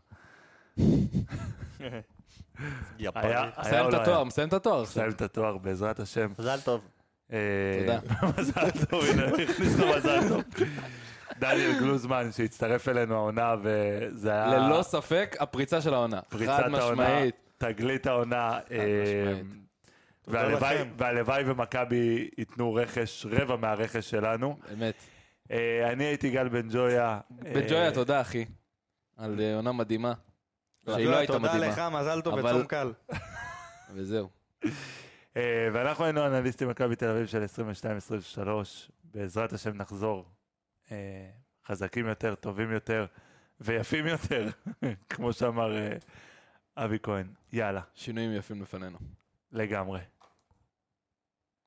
Speaker 7: יפני.
Speaker 1: היה- היה
Speaker 5: מסיים
Speaker 1: או
Speaker 5: את
Speaker 1: לא
Speaker 5: התואר,
Speaker 1: היה?
Speaker 5: מסיים את התואר עכשיו.
Speaker 1: מסיים את התואר בעזרת השם.
Speaker 7: מזל טוב.
Speaker 1: אה,
Speaker 5: תודה.
Speaker 1: מזל טוב, הנה, הכניס לו מזל טוב. דניאל גלוזמן שהצטרף אלינו העונה וזה היה...
Speaker 5: ללא ספק, הפריצה של העונה.
Speaker 1: פריצת
Speaker 5: חד
Speaker 1: העונה,
Speaker 5: משמעית.
Speaker 1: תגלית העונה, אה,
Speaker 5: משמעית.
Speaker 1: והלוואי-
Speaker 7: לכם.
Speaker 1: והלוואי ומכבי ייתנו רכש, רבע מהרכש שלנו.
Speaker 5: באמת.
Speaker 1: אה, אני הייתי גל בן ג'ויה.
Speaker 5: בן ג'ויה, תודה אחי. על אה, עונה מדהימה. שהיא לא הייתה
Speaker 6: תודה
Speaker 5: מדהימה.
Speaker 6: לך, מזל טוב
Speaker 5: אבל-
Speaker 6: וצום קל.
Speaker 5: וזהו.
Speaker 1: אה, ואנחנו היינו אנליסטים מכבי תל אביב של עשרים ושתיים עשרים ושלוש. בעזרת השם נחזור אה, חזקים יותר, טובים יותר ויפים יותר, כמו שאמר אה, אבי כהן. יאללה,
Speaker 5: שינויים יפים לפנינו.
Speaker 1: לגמרי.